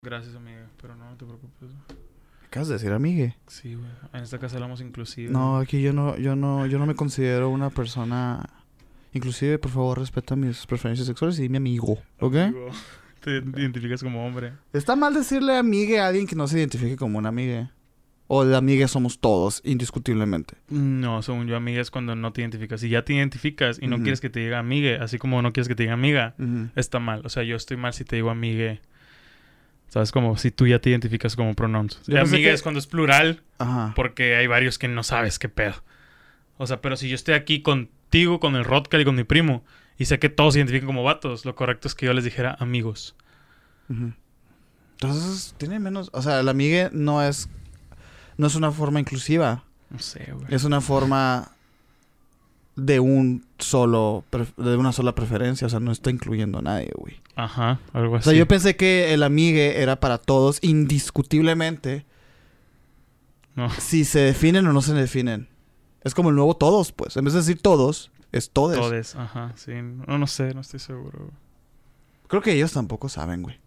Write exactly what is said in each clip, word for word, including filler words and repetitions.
Gracias, amiga, pero no, no te preocupes. ¿Acabas de decir amigue? Sí, güey. En esta casa hablamos inclusive. No, aquí yo no, yo no, yo no me considero una persona. Inclusive, por favor, respeta mis preferencias sexuales y dime amigo, ¿ok? Amigo. Te identificas como hombre. Está mal decirle amigue a alguien que no se identifique como una amigue. O de amigue somos todos, indiscutiblemente. No, según yo, amiga es cuando no te identificas. Si ya te identificas y no Ujú. quieres que te diga amigue, así como no quieres que te diga amiga, Ujú. está mal. O sea, yo estoy mal si te digo amigue. ¿Sabes? Como si tú ya te identificas como pronounce. Yo pensé Amiga que- es cuando es plural, Ajá. porque hay varios que no sabes qué pedo. O sea, pero si yo estoy aquí contigo, con el Rodcal y con mi primo, y sé que todos se identifican como vatos, lo correcto es que yo les dijera amigos. Ujú. Entonces, tiene menos... O sea, el amigue no es... No es una forma inclusiva. No sé, güey. Es una forma de un solo... pref- De una sola preferencia. O sea, no está incluyendo a nadie, güey. Ajá, algo O así. sea, yo pensé que el amigue era para todos indiscutiblemente. No. Si se definen o no se definen. Es como el nuevo todos, pues. En vez de decir todos, es todes. Todes, ajá, sí. No, no sé, no estoy seguro, güey. Creo que ellos tampoco saben, güey.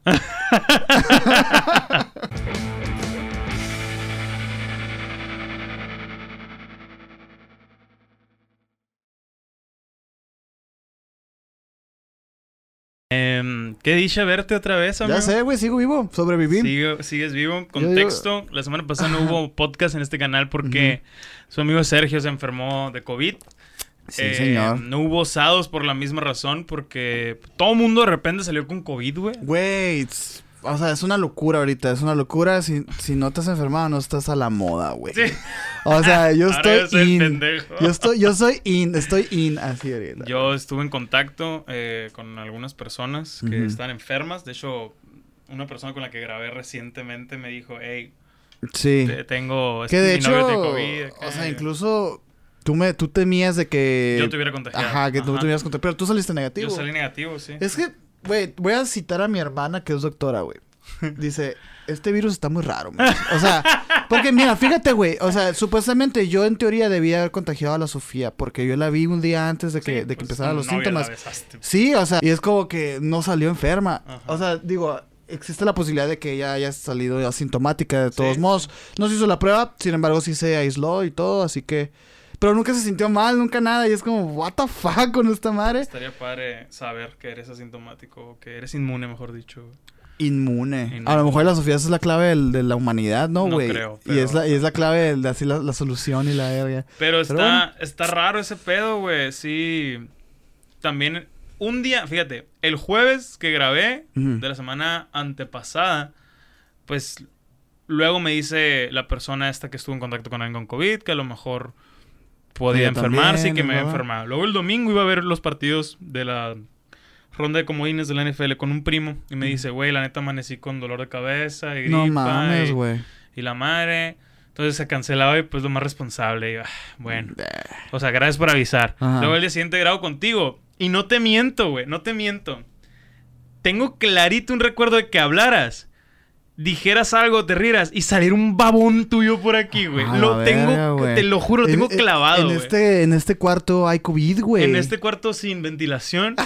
Em, ¿Qué dicha verte otra vez, amigo? Ya sé, güey, sigo vivo. Sobreviví. Sigo- sigues vivo. Yo- Contexto. La semana pasada no hubo podcast en este canal porque su amigo Sergio se enfermó de COVID. Sí, Eh, señor. No hubo osados por la misma razón porque todo el mundo de repente salió con COVID, güey. Güey, tss, o sea, es una locura ahorita. Es una locura. Si, si no te has enfermado, no estás a la moda, güey. Sí. O sea, yo Ahora yo soy estoy el in. pendejo. Yo estoy, yo soy in. Estoy in así ahorita. Yo estuve en contacto eh, con algunas personas que Ujú. están enfermas. De hecho, una persona con la que grabé recientemente me dijo, hey, Sí. te- tengo... Que de mi novio hecho, tiene COVID, acá". o sea, incluso tú me, tú temías de que... Yo te hubiera contagiado. Ajá, que tú Ajá. te hubieras contagiado. Pero tú saliste negativo. Yo salí negativo, sí. Es que, güey, voy a citar a mi hermana que es doctora, güey. Dice, este virus está muy raro, man. O sea, porque mira, fíjate, güey. O sea, supuestamente yo en teoría debía haber contagiado a la Sofía. Porque yo la vi un día antes de que, Sí, de que pues, empezaran los tu novia síntomas. la besaste. Sí, o sea, y es como que no salió enferma. Ajá. O sea, digo, existe la posibilidad de que ella haya salido asintomática de todos Sí. modos. No se hizo la prueba, sin embargo sí se aisló y todo, así que... Pero nunca se sintió mal, nunca nada. Y es como, what the fuck con esta madre. Estaría padre saber que eres asintomático o que eres inmune, mejor dicho. Inmune. Inmune. A lo mejor la Sofía esa es la clave del- de la humanidad, ¿no, No güey? creo, Y es pero- la, y es la clave de, de así la, la solución y la verga. Pero está, bueno. está raro ese pedo, güey. Sí. También, un día, fíjate, el jueves que grabé Ujú. de la semana antepasada, pues luego me dice la persona esta que estuvo en contacto con alguien con COVID que a lo mejor podía Ella enfermarse y también, que me había ¿verdad? enfermado. Luego el domingo iba a ver los partidos de la ronda de comodines de la N F L con un primo y me Ujú. dice, güey, la neta amanecí con dolor de cabeza y gripa. No mames, y- güey. y la madre. Entonces se cancelaba y pues lo más responsable. Y, ah, bueno. Eh, O sea, gracias por avisar. Ajá. Luego el día siguiente grabo contigo. Y no te miento, güey. No te miento. Tengo clarito un recuerdo de que hablaras. Dijeras algo, te rieras y salir un babón tuyo por aquí, güey. A Lo la tengo, verga, güey. te lo juro, lo tengo En- en- clavado, En güey. este, en este cuarto hay COVID, güey. En este cuarto sin ventilación.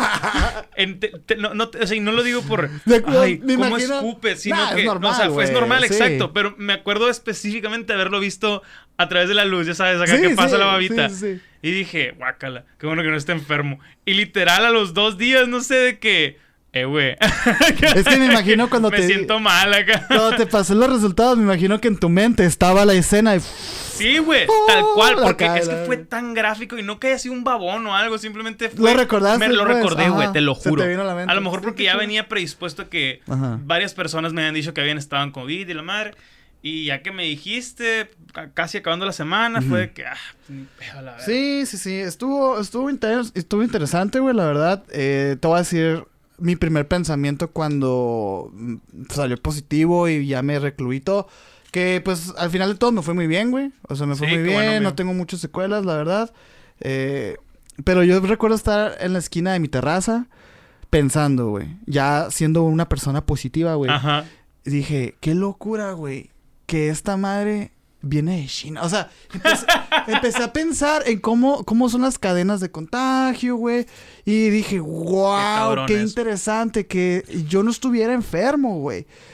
en te- te- no, no, o sea, y no lo digo por... De acuerdo, Ay, me ¿cómo imagino- escupes? Sino Nah, es que... normal, o sea, fue, es güey, normal, sí. exacto. Pero me acuerdo específicamente haberlo visto a través de la luz. Ya sabes, acá Sí, que pasa sí, la babita. sí, sí. Y dije, guácala, qué bueno que no esté enfermo. Y literal a los dos días, no sé de qué... Eh, güey. Es que me imagino cuando me te... siento mal acá. Cuando te pasé los resultados, me imagino que en tu mente estaba la escena y... Sí, güey, tal cual, la porque cara, es que fue güey. tan gráfico y no que haya sido un babón o algo, simplemente fue... ¿Lo recordaste, Me lo pues? recordé, güey, Ajá, te lo se te juro. vino a la mente. lo mejor Sí, porque qué ya chido. venía predispuesto a que Ajá. varias personas me habían dicho que habían estado en COVID y la madre. Y ya que me dijiste, ca- casi acabando la semana, fue de que... Ah, a la verga. Sí, sí, sí. Estuvo, estuvo, interes- estuvo interesante, güey, la verdad. Eh, te voy a decir mi primer pensamiento cuando mm, salió positivo y ya me recluí todo. Que, pues, al final de todo me fue muy bien, güey. O sea, me fue Sí, muy qué bien. bueno, no amigo. tengo muchas secuelas, la verdad. Eh, pero yo recuerdo estar en la esquina de mi terraza pensando, güey. Ya siendo una persona positiva, güey. Ajá. Y dije, qué locura, güey, que esta madre viene de China. O sea, empecé, empecé a pensar en cómo, cómo son las cadenas de contagio, güey. Y dije, wow, cabrón qué es. interesante que yo no estuviera enfermo, güey.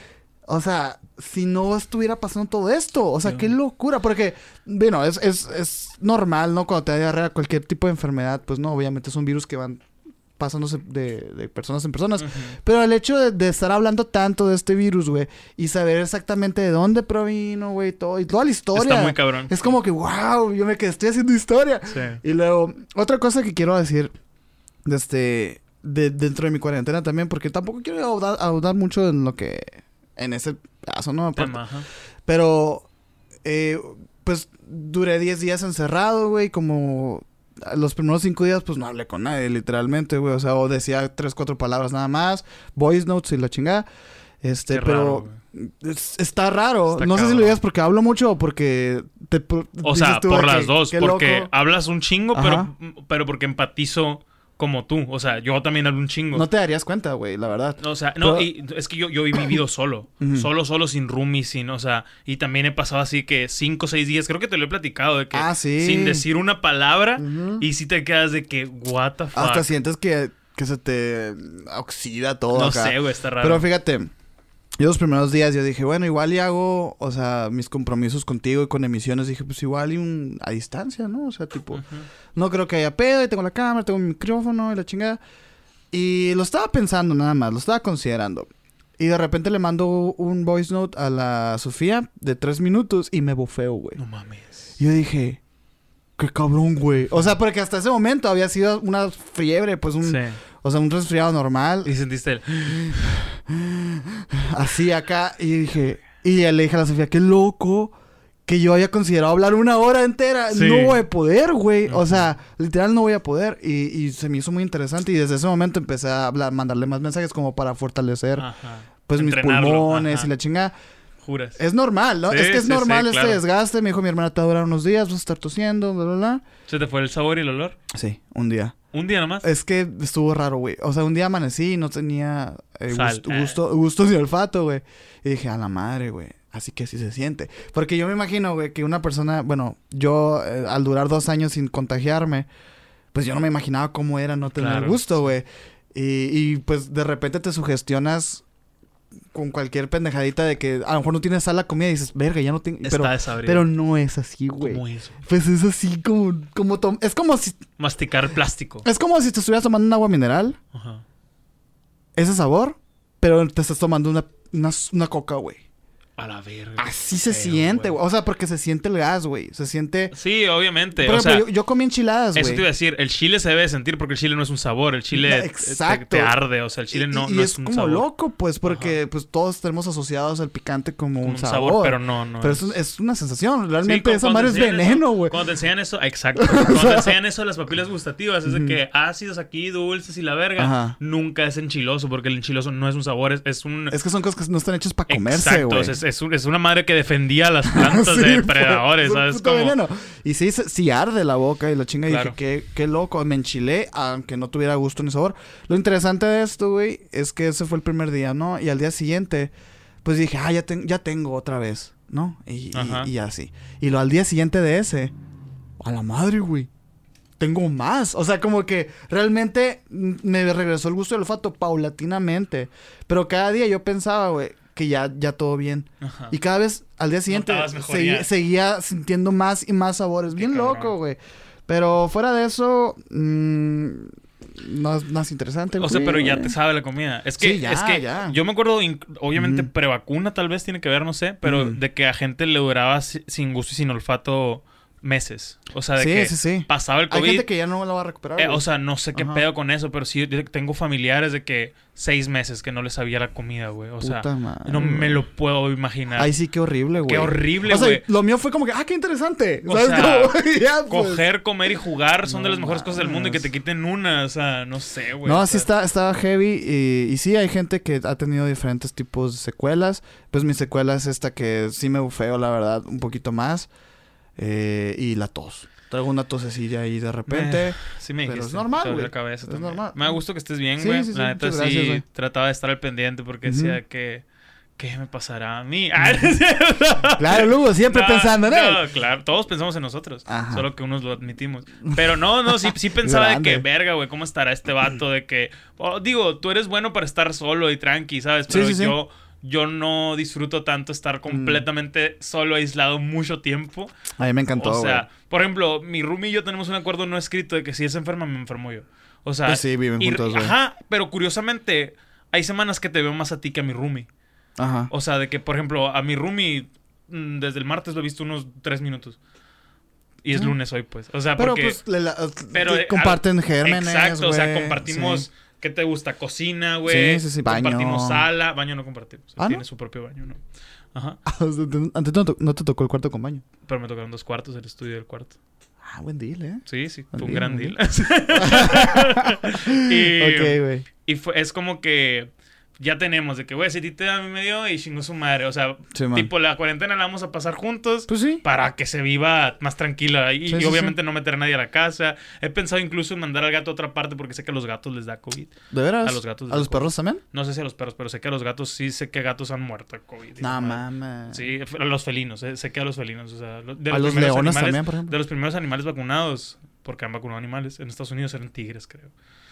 O sea, si no estuviera pasando todo esto. O sea, Sí. qué locura. Porque, bueno, es, es, es normal, ¿no? Cuando te da diarrea, cualquier tipo de enfermedad, pues no, obviamente es un virus que van pasándose de, de personas en personas. Ujú. Pero el hecho de, de estar hablando tanto de este virus, güey, y saber exactamente de dónde provino, güey, todo, y toda la historia. Está muy cabrón. Es como que, wow, yo me quedé, estoy haciendo historia. Sí. Y luego, otra cosa que quiero decir, de este, de, dentro de mi cuarentena también, porque tampoco quiero ahondar, ahondar mucho en lo que, en ese caso, ¿no? Aparte. Tema, ajá. Pero, eh, pues, duré diez días encerrado, güey, como los primeros cinco días, pues, no hablé con nadie, literalmente, güey. O sea, o decía tres, cuatro palabras nada más, voice notes y la chingada. Este, Qué pero raro, es- está raro. Está no sé si cabrón. lo digas porque hablo mucho o porque te... por- O dices sea, tú por de las que, dos. qué Porque loco. hablas un chingo, Ajá. pero, pero porque empatizo como tú. O sea, yo también hablo un chingo. No te darías cuenta, güey, la verdad. O sea, no, Pero- y es que yo, yo he vivido solo. Ujú. Solo, solo, sin roomies, sin, o sea, y también he pasado así que cinco o seis días, creo que te lo he platicado, de que Ah, sí. sin decir una palabra, Ujú. y si te quedas de que, what the fuck. Hasta sientes que, que se te oxida todo no acá. sé, güey, está raro. Pero fíjate, yo los primeros días yo dije, bueno, igual y hago, o sea, mis compromisos contigo y con emisiones. Dije, pues igual y un, a distancia, ¿no? O sea, tipo, Ujú. no creo que haya pedo, y tengo la cámara, tengo mi micrófono y la chingada. Y lo estaba pensando nada más, lo estaba considerando. Y de repente le mando un voice note a la Sofía de tres minutos y me bufeo, güey. No mames. Y yo dije, qué cabrón, güey. O sea, porque hasta ese momento había sido una fiebre, pues un... Sí. O sea, un resfriado normal. Y sentiste el... Así acá. Y dije... Y le dije a la Sofía, qué loco que yo había considerado hablar una hora entera. Sí. No voy a poder, güey. Ujú. O sea, literal no voy a poder. Y, y se me hizo muy interesante. Y desde ese momento empecé a hablar, mandarle más mensajes como para fortalecer, Ajá. pues, mis Entrenarlo, pulmones ajá. y la chingada. Juras. Es normal, ¿no? Sí, es que es sí, normal sí, este claro. desgaste. Me dijo mi hermana, te va a durar unos días, vas a estar tosiendo, bla, bla, bla. ¿Se te fue el sabor y el olor? Sí, un día. ¿Un día nomás? Es que estuvo raro, güey. O sea, un día amanecí y no tenía eh, Sal. gusto, gusto, gusto ni olfato, güey. Y dije, a la madre, güey. Así que así se siente. Porque yo me imagino, güey, que una persona... Bueno, yo eh, al durar dos años sin contagiarme, pues yo no me imaginaba cómo era no tener Claro. gusto, güey. Y, y pues de repente te sugestionas con cualquier pendejadita de que a lo mejor no tienes sal la comida y dices, verga, ya no tengo... Está Pero, desabrido. pero no es así, güey. ¿Cómo eso? Pues es así como... como tom- es como si... Masticar plástico. Es como si te estuvieras tomando un agua mineral. Ajá. Ese sabor, pero te estás tomando una, una, una coca, güey. A la verga. Así se Feo, siente, güey. O sea, porque se siente el gas, güey. Se siente... Sí, obviamente. Por o ejemplo, sea, yo, yo comí enchiladas, güey. eso te iba a decir. El chile se debe sentir porque el chile no es un sabor. El chile No, te- exacto. Te, te arde. O sea, el chile Y- no, y no es, es un como sabor. loco, pues, porque pues todos tenemos asociados al picante como, Como un, sabor. pero no, no. Pero es, un- es una sensación. Realmente Sí, cu- esa cuando madre te es enseñan veneno, eso- güey. Cuando te enseñan eso, exacto. Cuando te enseñan eso de las papilas gustativas, es de que ácidos aquí, dulces y la verga, Ajá. nunca es enchiloso, porque el enchiloso no es un sabor, es, es un... Es que son cosas que no están hechas para comerse, Exacto, güey. es, es, un- es una madre que defendía a las plantas Sí, de fue- depredadores, fue ¿sabes? puto Como... veneno. Y sí, se- sí arde la boca y la chinga. Y Claro. dije, qué, qué loco. Me enchilé, aunque no tuviera gusto ni sabor. Lo interesante de esto, güey, es que ese fue el primer día, ¿no? Y al día siguiente, pues dije, ah, ya, ten- ya tengo otra vez, ¿no? Y, y, Ajá. y así. Y lo al día siguiente de ese, a la madre, güey. Tengo más. O sea, como que realmente mm, me regresó el gusto del olfato paulatinamente. Pero cada día yo pensaba, güey, que ya, ya todo bien. Ajá. Y cada vez al día siguiente Notabas segui- mejoría. seguía sintiendo más y más sabores. Qué Bien cabrón. loco, güey. Pero fuera de eso, mm, no, es- no es interesante. O sea, güey. pero ya te sabe la comida. Es que, Sí, ya, es que ya. yo me acuerdo, inc- obviamente, Ujú. prevacuna tal vez tiene que ver, no sé, pero Ujú. de que a gente le duraba si- sin gusto y sin olfato meses. O sea, de Sí, que sí, sí. pasaba el Hay COVID. gente que ya no lo va a recuperar. Eh, güey. o sea, no sé qué Ajá. pedo con eso, pero sí yo tengo familiares de que seis meses que no les sabía la comida, güey. O sea, Puta madre, no me güey. lo puedo imaginar. Ay, sí, qué horrible, güey. Qué horrible, O sea, güey. lo mío fue como que, ah, qué interesante. O ¿Sabes? sea, Como, ya, pues. Coger, comer y jugar son No de las mejores cosas del mundo y que te mames. quiten una, o sea, no sé, güey. No, o sí sea, está, está heavy y, y sí hay gente que ha tenido diferentes tipos de secuelas. Pues mi secuela es esta que sí me bufeo, la verdad, un poquito más. Eh, y la tos. Traigo una tosecilla ahí de repente. Sí me pero dijiste. es normal, te dolió güey. la cabeza Es también. normal. Me da gusto que estés bien, Sí, güey. sí, sí, La neta muchas sí gracias, güey. trataba de estar al pendiente porque Ujú. decía que... ¿Qué me pasará a mí? Ah, ¿no es Claro, Lugo, siempre No, pensando en él. No, claro, todos pensamos en nosotros. Ajá. Solo que unos lo admitimos. Pero no, no, sí, sí pensaba de Grande. que, verga, güey, ¿cómo estará este vato? De que, oh, digo, tú eres bueno para estar solo y tranqui, ¿sabes? Sí, Pero sí, sí. yo, yo no disfruto tanto estar completamente mm. solo, aislado mucho tiempo. A mí me encantó, O sea, güey. por ejemplo, mi roomie y yo tenemos un acuerdo no escrito de que si es enferma, me enfermo yo. O sea... Pues sí, viven y, juntos, güey. Ajá, pero curiosamente, hay semanas que te veo más a ti que a mi roomie. Ajá. O sea, de que, por ejemplo, a mi roomie, desde el martes lo he visto unos tres minutos. Y es lunes hoy, pues. O sea, pero porque... pues, le la, pero, comparten gérmenes, exacto, güey. o sea, compartimos... Sí. ¿Qué te gusta? Cocina, güey. Sí, sí, sí. Baño. Compartimos sala. Baño no compartimos. ¿Ah, tiene no? su propio baño, ¿no? Ajá. Antes no, to- no te tocó el cuarto con baño. Pero me tocaron dos cuartos, el estudio del cuarto. Ah, buen deal, ¿eh? Sí, sí. Buen Fue un deal, gran buen deal. y, Ok, güey. y fue, es como que... Ya tenemos de que, güey, si a ti te da a mí me dio y chingó su madre. O sea, Sí, man. tipo, la cuarentena la vamos a pasar juntos. Pues sí. Para que se viva más tranquila. Y, Sí, y sí, obviamente sí. no meter a nadie a la casa. He pensado incluso en mandar al gato a otra parte porque sé que a los gatos les da COVID. ¿De veras? A los gatos. ¿A los perros también? No sé si a los perros, pero sé que a los gatos sí sé que gatos han muerto de COVID. No, madre. mames. Sí, a los felinos. eh, Sé que a los felinos. O sea, lo- de A los primeros leones animales- también, por ejemplo. De los primeros animales vacunados. Porque han vacunado animales. En Estados Unidos eran tigres, creo.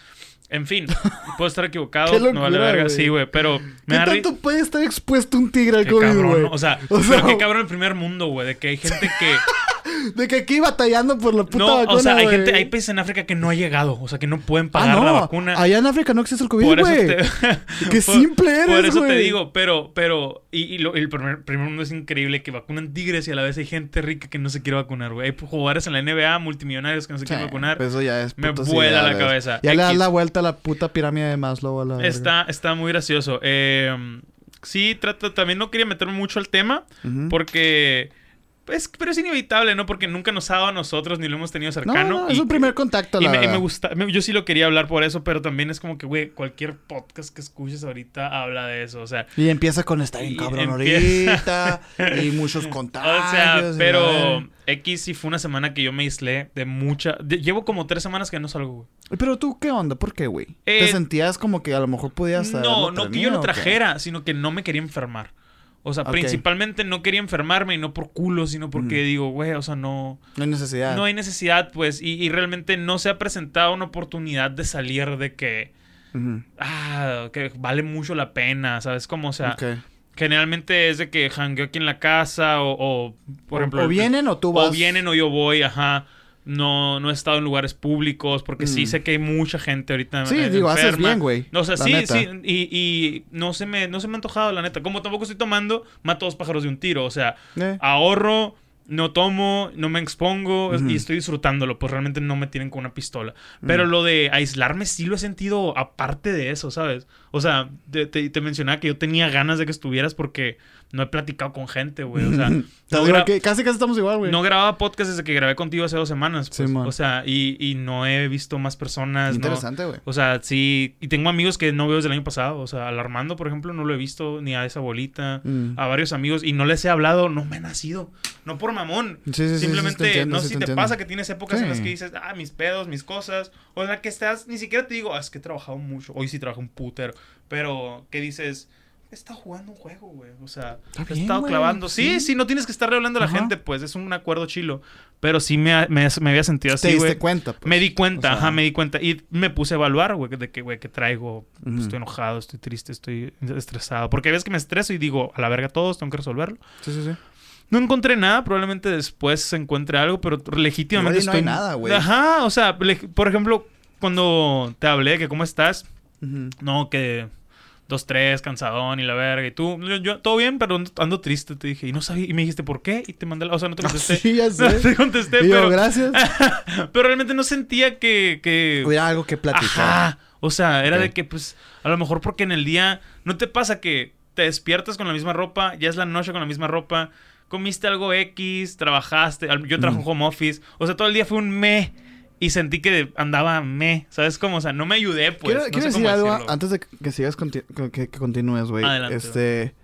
En fin, puedo estar equivocado, Qué no vale locura, verga, güey. sí, güey, pero ¿Qué me da ri- tanto puede estar expuesto un tigre al Qué COVID, cabrón, güey? ¿no? O sea, O pero sea, qué cabrón el primer mundo, güey, de que hay gente que De que aquí batallando por la puta no, vacuna, o sea, hay güey. gente, hay países en África que no ha llegado, o sea, que no pueden Ah, pagar no. la vacuna. Allá en África no existe el COVID, Por eso güey. te... Qué por- simple eres, Por eso te güey. digo, pero, pero, y, y lo- el primer, primer mundo es increíble que vacunan tigres y a la vez hay gente rica que no se quiere vacunar, güey. Hay jugadores en la N B A, multimillonarios que no se Sí, quieren vacunar. pues eso ya es Me putas vuela la ideales. cabeza. Ya le das X. la vuelta a la puta pirámide de Maslow a la verga. Está, está muy gracioso. Eh, sí, trata, también no quería meterme mucho al tema Ujú. porque... Pues, pero es inevitable, ¿no? Porque nunca nos ha dado a nosotros ni lo hemos tenido No, cercano. no, es y- un primer contacto, Y la me, y verdad. me gusta, me- yo sí lo quería hablar por eso, pero también es como que, güey, cualquier podcast que escuches ahorita habla de eso, o sea, Y empieza con está bien Y cabrón empieza- ahorita. Y muchos contagios. o sea, y la pero verga. X sí fue una semana que yo me aislé de mucha, de- llevo como tres semanas que no salgo, güey. Pero tú, ¿qué onda? ¿Por qué, güey? Eh, ¿Te sentías como que a lo mejor podías No, haberlo no que tenido, yo lo o qué? trajera, sino que no me quería enfermar. O sea, Ok. principalmente no quería enfermarme y no por culo, sino porque Mm. digo, güey, o sea, no... No hay necesidad. No hay necesidad, pues, y, y realmente no se ha presentado una oportunidad de salir de que... Ujú. Ah, que vale mucho la pena, ¿sabes? Como, o sea... Ok. Generalmente es de que jangueo aquí en la casa o, o, por O- ejemplo... o vienen o tú vas. O vienen o yo voy, ajá. No, no he estado en lugares públicos porque sí Mm. sé que hay mucha gente ahorita Sí, eh, digo, haces enferma. bien, güey. No, o sea, La sí, neta. sí. Y, y no, se me, no se me ha antojado, la neta. Como tampoco estoy tomando, mato dos pájaros de un tiro. O sea, Eh. ahorro, no tomo, no me expongo Ujú. y estoy disfrutándolo. Pues realmente no me tienen con una pistola. Pero Mm. lo de aislarme sí lo he sentido aparte de eso, ¿sabes? O sea, te, te, te mencionaba que yo tenía ganas de que estuvieras porque no he platicado con gente, güey. O sea, Te no digo gra- que casi casi estamos igual, güey. no grababa podcast desde que grabé contigo hace dos semanas. Pues. Sí, man. O sea, y, y no he visto más personas. ¿no? Interesante, güey. O sea, sí. Y tengo amigos que no veo desde el año pasado. O sea, al Armando, por ejemplo, no lo he visto. Ni a esa bolita. Mm. A varios amigos. Y no les he hablado. No me ha nacido. No por mamón. Sí, sí, sí, sí, Simplemente, sí, te entiendo, no sí sé te si te entiendo. pasa que tienes épocas en las Sí. que dices, ah, mis pedos, mis cosas. O sea, que estás, ni siquiera te digo, ah, es que he trabajado mucho. Hoy sí trabajo un putero. Pero, ¿qué dices? He estado jugando un juego, güey. O sea, Está he bien, estado güey. clavando. Sí, Sí. sí, no tienes que estarle hablando a la Ajá. gente, pues. Es un acuerdo chilo. Pero sí me, ha- me, me había sentido Te así, diste güey. cuenta, pues. Me di cuenta, O sea, ajá, me di cuenta. Y me puse a evaluar, güey, de que, güey, que traigo. Ujú. Estoy enojado, estoy triste, estoy estresado. Porque ves que me estreso y digo, a la verga todos, tengo que resolverlo. Sí, sí, sí. No encontré nada, probablemente después se encuentre algo, pero legítimamente Igual y no hay estoy... nada, güey. Ajá, o sea, le- por ejemplo, cuando te hablé que cómo estás, Ujú. no, que dos, tres, cansadón y la verga, y tú, yo, yo, todo bien, pero ando, ando triste, te dije, y no sabía, y me dijiste, ¿por qué? Y te mandé la, o sea, no te contesté. Sí, ya No sé. te contesté, Y yo, pero, gracias. pero realmente no sentía que... que Hubiera algo que platicar. Ajá. O sea, era Ok. de que, pues, a lo mejor porque en el día no te pasa que te despiertas con la misma ropa, ya es la noche con la misma ropa, comiste algo X, trabajaste, al- yo trabajo en home office, o sea, todo el día fue un me y sentí que andaba me, ¿sabes cómo? O sea, no me ayudé, pues. quiero no quiero sé decir cómo algo decirlo. antes de que sigas conti- que, que continúes, güey. Adelante, Este.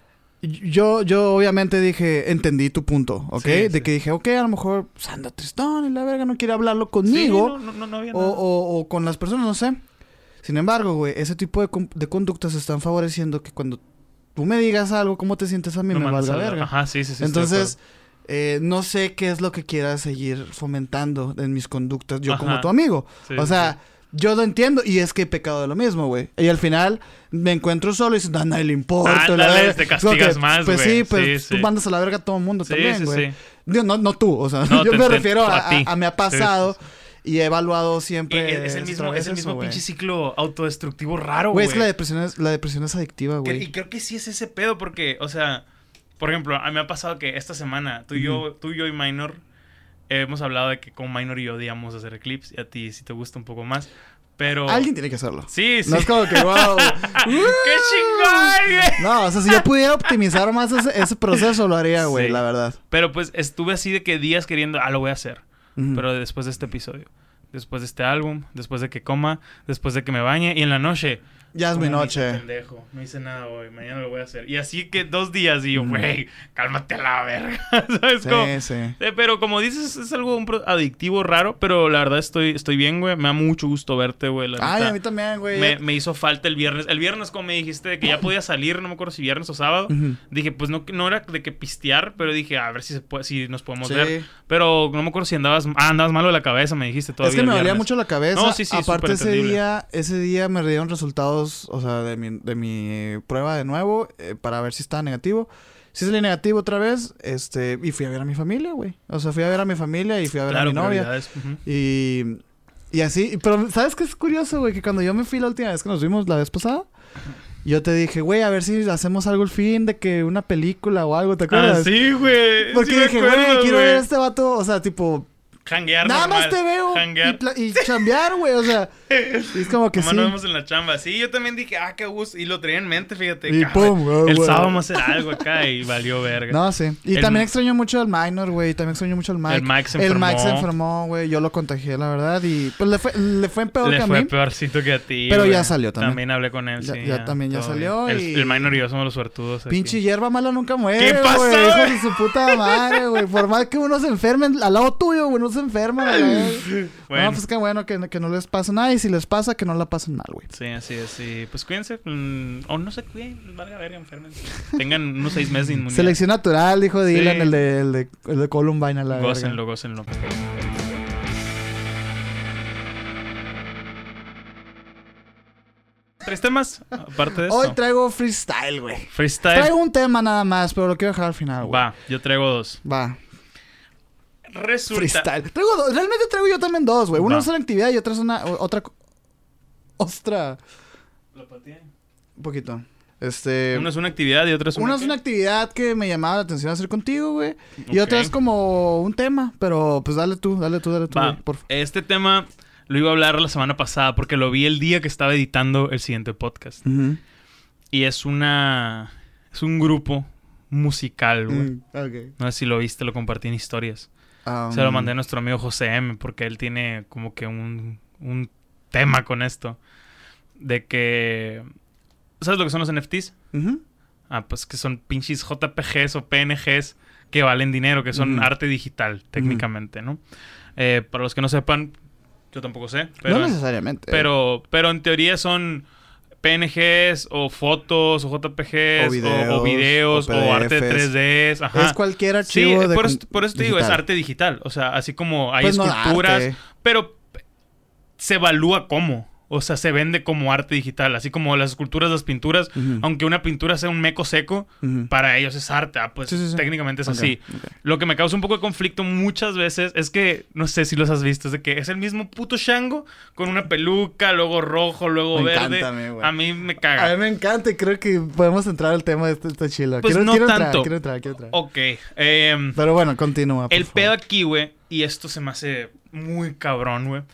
Yo, yo obviamente dije, entendí tu punto, ¿ok? Sí, de sí. que dije, ok, a lo mejor pues, anda tristón y la verga no quiere hablarlo Sí, conmigo. no, no, no, no había o, nada. o, o con las personas, no sé. Sin embargo, güey, ese tipo de, con- de conductas están favoreciendo que cuando tú me digas algo, ¿cómo te sientes a mí? No me mandes valga a la- verga. Ajá, sí, sí, sí. estoy de Entonces, eh, no sé qué es lo que quieras seguir fomentando en mis conductas yo como Ajá. tu amigo. Sí, o sí, sea, yo lo entiendo. Y es que he pecado de lo mismo, güey. Y al final me encuentro solo y dices, a nadie le importa. Ándale, la te castigas que, más, Pues güey. sí, pues Sí, tú sí. mandas a la verga a todo el mundo Sí, también, sí, güey. sí. Digo, no, no tú, o sea, No, yo te- me te- refiero a, a ti. a, a me ha pasado Sí, y he evaluado Y siempre. es, es el otra mismo, vez es el eso, mismo güey. pinche ciclo autodestructivo raro, Güey, güey. es que la depresión es, la depresión es adictiva, Que- Y güey. creo que sí es ese pedo porque, o sea, por ejemplo, a mí me ha pasado que esta semana tú y yo, tú y yo y Minor hemos hablado de que con Minor y yo odiamos hacer clips y a ti si te gusta un poco más, pero... Alguien tiene que hacerlo. Sí, sí. No es como que, wow. ¡Qué chingón, güey! No, o sea, si yo pudiera optimizar más ese, ese proceso, lo haría, güey, Sí. la verdad. Pero pues estuve así de que días queriendo, ah, lo voy a hacer. Ujú. Pero después de este episodio, después de este álbum, después de que coma, después de que me bañe y en la noche... Ya es mi "Como me hice noche. pendejo, no hice nada hoy, mañana lo voy a hacer". Y así que dos días y yo, Mm. güey, cálmate a la verga. ¿Sabes Sí, cómo? sí. Eh, pero como dices, es algo un pro- adictivo raro, pero la verdad estoy, estoy bien, güey. Me da mucho gusto verte, güey. la Ay, neta. a mí también, güey. me, me hizo falta el viernes. El viernes, como me dijiste, de que ya podía salir, no me acuerdo si viernes o sábado. Ujú. Dije, pues no, no era de que pistear, pero dije, a ver si se puede, si nos podemos Sí. ver. Pero no me acuerdo si andabas, ah, andabas malo de la cabeza, me dijiste todavía. Es que el me dolía viernes. mucho la cabeza. No, sí, sí, Aparte, súper ese entendible. día, ese día me dieron resultados, o sea, de mi, de mi prueba de nuevo, eh, para ver si estaba negativo. Sí salí negativo otra vez, este, y fui a ver a mi familia, güey. O sea, fui a ver a mi familia y fui a ver Claro, a mi novia. prioridades. Ujú. Y, y así, pero ¿sabes qué es curioso, güey? Que cuando yo me fui la última vez que nos vimos, la vez pasada, yo te dije, güey, a ver si hacemos algo el fin de que una película o algo, ¿te acuerdas? Ah, sí, güey. Porque sí me dije, acuerdo, güey, quiero güey. ver a este vato, o sea, tipo, Janguear nada normal. más te veo y, Janguear. pla- y chambear, güey, o sea, y es como que Como sí. nos vemos en la chamba. Sí, yo también dije, ah, qué gusto. Y lo traía en mente, fíjate. Y Ah, pum, güey, güey, el güey. sábado vamos a hacer algo acá y valió verga. No, sí. Y El- también extraño mucho al Minor, güey. También extraño mucho al Mike. El Mike se El enfermó. Mike se enfermó, güey. Yo lo contagié, la verdad. Y pues le fue, le fue peor Le que a fue mí. peorcito que a ti. Pero güey. ya salió también. También hablé con él, Ya- sí. ya también ya todo salió bien. y- El, el Minor y yo somos los suertudos. aquí. Pinche hierba mala nunca muere, ¿Qué pasa, güey? güey? Hijos de su puta madre, güey. Por más que uno se enferme al lado tuyo, güey, no se enferma, güey. Bueno. No, pues qué bueno que, que no les pase nada. Y si les pasa, que no la pasen mal, güey. Sí, así es. Sí. Pues cuídense. mm, o no se cuiden. Valga verga, enférmense. Tengan unos seis meses de inmunidad. Selección natural, dijo Dylan, Sí. el de, el de, el de Columbine a la verga. Gócenlo, gócenlo. ¿Tres temas? Aparte de Hoy esto. traigo freestyle, güey. Freestyle. Traigo un tema nada más, pero lo quiero dejar al final, güey. Va, yo traigo dos. Va. Resulta. Freestyle. Traigo dos. Realmente traigo yo también dos, güey. Una Va. es una actividad y otra es una... o- Otra... co- Ostra. ¿Lo pateé? Un poquito. Este... Uno es una actividad y otro es una. Una es ¿qué? una actividad que me llamaba la atención hacer contigo, güey. Y Ok. otra es como un tema. Pero pues dale tú, dale tú, dale tú, Va, güey. Por favor. este tema lo iba a hablar la semana pasada porque lo vi el día que estaba editando el siguiente podcast. Ujú. Y es una. Es un grupo musical, güey. Mm, ok. No sé si lo viste, lo compartí en historias. Um, Se lo mandé a nuestro amigo José M. Porque él tiene como que un, un tema con esto. De que. ¿Sabes lo que son los N F Ts? ujú. Ah, pues que son pinches J P Gs o P N Gs que valen dinero, que son Ujú. arte digital, técnicamente, ¿no? Eh, para los que no sepan, yo tampoco sé, pero, No necesariamente. pero, pero en teoría son P N Gs o fotos o J P Gs O videos, o, o videos o o, arte de P D Fs. tres Ds. Ajá. Es cualquier Sí, archivo de por, con- eso, por eso te digo, es digital. arte digital. O sea, así como hay Pues no esculturas, arte. pero se evalúa como. O sea, se vende como arte digital. Así como las esculturas, las pinturas. Ujú. Aunque una pintura sea un meco seco, Ujú. para ellos es arte. Ah, pues Sí, sí, sí. técnicamente es Ok, así. ok. Lo que me causa un poco de conflicto muchas veces es que, no sé si los has visto, es de que es el mismo puto Shango con una peluca, luego rojo, luego Me verde. encanta a mí, güey. a mí me A caga. mí me encanta y creo que podemos entrar al tema de este, este chilo. Pues quiero, no quiero tanto. Entrar, quiero entrar, quiero entrar. Ok. em, Pero bueno, continúa, por el favor. pedo aquí, güey, y esto se me hace muy cabrón, güey.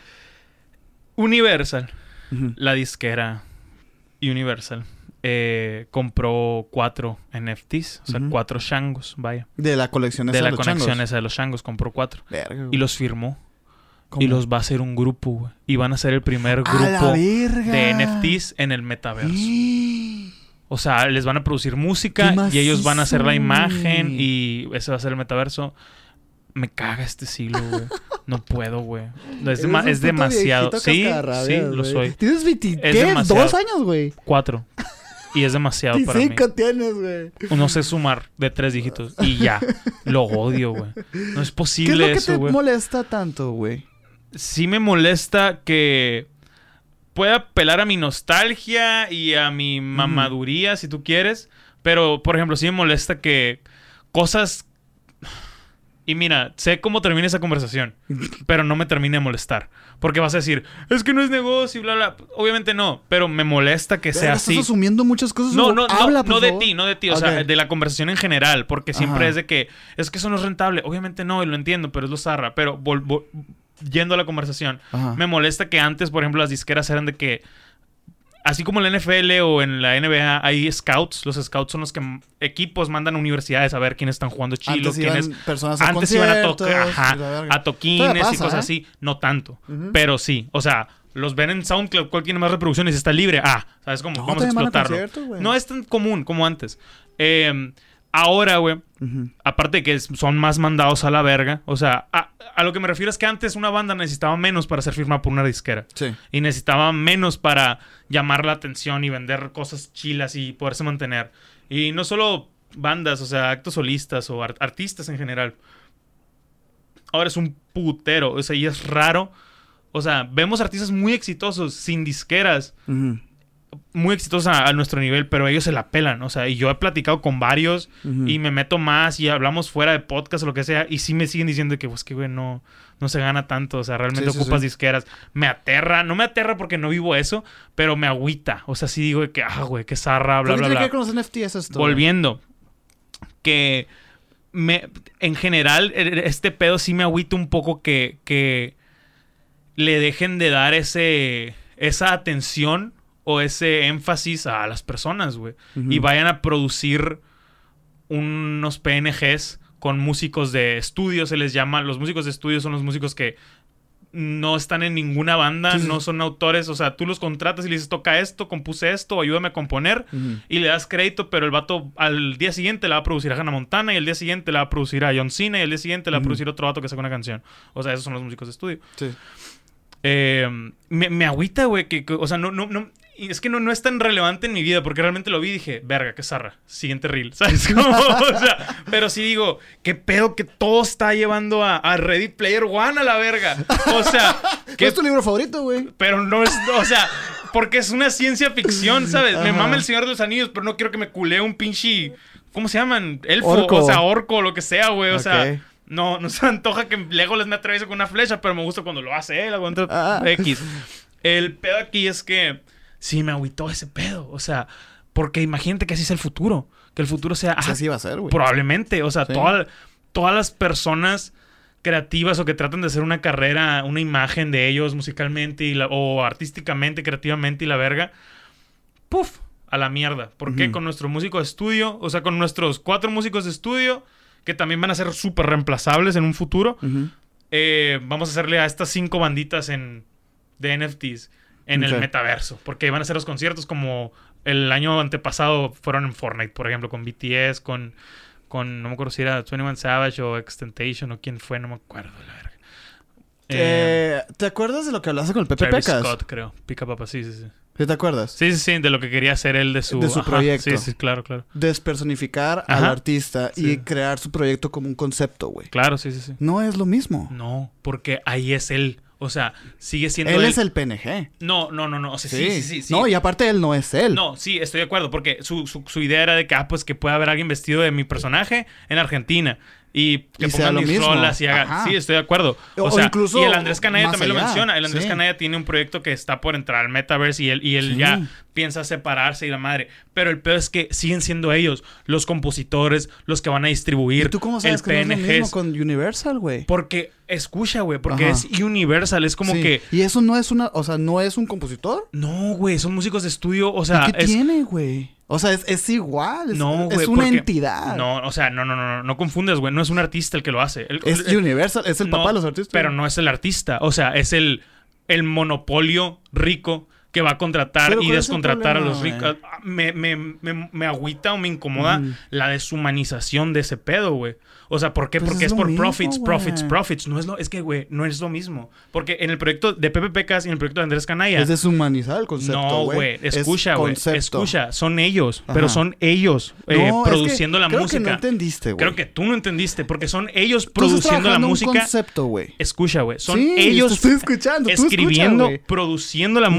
Universal, Ujú. la disquera Universal, eh, compró cuatro N F Ts, o sea, Ujú. cuatro Shangos, vaya. De la colección esa De de, la los conexión changos. esa de los Shangos, compró cuatro. Verga, güey. Y los firmó. ¿Cómo? Y los va a hacer un grupo, güey. Y van a ser el primer ¡A la grupo verga! de N F Ts en el metaverso. ¡Ah! O sea, les van a producir música ¡Qué y ellos van a hacer la macizo, imagen güey! y ese va a ser el metaverso. Me caga este siglo, güey. No puedo, güey. Es, Eres dema- un es puto demasiado. viejito Sí, sí, cascarrabias, lo güey. soy. ¿Tienes veinte, Es ¿qué? demasiado. ¿Dos años, güey? Cuatro. Y es demasiado para mí. veinticinco tienes, güey. No sé sumar de tres dígitos. Y ya. Lo odio, güey. No es ¿Qué es posible lo que eso, te güey. molesta tanto, güey? Sí me molesta que... puede apelar a mi nostalgia y a mi mamaduría, uh-huh. si tú quieres. Pero, por ejemplo, sí me molesta que cosas... Y mira, sé cómo termina esa conversación, pero no me termine de molestar. Porque vas a decir, es que no es negocio y bla, bla. Obviamente no, pero me molesta que sea así. Estás asumiendo muchas cosas. No, no, Habla, no, no de ti, no de ti. O okay. sea, de la conversación en general. Porque siempre Ajá. es de que, es que eso no es rentable. Obviamente no, y lo entiendo, pero es lo zarra. Pero vol- vol- yendo a la conversación, Ajá. me molesta que antes, por ejemplo, las disqueras eran de que... Así como en la N F L o en la N B A hay scouts. Los scouts son los que equipos mandan a universidades a ver quiénes están jugando chilo. Antes quiénes... iban personas a Antes iban a, to- ajá, y a toquines pasa, y cosas ¿eh? así. No tanto. Uh-huh. Pero sí. O sea, los ven en SoundCloud. ¿Cuál tiene más reproducciones? Está libre. Ah, ¿sabes cómo? No, Vamos a explotarlo. No es tan común como antes. Eh... Ahora, güey, uh-huh. aparte de que son más mandados a la verga, o sea, a, a lo que me refiero es que antes una banda necesitaba menos para ser firmada por una disquera. Sí. Y necesitaba menos para llamar la atención y vender cosas chilas y poderse mantener. Y no solo bandas, o sea, actos solistas o art- artistas en general. Ahora es un putero, o sea, y es raro. O sea, vemos artistas muy exitosos, sin disqueras. Uh-huh. Muy exitosos a, a nuestro nivel, pero ellos se la pelan, o sea, y yo he platicado con varios uh-huh. y me meto más y hablamos fuera de podcast o lo que sea, y sí me siguen diciendo que, pues, que, güey, no, no se gana tanto, o sea, realmente sí, ocupas sí, sí. disqueras. Me aterra, no me aterra porque no vivo eso, pero me agüita, o sea, sí digo que, ah, güey, qué zarra, bla, bla, bla. ¿Qué tiene que ver con los N F Ts esto? Volviendo, que me, en general, este pedo sí me agüita un poco que, que le dejen de dar ese, esa atención o ese énfasis a las personas, güey. Uh-huh. Y vayan a producir unos P N Gs con músicos de estudio, se les llama. Los músicos de estudio son los músicos que no están en ninguna banda, sí, sí. no son autores. O sea, tú los contratas y le dices, toca esto, compuse esto, ayúdame a componer. Uh-huh. Y le das crédito, pero el vato al día siguiente le va a producir a Hannah Montana, y el día siguiente le va a producir a John Cena, y el día siguiente le va a producir uh-huh. otro vato que saca una canción. O sea, esos son los músicos de estudio. Sí. Eh, me, me agüita, güey, que, que, o sea, no, no, no, es que no, no es tan relevante en mi vida, porque realmente lo vi y dije, verga, qué zarra, siguiente reel, ¿sabes cómo? O sea, pero sí digo, qué pedo que todo está llevando a, a Ready Player One a la verga. O sea, ¿qué es tu libro favorito, güey? Pero no es, o sea, porque es una ciencia ficción, ¿sabes? Ajá. Me mama El Señor de los Anillos, pero no quiero que me culee un pinche, ¿cómo se llaman? Elfo, orco. O sea, orco, lo que sea, güey, o okay. sea... No, no se antoja que Legolas me atraviese con una flecha, pero me gusta cuando lo hace él, aguanta ah. X. El pedo aquí es que sí me agüitó ese pedo. O sea, porque imagínate que así es el futuro. Que el futuro sea... O sea, así va a ser, güey. Probablemente. O sea, sí. toda, todas las personas creativas o que tratan de hacer una carrera, una imagen de ellos musicalmente y la, o artísticamente, creativamente y la verga. ¡Puf! A la mierda. ¿Por uh-huh. qué? Con nuestro músico de estudio, o sea, con nuestros cuatro músicos de estudio... que también van a ser súper reemplazables en un futuro. Uh-huh. Eh, vamos a hacerle a estas cinco banditas en, de N F Ts en okay. el metaverso. Porque van a ser los conciertos como el año antepasado fueron en Fortnite, por ejemplo, con B T S, con, con no me acuerdo si era twenty-one Savage o XXXTentacion o quién fue, no me acuerdo, la verga. Eh, ¿Te acuerdas de lo que hablaste con el Pepe Travis Pecas? Scott, creo. Pica Papa, sí, sí, sí. ¿Sí te acuerdas? Sí, sí, sí, de lo que quería hacer él de su... De su Ajá, proyecto. Sí, sí, claro, claro. Despersonificar Ajá. al artista sí. y crear su proyecto como un concepto, güey. Claro, sí, sí, sí. No es lo mismo. No, porque ahí es él. O sea, sigue siendo él. Él es el P N G. No, no, no, no. O sea, sí, sí, sí. sí, No, sí. y aparte él no es él. No, sí, estoy de acuerdo. Porque su, su, su idea era de que, ah, pues que pueda haber alguien vestido de mi personaje en Argentina. Y que y pongan mis mismo. y haga... Ajá. Sí, estoy de acuerdo. O, o sea, incluso y el Andrés Canalla también allá. lo menciona. El Andrés sí. Canalla tiene un proyecto que está por entrar al Metaverse y él, y él sí. ya piensa separarse y la madre. Pero el peor es que siguen siendo ellos los compositores, los que van a distribuir. ¿Y tú cómo sabes el que P N Gs. No es lo mismo con Universal, güey? Porque, escucha, güey, porque Ajá. es Universal. Es como sí. que... ¿Y eso no es una... O sea, no es un compositor? No, güey, son músicos de estudio, o sea... ¿Y qué es... tiene, güey? O sea, es, es igual. Es, no, es güey, una porque... entidad. No, o sea, no, no, no, no, no confundes, güey. No es un artista el que lo hace. El, es el, Universal, es el no, papá de los artistas. Pero no es el artista. O sea, es el, el monopolio rico que va a contratar pero y descontratar problema, a los ricos. Me, me, me, me agüita o me incomoda mm. la deshumanización de ese pedo, güey. O sea, ¿por qué? Pues Porque es, es por mismo, profits, wey. profits, profits. No es lo, es que, güey, no es lo mismo. Porque en el proyecto de Pepe Pecas y en el proyecto de Andrés Canalla... Es deshumanizar el concepto, No, güey. Escucha, güey. Escucha. Son ellos. Ajá. Pero son ellos eh, no, produciendo es que la creo música. Creo que no entendiste, güey. Creo que tú no entendiste. Porque son ellos tú produciendo la música. Un concepto, güey. Escucha, güey. Son sí, ellos te estoy escuchando. escribiendo, escucha, produciendo la mm. música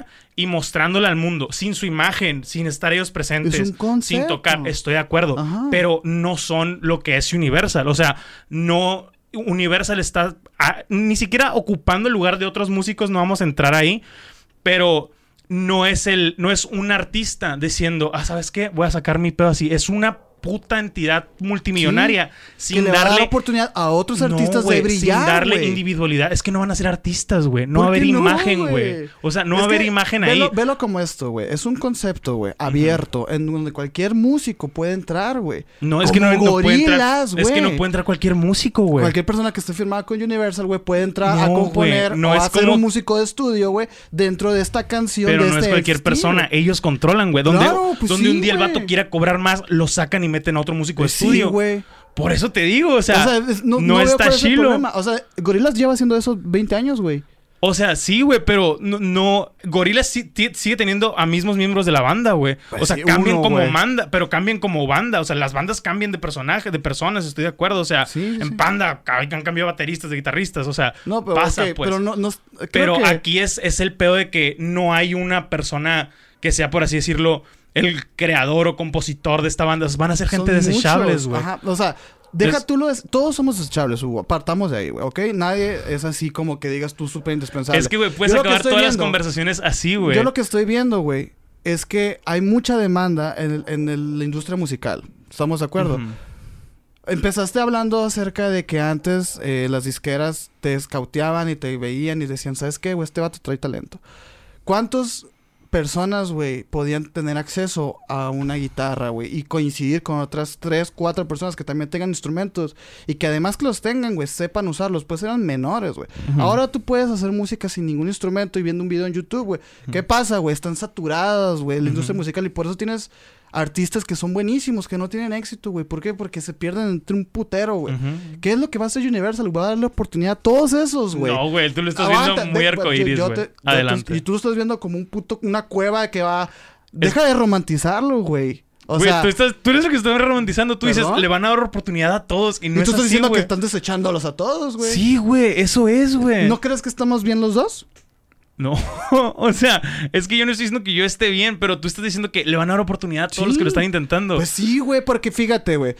música y mostrándola al mundo, sin su imagen, sin estar ellos presentes, Es un concepto. sin tocar. Estoy de acuerdo, Ajá. pero no son lo que es Universal. O sea, no... Universal está a, ni siquiera ocupando el lugar de otros músicos, no vamos a entrar ahí, pero no es el no es un artista diciendo, ah, ¿sabes qué? Voy a sacar mi pedo así. Es una puta entidad multimillonaria Sí, sin que le va a darle dar oportunidad a otros artistas no, güey, de brillar, sin darle güey. individualidad. Es que no van a ser artistas, güey. No ¿Por va a haber qué no, imagen, güey? güey. O sea, no Es va a haber que imagen velo, ahí. Velo como esto, güey. Es un concepto, güey, abierto, en donde cualquier músico puede entrar, güey. No, es Como que no, no puede entrar. Gorillaz, Es que no güey. puede entrar cualquier músico, güey. Cualquier persona que esté firmada con Universal, güey, puede entrar a No, componer güey, no o es a ser como- un músico de estudio, güey, dentro de esta canción. Pero de no este es cualquier estilo. persona. Ellos controlan, güey. Donde, Claro, pues donde sí, un día el güey. vato quiera cobrar más, lo sacan y meten a otro músico Pues de sí, estudio. güey. Por eso te digo, o sea, O sea, es- no, no, no veo está cuál es el chilo. problema. O sea, Gorillaz lleva haciendo eso veinte años, güey. O sea, sí, güey, pero no, no Gorillaz sí, ti- sigue teniendo a mismos miembros de la banda, güey. Pues o sea, sí, cambian uno, como güey. banda, pero cambian como banda. O sea, las bandas cambian de personajes, de personas, estoy de acuerdo. O sea, Sí, sí, en sí. Panda ca- han cambiado bateristas de guitarristas. O sea, No, pero, pasa, ok, pues. pero no, no creo Pero que- aquí es, es el pedo de que no hay una persona que sea, por así decirlo, el creador o compositor de esta banda. Van a ser gente son desechables, muchos. güey. Ajá, o sea, deja Es- tú lo des- todos somos desechables, Hugo. Partamos de ahí, güey, ¿ok? Nadie es así como que digas tú súper indispensable. Es que, güey, puedes Yo lo que acabar estoy todas las viendo- conversaciones así, güey. Yo lo que estoy viendo, güey, es que hay mucha demanda en, el- en el- la industria musical. ¿Estamos de acuerdo? Ujú. Empezaste hablando acerca de que antes eh, las disqueras te escauteaban y te veían y decían, ¿sabes qué, güey? Este vato trae talento. ¿Cuántas personas, güey, podían tener acceso a una guitarra, güey? Y coincidir con otras tres, cuatro personas que también tengan instrumentos. Y que además que los tengan, güey, sepan usarlos. Pues eran menores, güey. Ujú. Ahora tú puedes hacer música sin ningún instrumento y viendo un video en YouTube, güey. ¿Qué pasa, güey? Están saturadas, güey, la industria Ujú. musical. Y por eso tienes artistas que son buenísimos, que no tienen éxito, güey. ¿Por qué? Porque se pierden entre un putero, güey. Ujú. ¿Qué es lo que va a hacer Universal? Va a darle oportunidad a todos esos, güey. No, güey, tú lo estás Aguanta, viendo muy de- arcoíris, yo- yo güey. te- yo te- Adelante. Y tú lo estás viendo como un puto, una cueva que va... Deja de romantizarlo, güey. O Güey, sea, tú, estás, tú eres el que estás romantizando. Tú dices, ¿Perdón? le van a dar oportunidad a todos. Y no y es tú estás así, diciendo güey. que están desechándolos a todos, güey. Sí, güey, eso es, güey. ¿No crees que estamos bien los dos? No, o sea, es que yo no estoy diciendo que yo esté bien, pero tú estás diciendo que le van a dar oportunidad a todos Sí. los que lo están intentando. Pues sí, güey, porque fíjate, güey.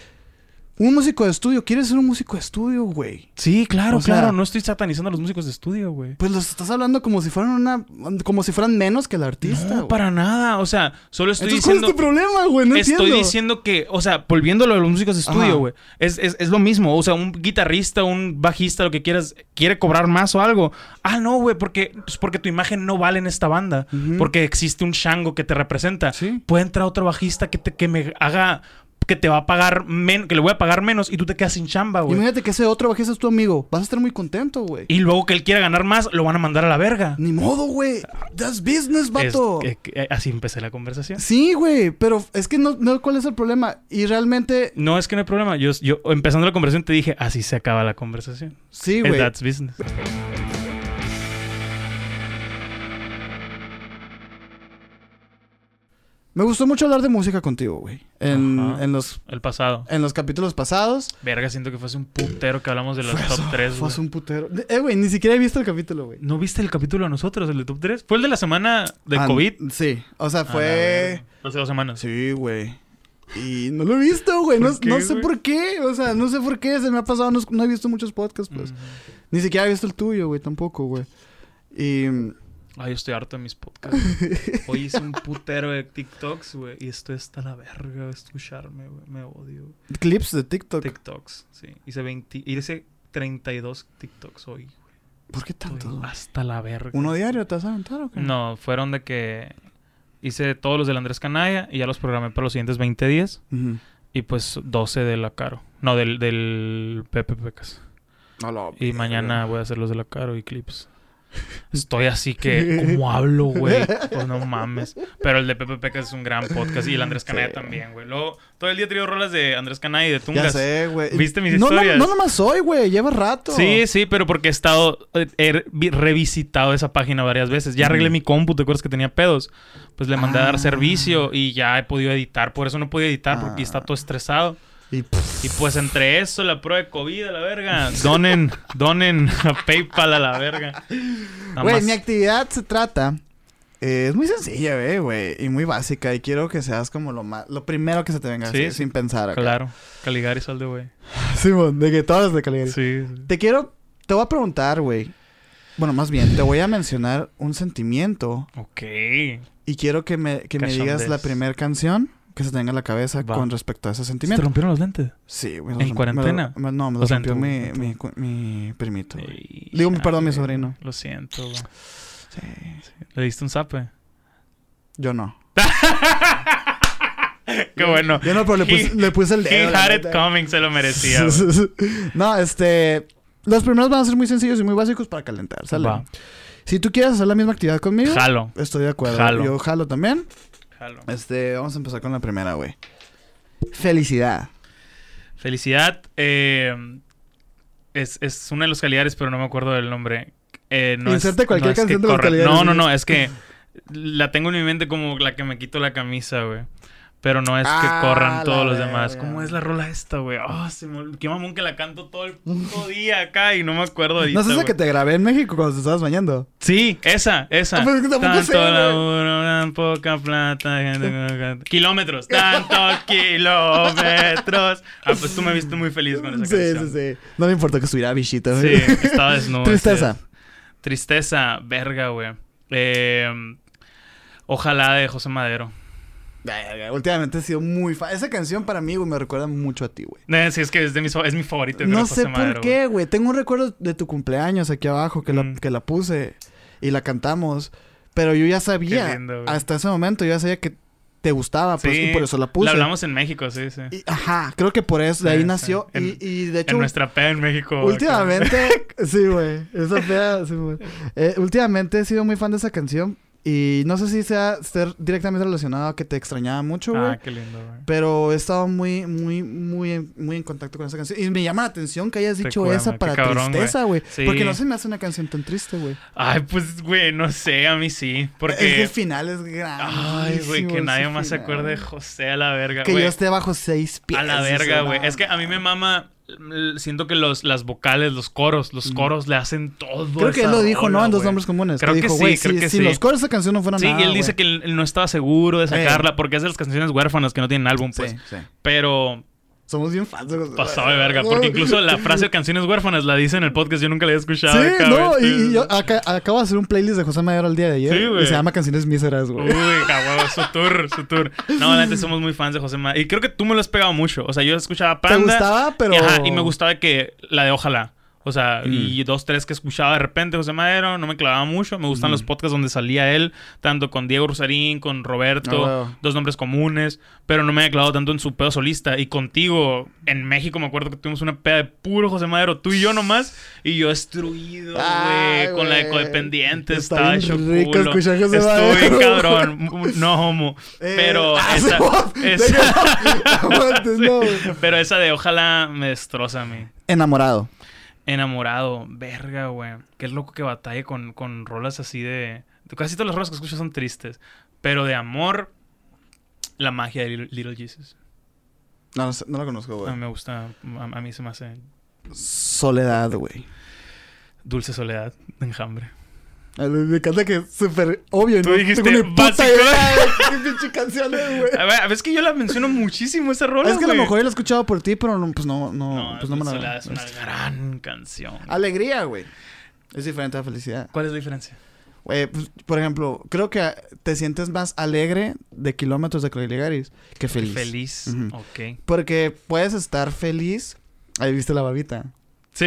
Un músico de estudio, ¿quieres ser un músico de estudio, güey? sí, claro, O sea- claro. No estoy satanizando a los músicos de estudio, güey. Pues los estás hablando como si fueran una... Como si fueran menos que el artista, No, güey. para nada. O sea, solo estoy Entonces, ¿cuál es diciendo... tu problema, güey? No Estoy entiendo. diciendo que, o sea, volviéndolo a los músicos de Ajá. estudio, güey. Es, es, es lo mismo. O sea, un guitarrista, un bajista, lo que quieras, quiere cobrar más o algo. Ah, no, güey, porque, pues porque tu imagen no vale en esta banda. Ujú. Porque existe un chango que te representa. Sí. Puede entrar otro bajista que, te, que me haga... Que te va a pagar menos... Que le voy a pagar menos y tú te quedas sin chamba, güey. Imagínate que ese otro bajista es tu amigo. Vas a estar muy contento, güey. Y luego que él quiera ganar más, lo van a mandar a la verga. Ni modo, güey. That's business, Es- vato. eh, eh, así empecé la conversación. Sí, güey. Pero es que no, no, ¿cuál es el problema? Y realmente... No, es que no hay problema. Yo, yo empezando la conversación te dije, así se acaba la conversación. Sí, Es güey. That's business. Me gustó mucho hablar de música contigo, güey. En, Ajá. en los El pasado. en los capítulos pasados. Verga, siento que fue hace un putero que hablamos de los Fue top hace- tres, Fue güey. hace un putero. Eh, güey, ni siquiera he visto el capítulo, güey. ¿No viste el capítulo de nosotros, el de top tres? ¿Fue el de la semana de Ah, COVID? Sí. O sea, A la fue... verga. Hace dos semanas. Sí, güey. Y no lo he visto, güey. No, ¿Por qué, no sé güey? por qué. O sea, no sé por qué. Se me ha pasado. No, no he visto muchos podcasts, pues. Mm. Ni siquiera he visto el tuyo, güey. Tampoco, güey. Y... Ay, yo estoy harto de mis podcasts. Hoy hice un putero de TikToks, güey. Y estoy hasta la verga de escucharme, güey. Me odio. Clips de TikTok. TikToks, sí. Hice veinte... Hice treinta y dos TikToks hoy, güey. ¿Por qué Estoy tanto? hasta la verga. ¿Uno diario te vas a aventar o qué? No, fueron de que... Hice todos los del Andrés Canalla y ya los programé para los siguientes veinte días. Ujú. Y pues doce de la Caro. No, del, del Pepe Pecas. No lo... Y mañana voy a hacer los de la Caro y clips. Estoy así que... ¿Cómo hablo, güey? Pues no mames. Pero el de Pepe Pecas es un gran podcast. Y el Andrés Canalla Sí. también, güey. Luego, todo el día he traído rolas de Andrés Canalla y de Ya Tungas. sé, güey. ¿Viste mis no, historias? No, no nomás hoy, güey. Lleva rato. Sí, sí, pero porque he estado... He vi- revisitado esa página varias veces. Ya arreglé Ujú. mi compu, ¿te acuerdas que tenía pedos? Pues le mandé a dar Ah. servicio y ya he podido editar. Por eso no podía editar, porque Ah. está todo estresado. Y... pff, Y pues entre eso, la prueba de COVID a la verga. Donen, donen a PayPal a la verga. Nada Güey, más. mi actividad se trata Eh, es muy sencilla, eh, güey. Y muy básica. Y quiero que seas como lo más... Lo primero que se te venga Sí, así, sin pensar acá. Claro. Caligari Solde, güey. Simón, de que todas las de Caligari. Sí, sí. Te quiero... Te voy a preguntar, güey. Bueno, más bien, te voy a mencionar un sentimiento. Ok. Y quiero que me, que me digas Cachondez. la primera canción que se te venga a la cabeza Va. con respecto a ese ¿Se te sentimiento. rompieron los lentes? Sí, güey. ¿En cuarentena? Me, no, me O lo sea, en rompió tu- mi, en tu- mi, cu- mi primito. güey. Ey, Digo, perdón, mi chale. sobrino. Lo siento, güey. Sí. ¿Le diste un zape? Yo no. Qué bueno. Yo no, pero le puse, He- le puse el dedo. He la had it neta. coming, se lo merecía, güey. No, este... Los primeros van a ser muy sencillos y muy básicos para calentar, ¿sale? Va. Si tú quieres hacer la misma actividad conmigo, Jalo. estoy de acuerdo. Jalo. Yo jalo también. Jalo. Este, vamos a empezar con la primera, güey. Felicidad. Felicidad. Eh, es, es una de los Caligaris, pero no me acuerdo del nombre. Eh, no Inserte es, cualquier no es canción que de los corre- Caligaris, No, no, güey. no. Es que la tengo en mi mente como la que me quito la camisa, güey. Pero no es Ah, que corran todos la los demás. verga. ¿Cómo es la rola esta, güey? Oh, se me... ol- Qué mamón que la canto todo el puto día acá y no me acuerdo ahorita, ¿No es esa güey. que te grabé en México cuando te estabas bañando? Sí, esa, esa. Ah, pero es que tampoco Tanto sé, güey. laburo, tan poca plata. gente- Kilómetros. Tantos kilómetros. Ah, pues tú me viste muy feliz con esa Sí, canción. sí, sí. No me importó que estuviera bichito. Sí, güey. estaba desnudo. Tristeza. sí. Tristeza, verga, güey. Eh, ojalá de José Madero. Verga, últimamente he sido muy fan. Esa canción para mí, güey, me recuerda mucho a ti, güey. Eh, sí, es que es, de mis, fa- es mi favorito. No José sé Madero, por qué, güey. Tengo un recuerdo de tu cumpleaños aquí abajo que, la, Mm. que la puse y la cantamos. Pero yo ya sabía, Qué lindo, güey. hasta ese momento, yo ya sabía que te gustaba, pues, Sí, y por eso la puse. La hablamos en México, sí, sí. Y- ajá, creo que por eso, de Sí, ahí sí. nació. En- y, y de hecho, En nuestra peda en México. últimamente, sí, güey, esa fea, sí, güey. Eh, últimamente he sido muy fan de esa canción. Y no sé si sea ser directamente relacionado a que te extrañaba mucho, güey. Ah, qué lindo, güey. Pero he estado muy, muy, muy, en- muy en contacto con esa canción. Y me llama la atención que hayas Te dicho cuema, esa qué para cabrón, tristeza, güey. Sí. Porque no se me hace una canción tan triste, güey. Ay, pues, güey, no sé, a mí sí. Es que Porque... el final es grande. Ay, güey, que nadie más se acuerde de José a la verga, Que güey. yo esté bajo seis pies. A la o verga, sea, güey. no, Es que a mí me mama... l- Siento que los, las vocales, los coros, los Mm. coros le hacen todo. Creo que esa él lo dijo, rola, ¿no? En dos güey. nombres comunes. Creo que que dijo, sí, güey, creo si, que si sí. los coros de esa canción no fueran Sí, nada, y él dice güey. que él, él no estaba seguro de Eh. sacarla porque es de las canciones huérfanas que no tienen álbum, pues. Sí, sí. Pero Somos bien fans de los... pasado de verga. Porque incluso la frase canciones huérfanas la dice en el podcast. Yo nunca la había escuchado. Sí, acá, no, güey. y, y yo acá- acabo de hacer un playlist de José Madero el día de ayer. Sí, güey. Y se llama Canciones Míseras, güey. Uy, cabrón, su tour, su tour. No, la neta, somos muy fans de José Madero. Y creo que tú me lo has pegado mucho. O sea, yo escuchaba Panda. ¿Te gustaba? Pero... Y, ajá, y me gustaba que la de Ojalá. O sea, Mm. y dos, tres que escuchaba de repente José Madero, no me clavaba mucho. Me gustan Mm. los podcasts donde salía él, tanto con Diego Rosarín, con Roberto, Ah, wow. dos nombres comunes, pero no me había clavado tanto en su pedo solista. Y contigo, en México, me acuerdo que tuvimos una peda de puro José Madero, tú y yo nomás, y yo destruido, Ay, güey, con la de güey. Codependientes, Está estaba bien hecho rico culo. escuchar José Estuvo Madero, bien güey. cabrón, no homo. Eh, pero ah, esa, sí, esa, Aguantes, no, güey. pero esa de Ojalá me destroza a mí. Enamorado. Enamorado, verga, güey. Qué loco que batalle con, con rolas así de... Casi todas las rolas que escucho son tristes. Pero de amor, la magia de Little, Little Jesus. No, no, sé, no la conozco, A güey. mí me gusta, a, a mí se me hace Soledad, güey. Dulce Soledad de Enjambre. A mí me encanta que es súper obvio, Tú ¿no? dijiste Tengo ni puta básico. idea de qué pinche canciones, güey. A ver, a ver, es que yo la menciono muchísimo esa rola, Es que a lo güey. mejor yo la he escuchado por ti, pero no, pues no, no, No, pues no me Dulce la... Soledad es una gran canción. Alegría, güey. Es diferente a felicidad. ¿Cuál es la diferencia? Güey, pues, por ejemplo, creo que te sientes más alegre de kilómetros de Caligari que feliz. Feliz. Ujú. Ok. Porque puedes estar feliz... Ahí viste la babita. Sí.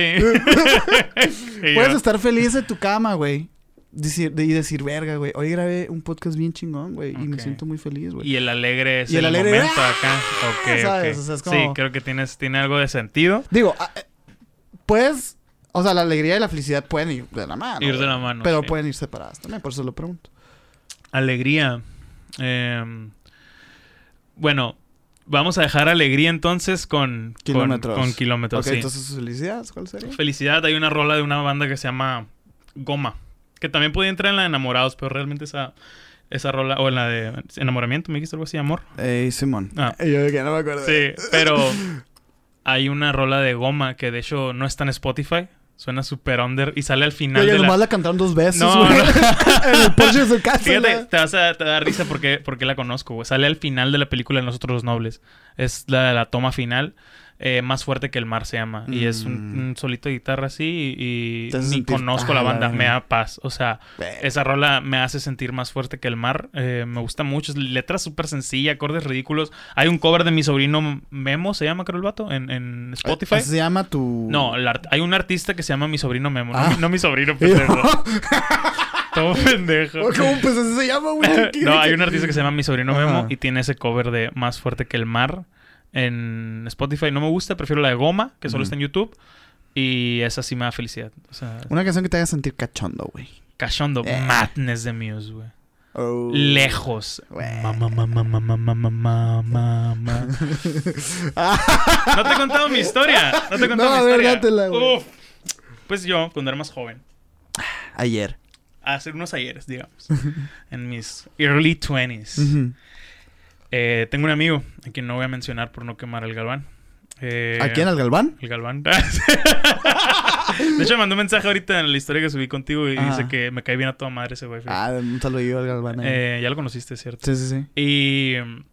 Y Puedes yo, estar feliz en tu cama, güey. Decir, y decir, verga, güey. Hoy grabé un podcast bien chingón, güey. Y me Ok. siento muy feliz, güey. Y el alegre es Y el el, alegre, momento ¡ah! acá. Ok, ¿Sabes? ok. O sea, es como- Sí, creo que tienes, tiene algo de sentido. Digo, ah, eh, puedes... O sea, la alegría y la felicidad pueden ir de la mano. Ir de güey. la mano, Pero sí. pueden ir separadas también, por eso lo pregunto. Alegría. Eh, bueno, vamos a dejar alegría entonces con Kilómetros. Con, con kilómetros, Ok, sí. entonces, ¿felicidad? ¿Cuál sería? Felicidad, hay una rola de una banda que se llama Goma. Que también podía entrar en la de Enamorados, pero realmente esa, esa rola... O en la de Enamoramiento, ¿me dijiste algo así? Amor. Eh, Simón. Ah. Y yo de que no me acuerdo. Sí, pero hay una rola de Goma que de hecho no está en Spotify. Suena super under y sale al final Oye, de nomás la... la cantaron dos veces, No, güey. no. En el porche de su casa. Fíjate, la- te vas a, te va a dar risa porque, porque la conozco, güey. Sale al final de la película de Nosotros los Nobles. Es la, la toma final. Eh, Más fuerte que el mar se llama. Y es un, Mm. un solito de guitarra así y, Te hace y ni sentir- conozco ah, la la banda. verga. Me da paz. O sea, Ve. esa rola me hace sentir más fuerte que el mar. Eh, me gusta mucho. Es letra súper sencilla, acordes ridículos. Hay un cover de mi sobrino Memo, se llama, creo el vato, en, en Spotify. Así se llama tu... No, el art- hay un artista que se llama mi sobrino Memo. Ah. No, mi- no mi sobrino, pendejo. Todo pendejo. ¿Cómo pues así se llama, güey? ¿Qué- No, qué- hay un artista que se llama Mi Sobrino Ajá. Memo y tiene ese cover de Más Fuerte que el Mar en Spotify. No me gusta, prefiero la de Goma, que solo Ujú. está en YouTube. Y esa sí me da felicidad. O sea, Una canción que te haga sentir cachondo, güey. Cachondo, Eh. Madness de Muse, güey. Oh. Lejos. Güey. Mamá, mamá, mamá, mamá, mamá, mamá. No te he contado mi historia. No te he contado No, mi a ver, historia. dátela, güey. Uf. Pues yo, cuando era más joven, Ayer. hace unos ayeres, digamos, en mis early twenties. Ujú. Eh, tengo un amigo, a quien no voy a mencionar por no quemar el Galván. Eh, ¿A quién? ¿Al Galván? El Galván. De hecho, me mandó un mensaje ahorita en la historia que subí contigo y Ajá. dice que me cae bien a toda madre ese güey. Ah, un saludillo al Galván. ahí. Eh, ya lo conociste, ¿cierto? Sí, sí, sí. Y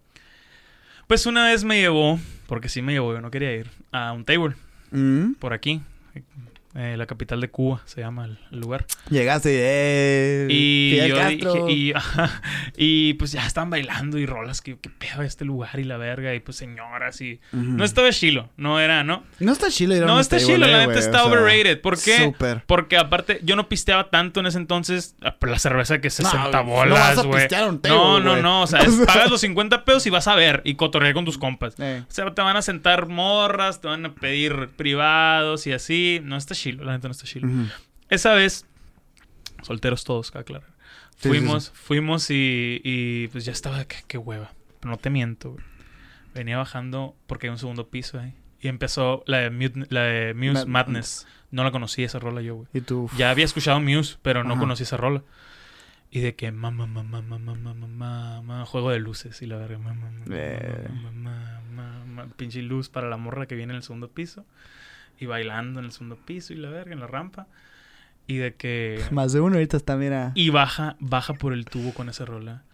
pues una vez me llevó, porque sí me llevó, yo no quería ir, a un table Mm. por aquí. Eh, la capital de Cuba se llama el, el lugar. Llegaste eh, Y Fidel yo Castro. dije, y, ajá, y pues ya estaban bailando y rolas, que qué pedo este lugar y la verga, y pues señoras y... Ujú. No estaba chilo, no era, ¿no? No está chilo ir a No un está table, chilo, la eh, neta güey, está o sea, overrated. ¿Por qué? Súper. Porque aparte, yo no pisteaba tanto en ese entonces. ah, pero la cerveza que sesenta No, bolas, no vas a güey. pistear a un table, No, no, güey. no. O sea, es- pagas los cincuenta pesos y vas a ver y cotorrear con tus compas. Eh. O sea, te van a sentar morras, te van a pedir privados y así. No está chilo, la neta no está chilo. Ujú. Esa vez, solteros todos, cada claro. Sí, Fuimos, sí, fuimos y, y pues ya estaba, qué, qué hueva. Pero no te miento, güey. Venía bajando porque hay un segundo piso ahí. Y empezó la de, Mute- la de Muse Mad- Madness. No la conocí esa rola yo, güey. Y tú... Ya había escuchado Muse, pero no Ajá. conocí esa rola. Y de que mamá, mamá, mamá, mamá, mamá, mamá, juego de luces y la verga, mamá, mamá, Eh. mamá, mamá, mamá, pinche luz para la morra que viene en el segundo piso. Y bailando en el segundo piso y la verga, en la rampa. Y de que... Más de uno ahorita está, mira... Y baja, baja por el tubo con esa rola.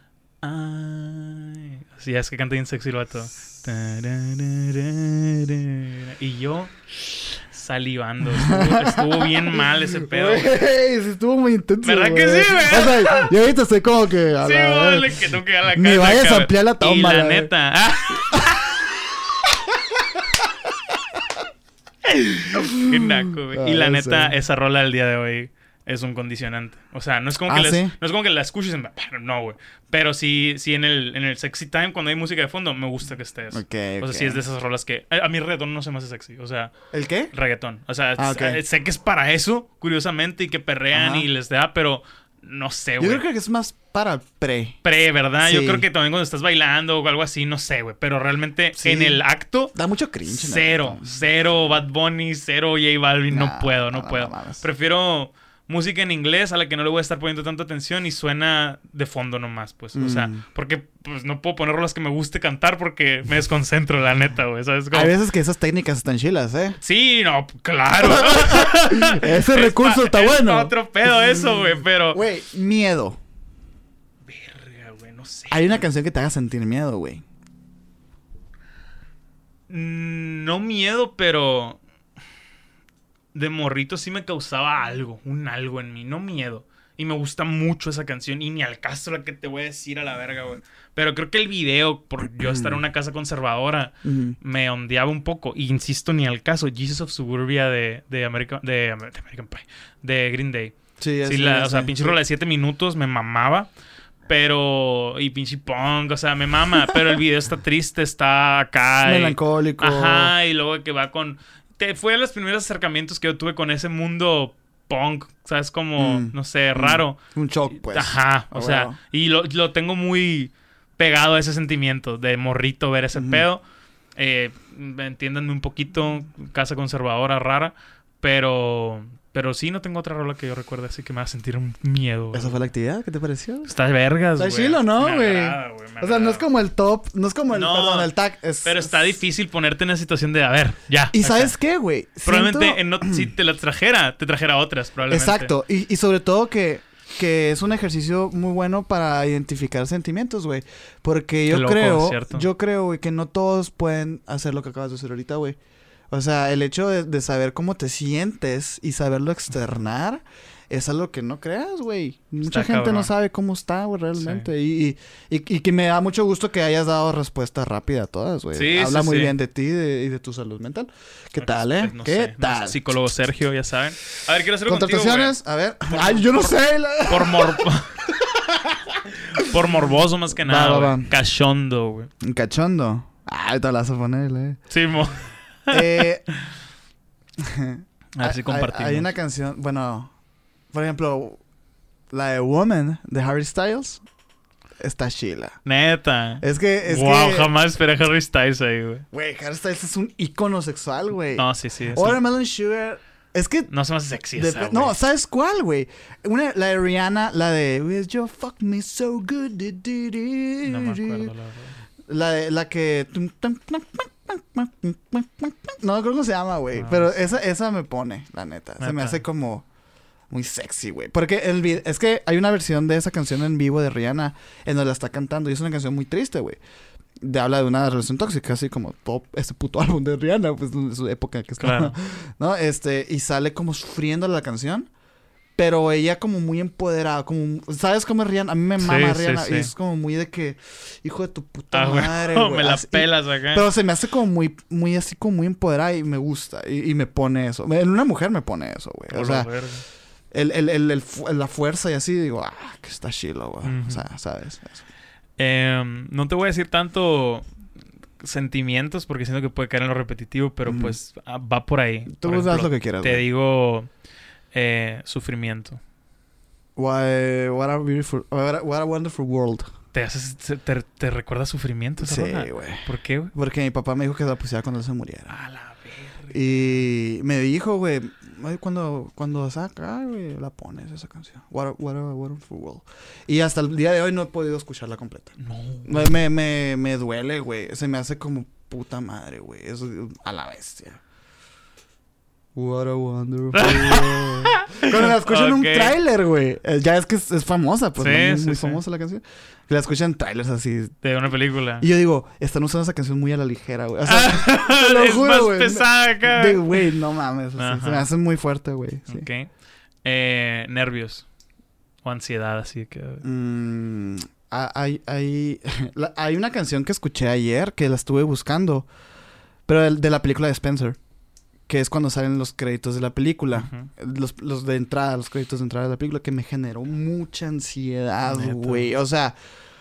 Ay. Así es que canta bien sexy el vato. Y yo salivando. Estuvo, estuvo bien mal ese pedo. Güey, sí estuvo muy intenso. ¿Verdad que sí, güey? O sea, yo ahorita estoy como que... a Sí, la verga. vale, que tengo que ir a la casa. Ni vayas a cabrón. ampliar la toma, Y la la neta. ah. Qué naco, güey. Y la Ay, neta, sí. esa rola del día de hoy es un condicionante. O sea, no es como Ah, que, les- ¿sí? no es como que la escuches en... No, güey. Pero sí, sí en el, en el sexy time, cuando hay música de fondo, me gusta que estés. Ok, O sea, ok. sí es de esas rolas que... A, a mí reggaetón no se me hace sexy. O sea, ¿El qué? reggaetón. O sea, Ah, ok. sé- sé que es para eso, curiosamente, y que perrean Ajá. y les da, pero no sé, Yo güey. creo que es más para pre. Pre, ¿verdad? Yo Sí. creo que también cuando estás bailando o algo así, no sé, güey. Pero realmente Sí. en el acto... Da mucho cringe. ¿no? Cero, cero Bad Bunny, cero J Balvin, no, No, puedo, no, no, puedo. no mames. Prefiero música en inglés a la que no le voy a estar poniendo tanta atención y suena de fondo nomás, pues. O sea, Mm. porque pues no puedo poner las que me guste cantar porque me desconcentro, la neta, güey. ¿Sabes? Como... Hay veces que esas técnicas están chilas, ¿eh? Sí, no, claro. Ese Es recurso pa- está es bueno. pa' otro pedo eso, güey, pero... Güey, miedo. Verga, güey, no sé. Hay una canción que te haga sentir miedo, güey. Mm, No miedo, pero... De morrito sí me causaba algo, un algo en mí, no miedo. Y me gusta mucho esa canción y ni al caso la que te voy a decir a la verga, güey. Pero creo que el video, por yo estar en una casa conservadora, Ujú. me ondeaba un poco. Y insisto, ni al caso. Jesus of Suburbia de, de, American, de, Amer- de American Pie, de Green Day. Sí, Sí, sí, la, sí, o sea, sí. pinche rola de siete minutos me mamaba. Pero... Y pinche punk, o sea, me mama. Pero el video está triste, está acá. y- Melancólico. Ajá, y luego que va con... Te, fue de los primeros acercamientos que yo tuve con ese mundo punk, ¿sabes? Como, Mm. no sé, raro. Un shock, pues. Ajá, o Ah, sea, bueno. y lo, lo tengo muy pegado a ese sentimiento de morrito ver ese Ujú. pedo. Eh, entiéndanme un poquito, casa conservadora rara, pero Pero sí, no tengo otra rola que yo recuerde así que me va a sentir un miedo. ¿Esa fue la actividad? ¿Qué te pareció? Está de vergas, güey. Está chilo, ¿no, Me güey? agrada, güey, me O sea, no es agrada. como el top, no es como el, No, perdón, el tag. Es, Pero está es- difícil ponerte en la situación de, a ver, ya. ¿Y o sea, sabes qué, güey? probablemente Siento- en no- si te la trajera, te trajera otras, probablemente. Exacto. Y, y sobre todo que, que es un ejercicio muy bueno para identificar sentimientos, güey. Porque yo Qué loco, creo, ¿cierto? yo creo, güey, que no todos pueden hacer lo que acabas de hacer ahorita, güey. O sea, el hecho de, de saber cómo te sientes y saberlo externar es algo que no creas, güey. Mucha Está gente cabrón. no sabe cómo está, güey, realmente. Y, y, y, y que me da mucho gusto que hayas dado respuesta rápida a todas, güey. Sí, Habla sí, muy sí. bien de ti de- y de tu salud mental. ¿Qué Pues, tal, eh? pues, no ¿Qué sé, no tal? sé, psicólogo Sergio, ya saben. A ver, quiero hacer contigo, güey. ¿Contrataciones? A ver. Ay, yo no sé. la- Por mor... Por morboso más que Va, nada, va, güey. va. Cachondo, güey. Un cachondo. Ay, te la vas a poner, eh. Sí, mo. Eh, A ver si hay- compartimos. Hay una canción, bueno, por ejemplo, la de Woman de Harry Styles está chila. Neta. Es que, es wow, que, jamás esperé a Harry Styles ahí, güey. güey, Harry Styles es un ícono sexual, güey. No, sí, sí. es Watermelon Sugar, es que un- No se me hace sexy de- esa, güey. no, ¿sabes cuál, güey? Una, la de Rihanna, la de Will you fuck me so good? di, di, di, No me di. acuerdo, la verdad. La de, la que no creo cómo se llama, güey, No, pero no sé. esa esa me pone, la neta. Se me Neta. hace como muy sexy, güey. Porque el vi- es que hay una versión de esa canción en vivo de Rihanna en donde la está cantando y es una canción muy triste, güey. De, habla de una relación tóxica, así como todo este puto álbum de Rihanna, pues de su época que estaba, Claro. ¿no? Este, y sale como sufriendo la canción, pero ella como muy empoderada, como, ¿sabes cómo es Rihanna? A mí me Sí, mama sí, Rihanna sí. y es como muy de que, hijo de tu puta Ah, güey. madre, me güey. la Así- pelas acá. pero se me hace como muy, muy así como muy empoderada y me gusta. Y, y me pone eso. En una mujer me pone eso, güey. Por O sea, la verga. el, el, el, el fu- la fuerza y así, digo, ah, que está chilo, güey. Ujú. O sea, ¿sabes? Eso. Em, no te voy a decir tanto sentimientos porque siento que puede caer en lo repetitivo, pero Ujú. pues ah, va por ahí. Tú Por haz ejemplo, lo que quieras, Te güey. digo eh, sufrimiento. Why- What a beautiful, what a, what a wonderful world. ¿Te, haces, te, te recuerda sufrimiento esa Sí, rola? güey. ¿Por qué, güey? Porque mi papá me dijo que la pusiera cuando él se muriera. A la verga. Y me dijo, güey, ay, cuando, cuando saca, güey, la pones esa canción. What a, what a wonderful world. Y hasta el día de hoy no he podido escucharla completa. No. Me, me, me, me duele, güey. Se me hace como puta madre, güey. Es a la bestia. What a wonderful world. Cuando la escucho en un Ok. tráiler, güey. eh, Ya es que es, es famosa, pues. Sí, ¿no? Muy, sí, muy sí. famosa la canción. Que la escuchan en trailers así. De una película. Y yo digo, están usando esa canción muy a la ligera, güey. O sea, te lo es juro, más güey. pesada acá. de- güey, no mames. así, Ajá. se me hace muy fuerte, güey. Sí. Ok. Eh, nervios. O ansiedad, así que... Mm, ha- hay, hay, la- hay una canción que escuché ayer que la estuve buscando, pero de, de la película de Spencer, que es cuando salen los créditos de la película, Ujú. los, los de entrada, los créditos de entrada de la película, que me generó mucha ansiedad, Neta. güey. O sea,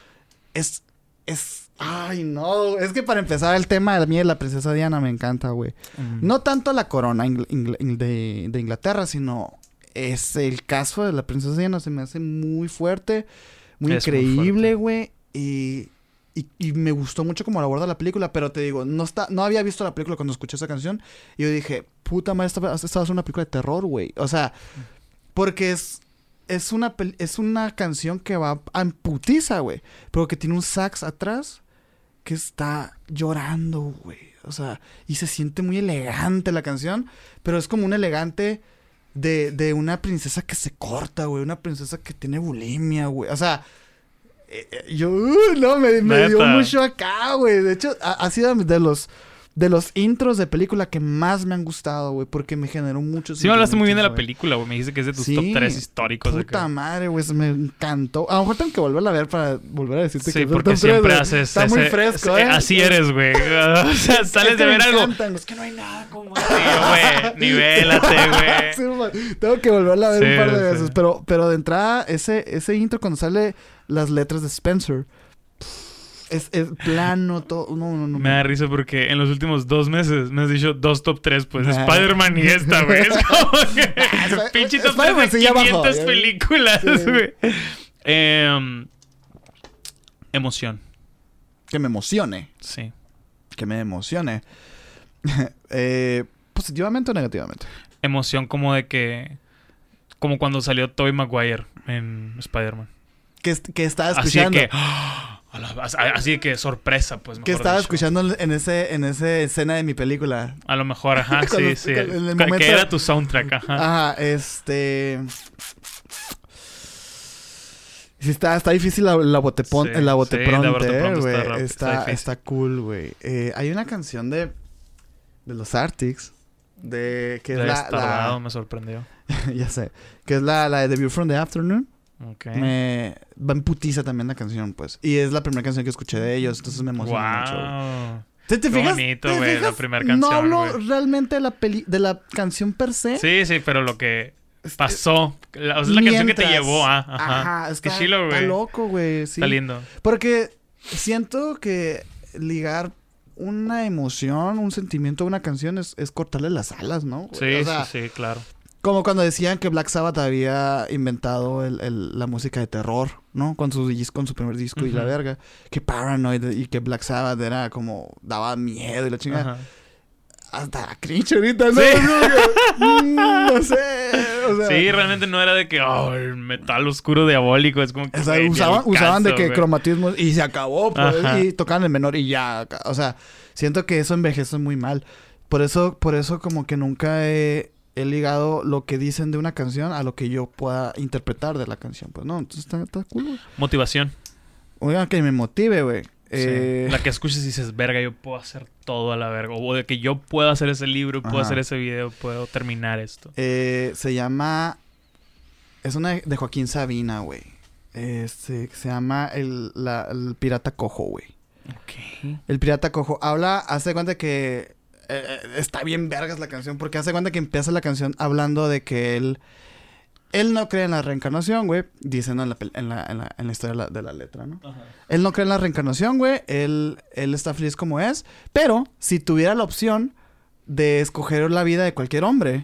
es, es, ay no, es que para empezar el tema de mí de la princesa Diana me encanta, güey. Mm. No tanto la corona ingl- ingl- de, de Inglaterra, sino es el caso de la princesa Diana. Se me hace muy fuerte, muy Es muy increíble, güey. Y, y, y me gustó mucho como la aborda la película, pero te digo, no está, no había visto la película cuando escuché esa canción. Y yo dije, puta madre, esta, esta va a ser una película de terror, güey. O sea, porque es, es, una, pel- es una canción que va a emputiza, güey. Pero que tiene un sax atrás que está llorando, güey. O sea, y se siente muy elegante la canción, pero es como un elegante de, de una princesa que se corta, güey. Una princesa que tiene bulimia, güey. O sea, eh, eh, yo, uh, no, me, me dio Neta. mucho acá, güey. De hecho, ha, ha sido de los, de los intros de película que más me han gustado, güey, porque me generó mucho. Sí me hablaste muy bien de la güey. película, güey. Me dijiste que es de tus Sí, top tres históricos. Puta acá. madre, güey, se me encantó. A lo mejor tengo que volverla a ver para volver a decirte Sí, que es porque top tres, siempre güey. haces... Está muy ese- fresco, ese- ¿eh? Así eres, güey. O sea, Es sales que de me ver algo... encantan. Es que no hay nada como... Sí, güey. Nivélate, güey. Sí, man. Tengo que volverla a ver Sí, un par de sí. veces. Pero, pero de entrada, ese, ese intro cuando sale las letras de Spencer. Es, es plano, todo. No, no, no. Me da risa porque en los últimos dos meses me has dicho dos top tres, pues. Ah. Spider-Man y esta, güey. Es como que... Sp- pinche top Spider-Man tres de sigue abajo, quinientas ya. películas, Sí. güey. Em, emoción. Que me emocione. Sí. Que me emocione. eh, ¿Positivamente o negativamente? emoción como de que... Como cuando salió Tobey Maguire en Spider-Man. Que, que estaba escuchando. Así de que... ¡oh! Así de que sorpresa, pues. Que estaba dicho. escuchando en ese en esa escena de mi película. A lo mejor, ajá, sí, sí. En el que, momento... que era tu soundtrack, ajá. Ajá, este... Sí, está, está difícil la, la botepon, sí, la botepronte, güey. Sí, está, está, está, está cool, güey. Eh, hay una canción de... De los Arctics. De... Que es la... la... me sorprendió. Ya sé. Que es la, la de The View from the Afternoon. Okay. Me va en putiza también la canción, pues. Y es la primera canción que escuché de ellos, entonces me emociona wow. mucho. ¿Te, te Qué fijas? bonito, güey, la primera canción. No hablo wey. realmente de la peli de la canción per se. Sí, sí, pero lo que pasó. La, o sea, es la canción que te llevó a. Ajá. Ajá está, Qué chilo, está loco, güey. Sí. Está lindo. Porque siento que ligar una emoción, un sentimiento a una canción es, es cortarle las alas, ¿no? Sí, o sea, sí, sí, claro. Como cuando decían que Black Sabbath había inventado el, el, la música de terror, ¿no? Con su disco, con su primer disco uh-huh. y la verga. Que Paranoid y que Black Sabbath era como... Daba miedo y la chingada. Uh-huh. Hasta cringe ahorita, ¿no? Sí. No, no sé. O sea, sí, realmente no era de que... Oh, el metal oscuro diabólico. Es como que... O sea, usaban, caso, usaban de que wey. cromatismo... Y se acabó, pues. Ajá. Y tocaban el menor y ya. O sea, siento que eso envejece muy mal. Por eso, por eso como que nunca he... he ligado lo que dicen de una canción a lo que yo pueda interpretar de la canción. Pues no, entonces está, está cool, güey. Motivación. Oigan, que me motive, güey. Sí. Eh... La que escuches y dices, verga, yo puedo hacer todo a la verga. O de que yo puedo hacer ese libro, puedo Ajá. hacer ese video, puedo terminar esto. Eh, se llama... Es una de Joaquín Sabina, güey. Este, se llama el, la, el Pirata Cojo, güey. Ok. El Pirata Cojo. Habla, hace cuenta que... Eh, está bien vergas la canción, porque hace cuenta que empieza la canción hablando de que él él no cree en la reencarnación, güey, diciendo en la, en la, en la, en la historia de la, de la letra, ¿no? Ajá. Él no cree en la reencarnación, güey, él, él está feliz como es, pero si tuviera la opción de escoger la vida de cualquier hombre,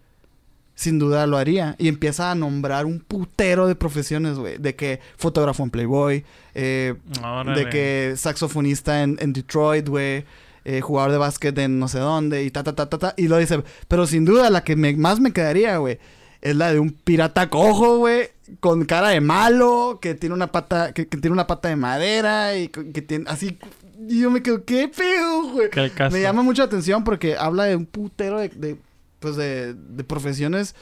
sin duda lo haría. Y empieza a nombrar un putero de profesiones, güey, de que fotógrafo en Playboy, eh, oh, de que saxofonista en, en Detroit, güey. Eh, jugador de básquet en no sé dónde y ta, ta, ta, ta, ta. Y lo dice, pero sin duda la que me, más me quedaría, güey, es la de un pirata cojo, güey, con cara de malo, que tiene una pata, que, que tiene una pata de madera y que tiene así. Y yo me quedo, ¿qué pedo, güey? Me llama mucho la atención porque habla de un putero de, de pues de, de profesiones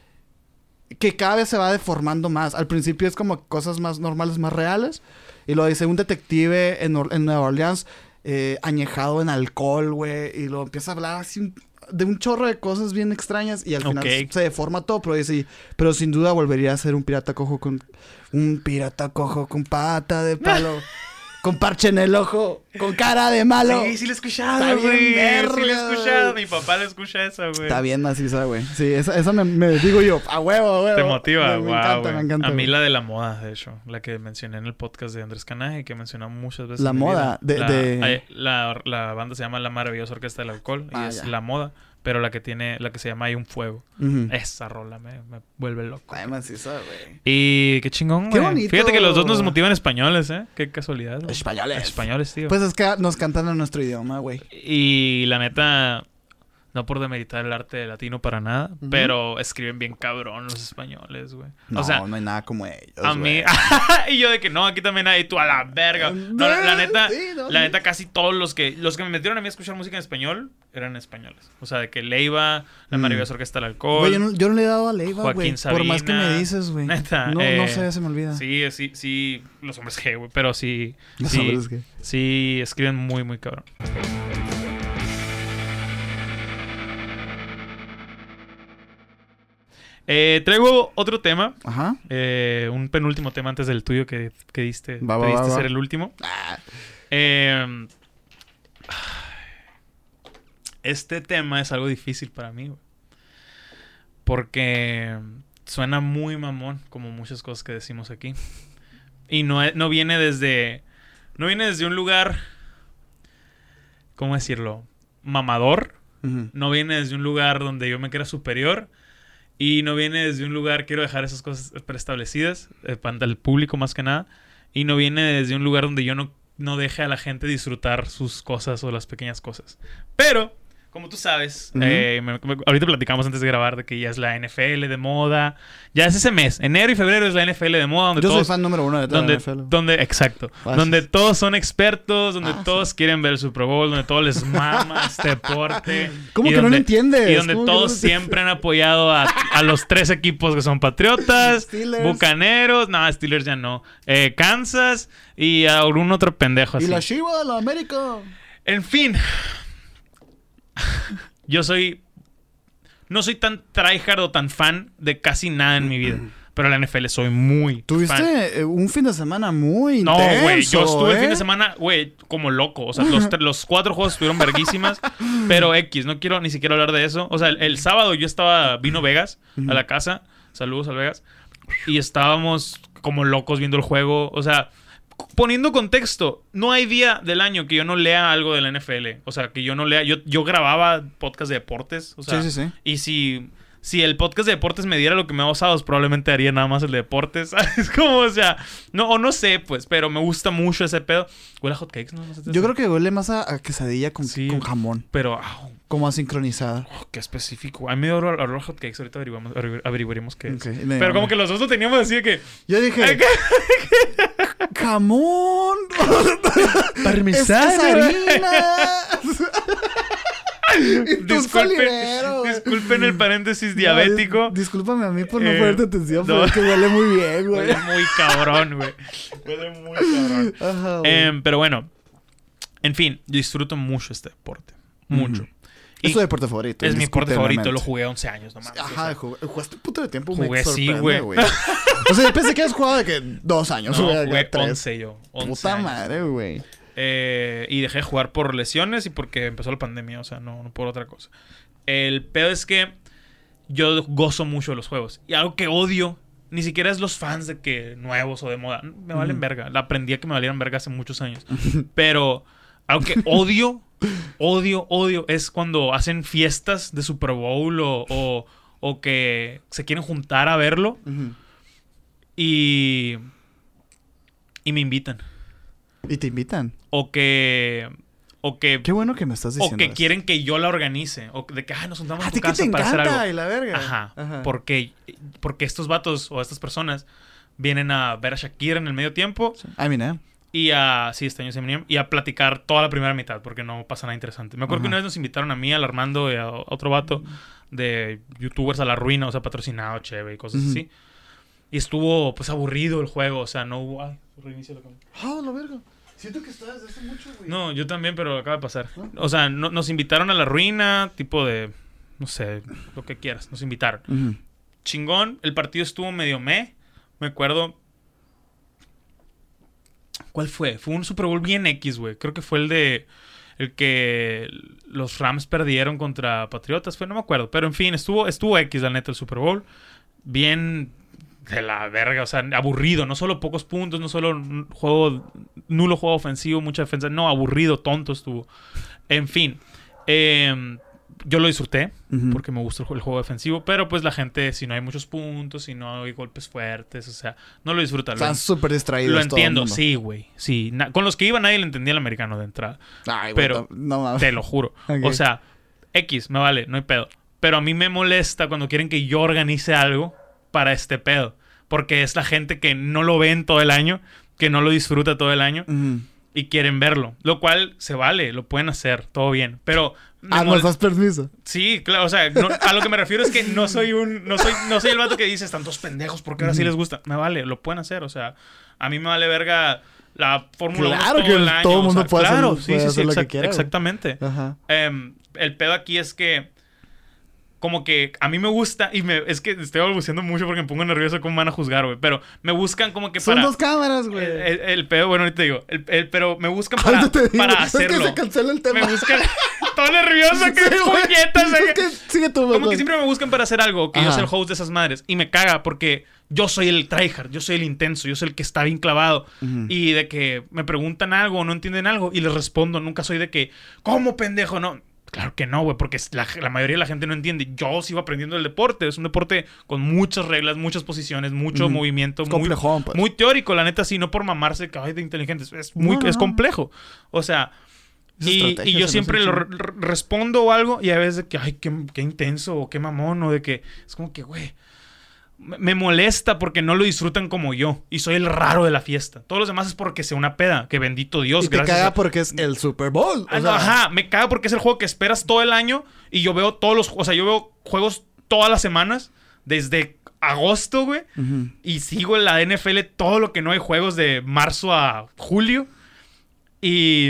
que cada vez se va deformando más. Al principio es como cosas más normales, más reales. Y lo dice un detective en, en Nueva Orleans. Eh, añejado en alcohol, güey. Y lo empieza a hablar así un, de un chorro de cosas bien extrañas. Y al final okay. se deforma todo. Pero dice, pero sin duda volvería a ser un pirata cojo con... Un pirata cojo con pata de palo. Con parche en el ojo. Con cara de malo. Sí, sí lo he escuchado, güey. Sí lo he escuchado. Mi papá le escucha esa, güey. Está bien maciza, güey. Sí, esa, esa me, me digo yo. A huevo, a huevo. Te motiva, me, wow, me encanta, güey. me encanta. A mí wey. la de la moda, de hecho. La que mencioné en el podcast de Andrés Canaje. Que mencionó muchas veces. La moda. De, la, de... La, la banda se llama La Maravillosa Orquesta del Alcohol. Ah, y es ya. La Moda. Pero la que tiene... La que se llama Hay un Fuego. Uh-huh. Esa rola me, me vuelve loco. Ay, maciza, güey. Y qué chingón, güey. Qué bonito. Fíjate que los dos nos motivan españoles, ¿eh? Qué casualidad, güey. Españoles. Españoles, tío. Pues es que nos cantan en nuestro idioma, güey. Y la neta... No por demeritar el arte latino para nada, uh-huh. pero escriben bien cabrón los españoles, güey. No, o sea, no hay nada como ellos, a mí... y yo de que no, aquí también hay, tú a la verga. No, la, la neta, sí, no, la neta casi todos los que... Los que me metieron a mí a escuchar música en español eran españoles. O sea, de que Leiva, La Maravillosa mm. Orquesta del Alcohol... Güey, yo, no, yo no le he dado a Leiva, güey. Joaquín Sabina. Por más que me dices, güey. Neta. No, eh, no sé, se me olvida. Sí, sí, sí... Los hombres G, güey. Pero sí... Los sí, hombres G. Sí, escriben muy, muy cabrón. Eh, traigo otro tema. Ajá. Eh, un penúltimo tema antes del tuyo que, que diste. Va, va, pediste va, va. ser el último. Ah. Eh, este tema es algo difícil para mí, güey. Porque suena muy mamón, como muchas cosas que decimos aquí. Y no, no viene desde... No viene desde un lugar... ¿Cómo decirlo? Mamador. Uh-huh. No viene desde un lugar donde yo me crea superior. Y no viene desde un lugar, quiero dejar esas cosas preestablecidas, eh, para el público más que nada. Y no viene desde un lugar donde yo no, no deje a la gente disfrutar sus cosas o las pequeñas cosas. Pero como tú sabes, Ujú. eh, me- me- ahorita platicamos antes de grabar de que ya es la N F L de moda. Ya es ese mes. Enero y febrero es la N F L de moda. Donde Yo soy todos, fan número uno de toda donde, la N F L. donde, exacto. Gracias. Donde todos son expertos, donde Ah, todos sí. quieren ver el Super Bowl, donde todos les mama este deporte. ¿Cómo y que no donde- lo entiendes? Y donde ¿Cómo que no todos lo entiendes? siempre han apoyado a, a los tres equipos que son Patriotas, Steelers. Bucaneros, no, Steelers ya no, eh, Kansas y a algún otro pendejo así. Y la Chiva de la América. En fin, yo soy... No soy tan tryhard o tan fan de casi nada en mi vida. Pero la N F L soy muy fan. Tuviste eh, un fin de semana muy No, intenso, güey, yo estuve ¿eh? el fin de semana, güey, como loco. O sea, los, tre- los cuatro juegos estuvieron verguísimas. Pero X, no quiero ni siquiera hablar de eso. O sea, el, el sábado yo estaba, vino Vegas a la casa. Saludos al Vegas. Y estábamos como locos viendo el juego. O sea, poniendo contexto, no hay día del año que yo no lea algo de la N F L. O sea, que yo no lea. Yo, yo grababa podcast de deportes. O sea, Sí, sí, sí. Y si, si el podcast de deportes me diera lo que me hago sábados, probablemente haría nada más el de deportes. Es como, o sea, no, o no sé, pues, pero me gusta mucho ese pedo. Huele a hotcakes, ¿no? No sé, Yo creo que huele más a, a quesadilla con, Sí. con jamón. Pero, au, Como a sincronizada. oh, qué específico. A mí me dio olor a hotcakes. Ahorita averiguamos, averiguar- averiguaremos qué Ok, es. y me- Pero como que los dos lo teníamos así de que... Yo dije, jamón. Es harina. Y tú Disculpen, salivero, güey. disculpen el paréntesis No, diabético. dis- discúlpame a mí por no Eh, ponerte atención, pero no. es que huele muy bien, güey. Huele muy cabrón, güey. Huele muy cabrón. Ajá, güey. Em, pero bueno, en fin, yo disfruto mucho este deporte. Mucho. Ujú. Y Es tu deporte favorito. es mi deporte favorito. Lo indiscutiblemente. jugué once años nomás. Ajá, jugué- jugaste un puto de tiempo. Jugué, me sí, sorprende, güey. O sea, yo pensé que habías jugado de que dos años. No, güey, acá jugué tres. once yo. once Puta años. madre, güey. Eh, y dejé de jugar por lesiones y porque empezó la pandemia. O sea, no, no por otra cosa. El pedo es que yo gozo mucho de los juegos. Y algo que odio, ni siquiera es los fans de que nuevos o de moda. Me valen Ujú. verga. La aprendí a que me valieran verga hace muchos años. Pero algo que odio, odio, odio es cuando hacen fiestas de Super Bowl o, o, o que se quieren juntar a verlo Ujú. y, y me invitan. Y te invitan. O que... O que... Qué bueno que me estás O diciendo que esto. quieren que yo la organice. O de que, ah, nos juntamos ¿A en tu ti qué casa te para hacer algo. encanta? Y la verga. Ajá, Porque, porque estos vatos o estas personas vienen a ver a Shakira en el medio tiempo I mean, eh. y a... Sí, este año es Eminem. Y a platicar toda la primera mitad porque no pasa nada interesante. Me acuerdo Ajá. que una vez nos invitaron a mí, al Armando y a otro vato de youtubers a la ruina. O sea, patrocinado, chévere y cosas Ujú. así. Y estuvo, pues, aburrido el juego. O sea, no hubo... Ay, reinicio la cámara. Ah, la verga. Siento que estás desde hace mucho, güey. No, yo también, pero acaba de pasar. O sea, no- nos invitaron a la ruina, tipo de... No sé, lo que quieras. Nos invitaron. Ujú. Chingón. El partido estuvo medio meh. Me acuerdo... ¿Cuál fue? Fue un Super Bowl bien X, güey. Creo que fue el de... El que los Rams perdieron contra Patriotas. Fue, no me acuerdo. Pero en fin, estuvo, estuvo X, la neta, el Super Bowl. Bien... De la verga, o sea, aburrido. No solo pocos puntos, no solo un juego... Nulo juego ofensivo, mucha defensa. No, aburrido, tonto estuvo. En fin. Eh, yo lo disfruté. Ujú. Porque me gusta el, ju- el juego defensivo. Pero pues la gente, si no hay muchos puntos, si no hay golpes fuertes, o sea, no lo disfruta. Lo, Están súper distraídos. lo todo el entiendo, mundo. sí, güey. Sí, Na- con los que iba nadie le entendía el americano de entrada. Ay, güey, Pero- no, no mames. Te lo juro. Ok. O sea, X, me vale, no hay pedo. Pero a mí me molesta cuando quieren que yo organice algo para este pedo. Porque es la gente que no lo ven todo el año, que no lo disfruta todo el año Ujú. y quieren verlo. Lo cual se vale, lo pueden hacer, todo bien. Pero... me Ah, mol- nos das permiso. Sí, claro, o sea, no- a lo que me refiero es que no soy un... No soy, no soy el vato que dice, están todos pendejos porque ahora sí les gusta. Me vale, lo pueden hacer, o sea, a mí me vale verga la Fórmula uno Claro todo que el año. todo el o mundo sea, puede hacer- claro, puede sí, sí, sí, hacer lo que exact- quiera, güey. exactamente. Ajá. Em, el pedo aquí es que como que a mí me gusta y me es que estoy balbuceando mucho porque me pongo nervioso cómo van a juzgar, güey, pero me buscan como que Son para dos cámaras, güey. el, el- el pedo, bueno, ahorita te digo, el, el- pero me buscan para, Ahorita te digo, para es que hacerlo. se cancela el tema. Me buscan todo nervioso, que Sí, güey. puñetas. Es que sigue tu Como que güey. siempre me buscan para hacer algo, que yo Ajá. soy el host de esas madres. Y me caga porque yo soy el tryhard, yo soy el intenso, yo soy el que está bien clavado. Ujú. Y de que me preguntan algo o no entienden algo y les respondo. Nunca soy de que, ¿cómo pendejo? No. Claro que no, güey, porque la, la mayoría de la gente no entiende. Yo sigo aprendiendo el deporte. Es un deporte con muchas reglas, muchas posiciones, mucho Ujú. movimiento. Es muy, complejón, pues. muy teórico, la neta, sí, no por mamarse que hay de inteligentes. Es muy No, no, es no. complejo. O sea, Y, y yo siempre lo re respondo o algo y a veces de que, ay, qué, qué intenso o qué mamón o de que es como que, güey, me, me molesta porque no lo disfrutan como yo y soy el raro de la fiesta. Todos los demás es porque sea una peda, que bendito Dios. Y te gracias caga a... porque es el Super Bowl. O sea... Ajá, me caga porque es el juego que esperas todo el año y yo veo todos los, o sea, yo veo juegos todas las semanas desde agosto, güey, uh-huh. y sigo en la N F L todo lo que no hay juegos de marzo a julio y...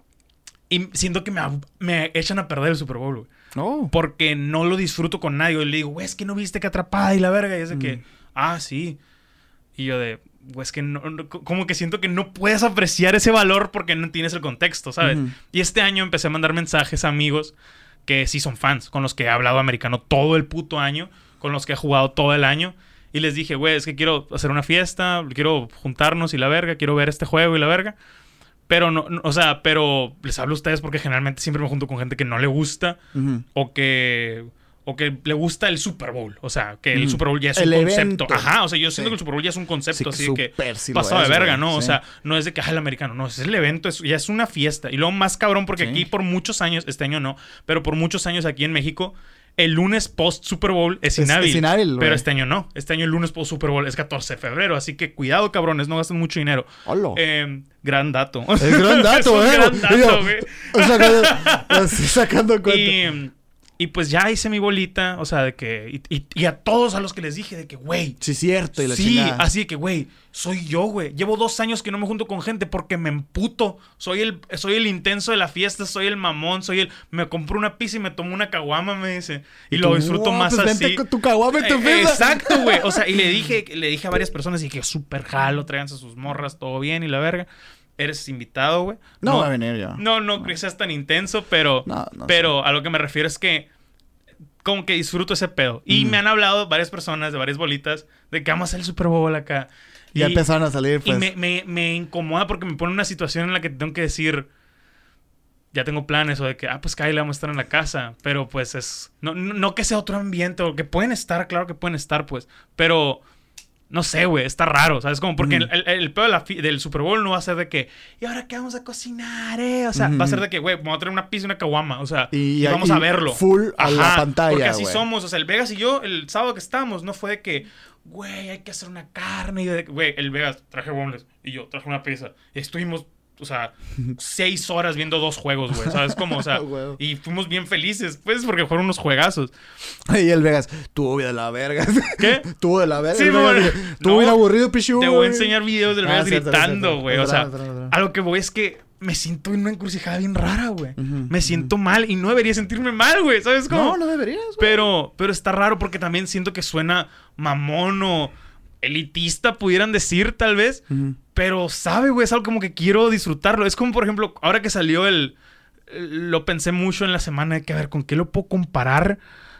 Y siento que me, me echan a perder el Super Bowl, güey. Oh. Porque no lo disfruto con nadie. Yo le digo, güey, es que no viste que atrapada y la verga. Y es de mm. que, ah, sí. Y yo de, güey, es que no, no... Como que siento que no puedes apreciar ese valor porque no tienes el contexto, ¿sabes? Mm. Y este año empecé a mandar mensajes a amigos que sí son fans, con los que he hablado americano todo el puto año, con los que he jugado todo el año. Y les dije, güey, es que quiero hacer una fiesta, quiero juntarnos y la verga, quiero ver este juego y la verga. Pero no, no, o sea, pero les hablo a ustedes porque generalmente siempre me junto con gente que no le gusta uh-huh. o que o que le gusta el Super Bowl, o sea, que uh-huh. el Super Bowl ya es el un evento. Concepto. Ajá, o sea, yo siento sí. que el Super Bowl ya es un concepto sí, así que sí pasado de verga, ¿no? Sí. O sea, no es de que ah, el americano, no, es el evento, es, ya es una fiesta. Y luego más cabrón porque sí. aquí por muchos años, este año no, pero por muchos años aquí en México el lunes post Super Bowl es inhábil. Es, es inhábil, pero este año no. Este año el lunes post Super Bowl es catorce de febrero. Así que cuidado, cabrones. No gasten mucho dinero. Eh, gran dato. Es gran dato, es eh. gran dato, güey. Sacando, sacando cuenta. Y, y pues ya hice mi bolita. O sea, de que... Y, y, y a todos a los que les dije de que, güey... Sí, cierto. Y la sí, chingada. Así de que, güey... Soy yo, güey. Llevo dos años que no me junto con gente porque me emputo. Soy el, soy el intenso de la fiesta, soy el mamón, soy el... Me compro una pizza y me tomo una caguama, me dice. Y, y lo tú, disfruto oh, más pues así. Vente con tu caguama en tu eh, pizza. Exacto, güey. O sea, y le dije, le dije a varias personas y que súper jalo, tráiganse sus morras, todo bien y la verga. Eres invitado, güey. No, no va a venir ya. No, no, no. que seas tan intenso, pero... No, no pero sé. A lo que me refiero es que... Como que disfruto ese pedo. Y mm. me han hablado varias personas de varias bolitas de que vamos a hacer el Super Bowl acá. Y ya empezaron a salir, pues. Y me, me, me incomoda porque me pone en una situación en la que tengo que decir... Ya tengo planes o de que... Ah, pues Kyle, vamos a estar en la casa. Pero pues es... No, no, no que sea otro ambiente o que pueden estar. Claro que pueden estar, pues. Pero... No sé, güey. Está raro, ¿sabes? Como porque mm. el, el, el pedo de la del Super Bowl no va a ser de que... ¿Y ahora qué vamos a cocinar, eh? O sea, mm-hmm. va a ser de que, güey, vamos a traer una pizza y una caguama. O sea, y, y vamos y a verlo. Full a Ajá, la pantalla, porque así wey. somos. O sea, el Vegas y yo, el sábado que estábamos, no fue de que... Güey, hay que hacer una carne. Y de, güey, el Vegas traje boneless y yo traje una pizza. Y estuvimos, o sea, seis horas viendo dos juegos, güey. ¿Sabes cómo? O sea, y fuimos bien felices, pues, porque fueron unos juegazos. Y el Vegas, tuvo de la verga. ¿Qué? Tuvo de la verga. Sí, bueno, tuvo no, bien aburrido, pichu. Te voy a enseñar videos del Vegas ah, cierto, gritando, güey. O sea, verdad, verdad. a lo que voy es que me siento en una encrucijada bien rara, güey. Uh-huh, me siento uh-huh. mal y no debería sentirme mal, güey. ¿Sabes cómo? No, no deberías, güey. Pero, pero está raro porque también siento que suena mamón o elitista, pudieran decir, tal vez. Uh-huh. Pero, ¿sabe, güey? Es algo como que quiero disfrutarlo. Es como, por ejemplo, ahora que salió el... Lo pensé mucho en la semana de que, a ver, ¿con qué lo puedo comparar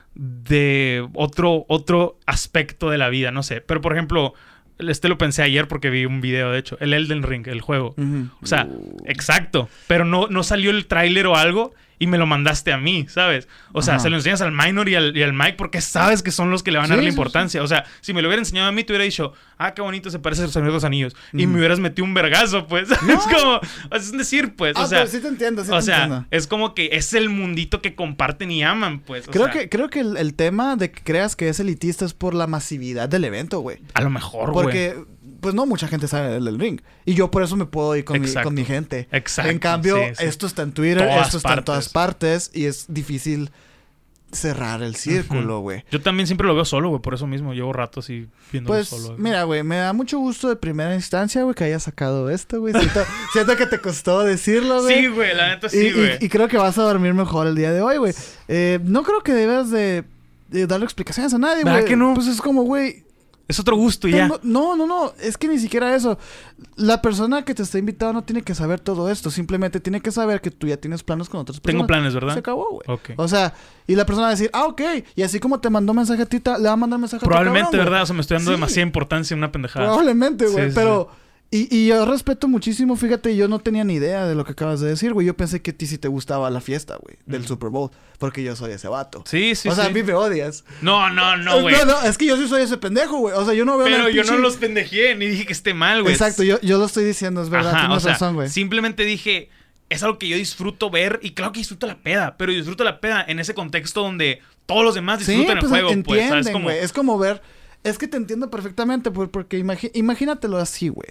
de otro, otro aspecto de la vida? No sé. Pero, por ejemplo... Este lo pensé ayer porque vi un video, de hecho. El Elden Ring, el juego. Uh-huh. O sea, uh. exacto. Pero no, no salió el tráiler o algo y me lo mandaste a mí, ¿sabes? O sea, uh-huh. se lo enseñas al Minor y al, y al Mike porque sabes que son los que le van a dar sí, la importancia. Sí, sí. O sea, si me lo hubiera enseñado a mí, te hubiera dicho, ah, qué bonito se parece a los Señor de los Anillos. Uh-huh. Y me hubieras metido un vergazo, pues. No. Es como... Es decir, pues. Ah, o sea, pero sí te entiendo, sí O te sea, entiendo. es como que es el mundito que comparten y aman, pues. O creo, sea, que, creo que el, el tema de que creas que es elitista es por la masividad del evento, güey. A lo mejor, güey. Porque... pues no mucha gente sabe del ring. Y yo por eso me puedo ir con, mi, con mi gente. Exacto. En cambio, sí, sí. esto está en Twitter, todas esto está partes. en todas partes. Y es difícil cerrar el círculo, güey. Uh-huh. Yo también siempre lo veo solo, güey. Por eso mismo llevo rato así viéndolo pues, solo. Pues, mira, güey, me da mucho gusto de primera instancia, güey, que hayas sacado esto, güey. Siento, siento que te costó decirlo, güey. Sí, güey, la neta sí, güey. Y, y, y creo que vas a dormir mejor el día de hoy, güey. Eh, no creo que debas de, de darle explicaciones a nadie, güey. ¿Verdad que no? Pues es como, güey... Es otro gusto y Tengo, ya. No, no, no. Es que ni siquiera eso. La persona que te está invitando no tiene que saber todo esto. Simplemente tiene que saber que tú ya tienes planes con otras personas. Tengo planes, ¿verdad? Se acabó, güey. Okay. O sea, y la persona va a decir, ah, ok. Y así como te mandó mensaje a ti, le va a mandar mensaje Probablemente, a tu cabrón, ¿verdad? O sea, me estoy dando sí. demasiada importancia en una pendejada. Probablemente, güey. Sí, pero... Sí. Y, y yo respeto muchísimo, fíjate, yo no tenía ni idea de lo que acabas de decir, güey. Yo pensé que a ti sí te gustaba la fiesta, güey, del mm. Super Bowl. Porque yo soy ese vato. Sí, sí, O sea, sí. a mí me odias. No, no, no, güey. No, no, es que yo sí soy ese pendejo, güey. O sea, yo no veo... Pero yo pinche... no los pendejé, ni dije que esté mal, güey. Exacto, yo, yo lo estoy diciendo, es verdad. Ajá, Tienes o sea, razón, güey. Simplemente dije... es algo que yo disfruto ver. Y claro que disfruto la peda. Pero disfruto la peda en ese contexto donde todos los demás disfrutan sí, pues, el juego. Entienden, pues, ¿sabes? Como... Es como ver... Es que te entiendo perfectamente, pues, porque imagi- imagínatelo así, güey.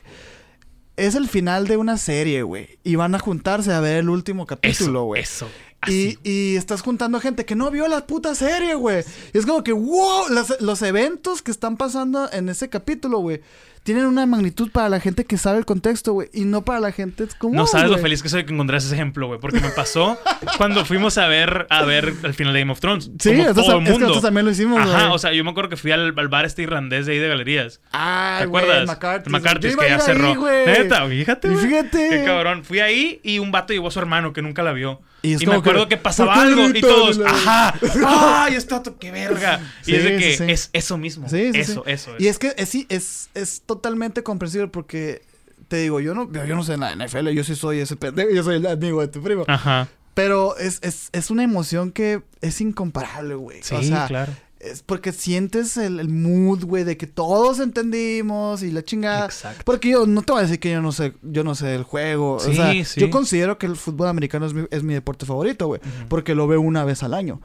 Es el final de una serie, güey. Y van a juntarse a ver el último capítulo, güey. Eso, eso. Y, y estás juntando gente que no vio la puta serie, güey. Y es como que, wow, los, los eventos que están pasando en ese capítulo, güey, tienen una magnitud para la gente que sabe el contexto, güey. Y no para la gente común, No sabes güey. lo feliz que soy de que encontraste ese ejemplo, güey. Porque me pasó cuando fuimos a ver a ver el final de Game of Thrones. Sí, como entonces, todo el es que mundo. nosotros también lo hicimos, güey. Ajá, o sea, yo me acuerdo que fui al, al bar este irlandés de ahí de galerías. Ah, ¿Te güey, acuerdas? el McCarthy's. El McCarthy's Yo que iba a ya ir ahí, cerró. güey. Neta, fíjate, Y güey. fíjate. Qué cabrón. Fui ahí y un vato llevó a su hermano que nunca la vio. Y Y, es me como acuerdo que, que, pasaba ¿por qué algo y gritan? todos, Y la- ajá, ¡ay, este vato, qué verga! Y Sí, es de sí, que sí. es eso mismo. Sí, sí, eso, sí. eso, eso. Y es que es, sí, es, es totalmente comprensible porque, te digo, yo no, yo no sé en la N F L, yo sí soy ese pendejo, yo soy el amigo de tu primo. Ajá. Pero es, es, es una emoción que es incomparable, güey. Sí, o sea, claro. es porque sientes el, el mood, güey, de que todos entendimos y la chingada. Exacto. Porque yo no te voy a decir que yo no sé, yo no sé el juego. Sí, o sea, sí. yo considero que el fútbol americano es mi, es mi deporte favorito, güey. Ujú. Porque lo veo una vez al año.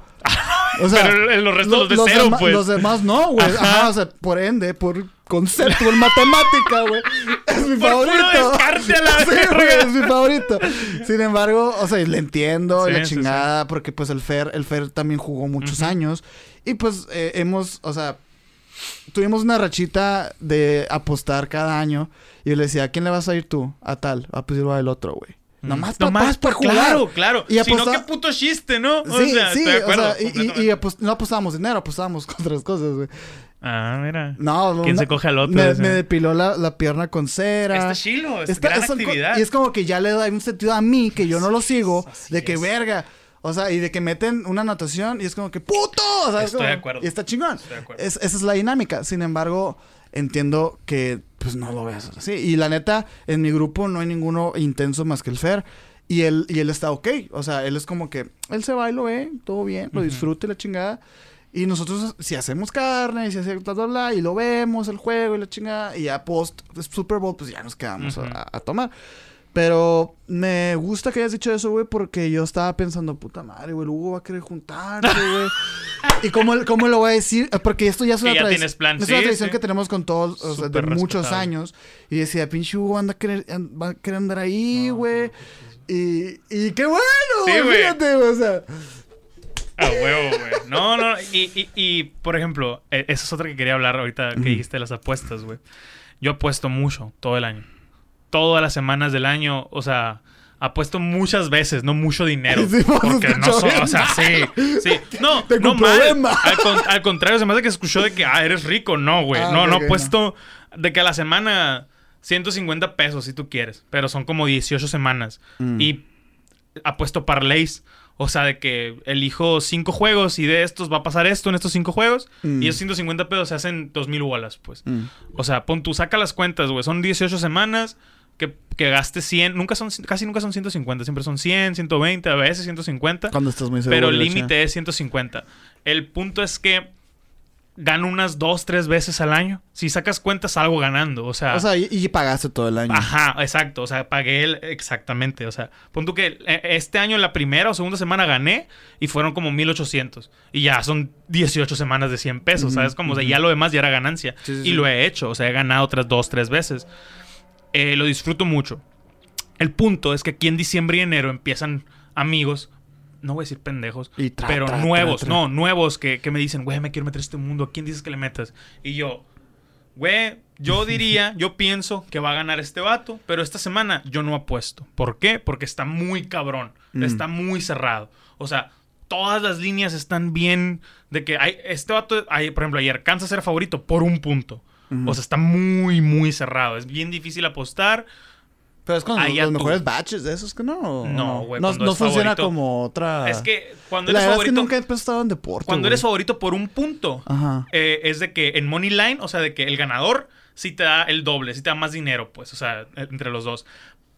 O sea, pero en los restos los de cero, dema- pues. Los demás no, güey. Ajá. Ajá, o sea, por ende, por concepto, por matemática, güey. Es mi Por puro favorito. descarte a la Sí, güey, verga. es mi favorito. Sin embargo, o sea, le entiendo Sí, la sí, chingada, porque pues el Fer, el Fer también jugó muchos Ujú. años. Y pues eh, hemos, o sea, tuvimos una rachita de apostar cada año. Y yo le decía, ¿a quién le vas a ir tú? A tal. Ah, pues yo voy al otro, güey. Nomás para Nomás pa, por jugar. Claro, claro. Y Si no, aposta- qué puto chiste, ¿no? O Sí, sea, sí, estoy de acuerdo. o sea, y- y, y, completamente. apost- no apostábamos dinero, apostábamos con otras cosas, güey. Ah, mira. No, ¿Quién no, se coge al otro? Me, Ese? me depiló la, la pierna con cera. Está chilo, es Está- gran es- actividad. Y es como que ya le da un sentido a mí que yo no lo sigo. Así de que es. verga. O sea, y de que meten una anotación y es como que ¡puto! O sea, es Estoy como- de acuerdo. Y está chingón. Estoy de acuerdo. Es- esa es la dinámica. Sin embargo, entiendo que pues no lo veas así. Y la neta, en mi grupo no hay ninguno intenso más que el Fer. Y él, y él está ok. O sea, él es como que él se va y lo ve, todo bien, lo Ujú. disfruta y la chingada. Y nosotros, si hacemos carne, y si hacemos bla, bla, bla, y lo vemos, el juego y la chingada, y ya post Super Bowl, pues ya nos quedamos Ujú. a, a tomar. Pero me gusta que hayas dicho eso, güey, porque yo estaba pensando, puta madre, güey, el Hugo va a querer juntarse, güey. ¿Y cómo, cómo lo voy a decir? Porque esto ya es Que una ya tradición. tienes plan. Es Sí, una tradición sí. que tenemos con todos, o sea, de Súper muchos respetable. años. Y decía, pinche Hugo anda a querer, an- va a querer andar ahí, No, güey. Y, y qué bueno, Sí, güey, güey. fíjate, güey, o sea. A huevo, güey. No, no. Y, y, y, por ejemplo, eh, esa es otra que quería hablar ahorita que Ujú. dijiste de las apuestas, güey. Yo apuesto mucho todo el año. Todas las semanas del año, o sea, apuesto muchas veces, no mucho dinero. Sí, vamos, porque no escuchó son, bien o sea, sí, sí. No, Tengo no un mal. problema. Al, con- al contrario, se me hace que escuchó de que, ah, eres rico. No, güey. Ah, no, ok, no ok, apuesto de que a la semana ciento cincuenta pesos si tú quieres. Pero son como dieciocho semanas. Mm. Y apuesto parlays. O sea, de que elijo cinco juegos y de estos va a pasar esto en estos cinco juegos. Mm. Y esos ciento cincuenta pesos se hacen dos mil bolas, pues. Mm. O sea, pon tú, saca las cuentas, güey. Son dieciocho semanas que, que gastes cien. Nunca son, casi nunca son ciento cincuenta. Siempre son cien, ciento veinte, a veces ciento cincuenta. Cuando estás muy seguro. Pero el de la límite es ciento cincuenta. El punto es que gano unas dos, tres veces al año. Si sacas cuentas, salgo ganando. O sea, O sea, y, y pagaste todo el año. ajá, exacto. O sea, pagué el... Exactamente. O sea, pon tú que eh, este año, la primera o segunda semana gané y fueron como mil ochocientos. Y ya son dieciocho semanas de cien pesos, Ujú, ¿sabes? Como, o sea, ujú. ya lo demás ya era ganancia. Sí, sí, y sí. lo he hecho. O sea, he ganado otras dos, tres veces. Eh, lo disfruto mucho. El punto es que aquí en diciembre y enero empiezan amigos... No voy a decir pendejos, Y tra, pero tra, nuevos, tra, tra. no, nuevos que, que me dicen, güey, me quiero meter a este mundo. ¿A quién dices que le metas? Y yo, güey, yo diría, yo pienso que va a ganar este vato, pero esta semana yo no apuesto. ¿Por qué? Porque está muy cabrón, Mm. está muy cerrado. O sea, todas las líneas están bien de que hay, este vato, hay, por ejemplo, ayer Kansas era favorito por un punto. Ujú. O sea, está muy, muy cerrado. Es bien difícil apostar. Pero es con Ahí los, ya los tú. mejores batches de esos que no. ¿o No, güey, No, cuando no es funciona favorito- como otra. Es que cuando La eres verdad es que favorito, nunca he apostado en deporte. cuando güey. eres favorito por un punto, Ajá. eh, es de que en Money Line, o sea, de que el ganador sí te da el doble, sí te da más dinero, pues, o sea, entre los dos.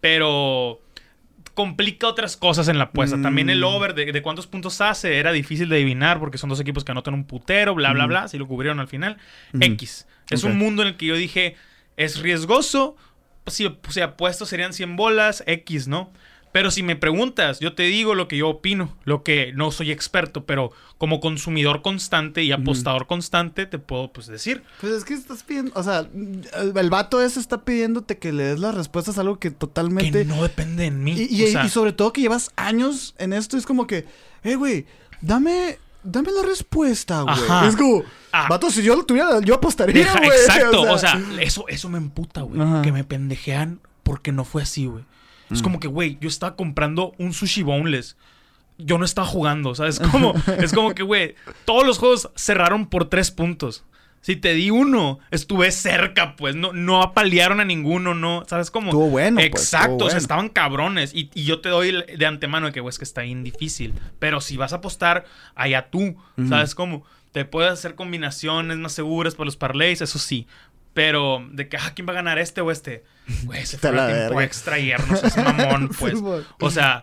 Pero complica otras cosas en la apuesta. Mm. También el over de, de cuántos puntos hace era difícil de adivinar porque son dos equipos que anotan un putero, bla, bla, Ujú. bla. Si lo cubrieron al final. Ujú. X. Es Ok. un mundo en el que yo dije, es riesgoso. Si, si apuesto serían cien bolas, X, ¿no? Pero si me preguntas, yo te digo lo que yo opino, lo que no soy experto, pero como consumidor constante y apostador mm. constante, te puedo pues decir. Pues es que estás pidiendo, o sea, el, el vato ese está pidiéndote que le des las respuestas a algo que totalmente... Que no depende de mí. Y, y, o sea... y sobre todo que llevas años en esto, es como que, eh, güey, dame... Dame la respuesta, güey. Es como, ah. vato, si yo lo tuviera, yo apostaría, güey. Exacto, o sea, o sea, eso, eso me emputa, güey. Que me pendejean porque no fue así, güey. Mm. Es como que, güey, yo estaba comprando un sushi boneless. Yo no estaba jugando, ¿sabes? Como, es como que, güey, todos los juegos cerraron por tres puntos. Si te di uno, estuve cerca, pues. No, no apalearon a ninguno, no. ¿Sabes cómo? Estuvo bueno, exacto, pues. Exacto, bueno. O sea, estaban cabrones. Y, y yo te doy de antemano de que, güey, es que está bien difícil. Pero si vas a apostar, allá tú. Mm. ¿Sabes cómo? Te puedes hacer combinaciones más seguras para los parlays, eso sí. Pero de que, ah, ¿quién va a ganar este o este? Güey, se fue el tiempo verga. extra y no seas mamón, pues. Sí, o sea,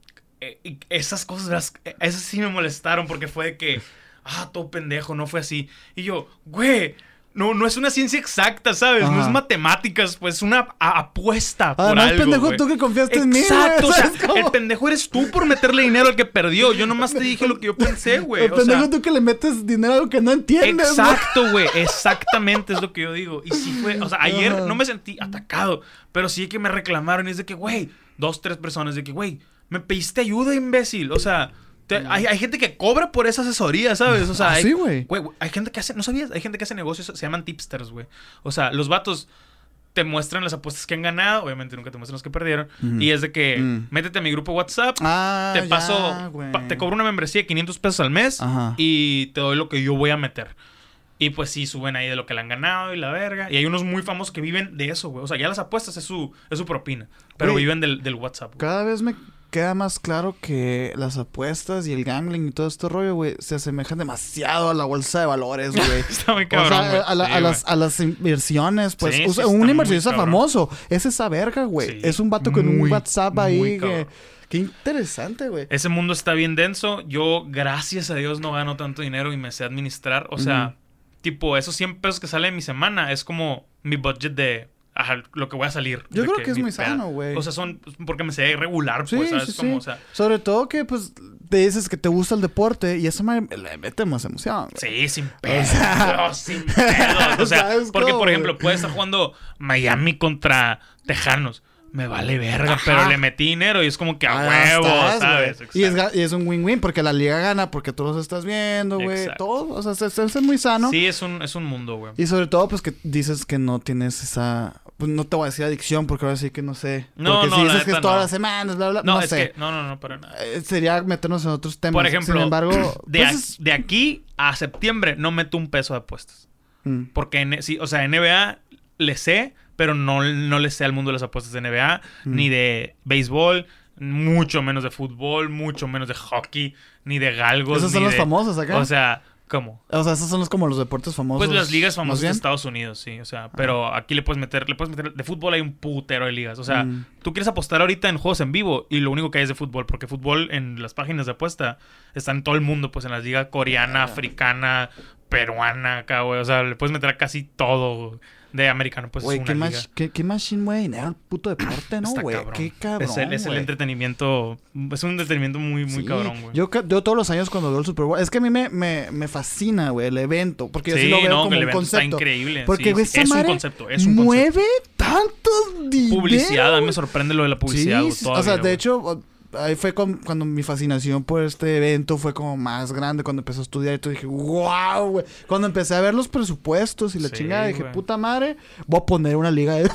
eh, esas cosas, esas sí me molestaron porque fue de que... Ah, todo pendejo, no fue así. Y yo, güey, no, no es una ciencia exacta, ¿sabes? Ajá. No es matemáticas, pues es una a- apuesta por Además, algo, pendejo güey. tú que confiaste Exacto, en mí, Exacto, o sea, ¿cómo? el pendejo eres tú por meterle dinero al que perdió. Yo nomás te dije lo que yo pensé, güey. El o pendejo sea, tú que le metes dinero a algo que no entiendes. Exacto, güey, exactamente es lo que yo digo. Y sí fue, o sea, ayer Ajá. no me sentí atacado, pero sí que me reclamaron y es de que, güey, dos, tres personas de que, güey, me pediste ayuda, imbécil. O sea... Te, hay, hay gente que cobra por esa asesoría, ¿sabes? O sea, ah, hay, sí, güey. Hay gente que hace... ¿No sabías? Hay gente que hace negocios, se llaman tipsters, güey. O sea, los vatos te muestran las apuestas que han ganado. Obviamente nunca te muestran las que perdieron. Uh-huh. Y es de que... Uh-huh. Métete a mi grupo WhatsApp. Ah, te paso... Ya, pa, te cobro una membresía de quinientos pesos al mes. Ajá. Y te doy lo que yo voy a meter. Y pues sí, suben ahí de lo que le han ganado y la verga. Y hay unos muy famosos que viven de eso, güey. O sea, ya las apuestas es su, es su propina. Pero güey, viven del, del WhatsApp, güey. Cada vez me... queda más claro que las apuestas y el gambling y todo este rollo, güey, se asemejan demasiado a la bolsa de valores, güey. Está muy cabrón, o sea, a, la, sí, a, las, a las inversiones, pues. Sí, o sea, sí, un inversionista famoso es esa verga, güey. Sí, es un vato con muy, un WhatsApp ahí que... Qué interesante, güey. Ese mundo está bien denso. Yo, gracias a Dios, no gano tanto dinero y me sé administrar. O sea, uh-huh. tipo, esos cien pesos que sale en mi semana es como mi budget de... Ajá, lo que voy a salir. Yo creo que, que es muy peda. sano, güey. O sea, son porque me sé regular, sí, pues, ¿sabes? Sí, Como, sí. O sea... Sobre todo que, pues, te dices que te gusta el deporte y eso me le mete más emoción, güey. Sí, sin pedo. O sea... sin pedo. O sea, porque, por ejemplo, puedes estar jugando Miami contra Tejanos. Me vale verga, Ajá. pero le metí dinero y es como que a ah, huevo, estás, ¿sabes? Y es, y es un win-win porque la liga gana porque tú los estás viendo, güey. Todo, o sea, es, es, es muy sano. Sí, es un, es un mundo, güey. Y sobre todo, pues, que dices que no tienes esa... Pues no te voy a decir adicción porque ahora sí que no sé. No, porque no, si dices que es todas no. las semanas, bla, bla, no, no es sé. Que, no, no, no, para nada. Eh, sería meternos en otros temas. Por ejemplo, sin embargo... de, pues, a, de aquí a septiembre no meto un peso de apuestas. Mm. Porque, en, sí, o sea, N B A le sé... pero no, no le sé al mundo de las apuestas de N B A, mm. ni de béisbol, mucho menos de fútbol, mucho menos de hockey, ni de galgos. Esos son ni los de, famosos acá. O sea, ¿cómo? O sea, esos son los, como los deportes famosos. Pues las ligas famosas de Estados Unidos, sí. O sea, pero ah. aquí le puedes meter, le puedes meter... De fútbol hay un putero de ligas. O sea, mm. tú quieres apostar ahorita en juegos en vivo y lo único que hay es de fútbol. Porque fútbol en las páginas de apuesta está en todo el mundo. Pues en las ligas coreana, ah. africana, peruana, acá, güey. O sea, le puedes meter a casi todo de americano, pues wey, es una qué liga. Mach, qué, qué machine, güey, dinero el puto deporte, ¿no, güey? Qué cabrón, Es el, es el entretenimiento, es un entretenimiento muy, muy sí, cabrón, güey. Yo, yo todos los años cuando veo el Super Bowl, es que a mí me, me, me fascina, güey, el evento, porque yo sí, sí lo veo no, como el un concepto. Está increíble. Porque, sí, güey, sí, es un concepto, es un mueve concepto. tantos dinero. Publicidad, a mí me sorprende lo de la publicidad. Sí, todavía, o sea, de güey. hecho... Ahí fue con, cuando mi fascinación por este evento fue como más grande. Cuando empecé a estudiar y todo dije, wow, güey. Cuando empecé a ver los presupuestos y la sí, chingada, dije, güey. Puta madre, voy a poner una liga de...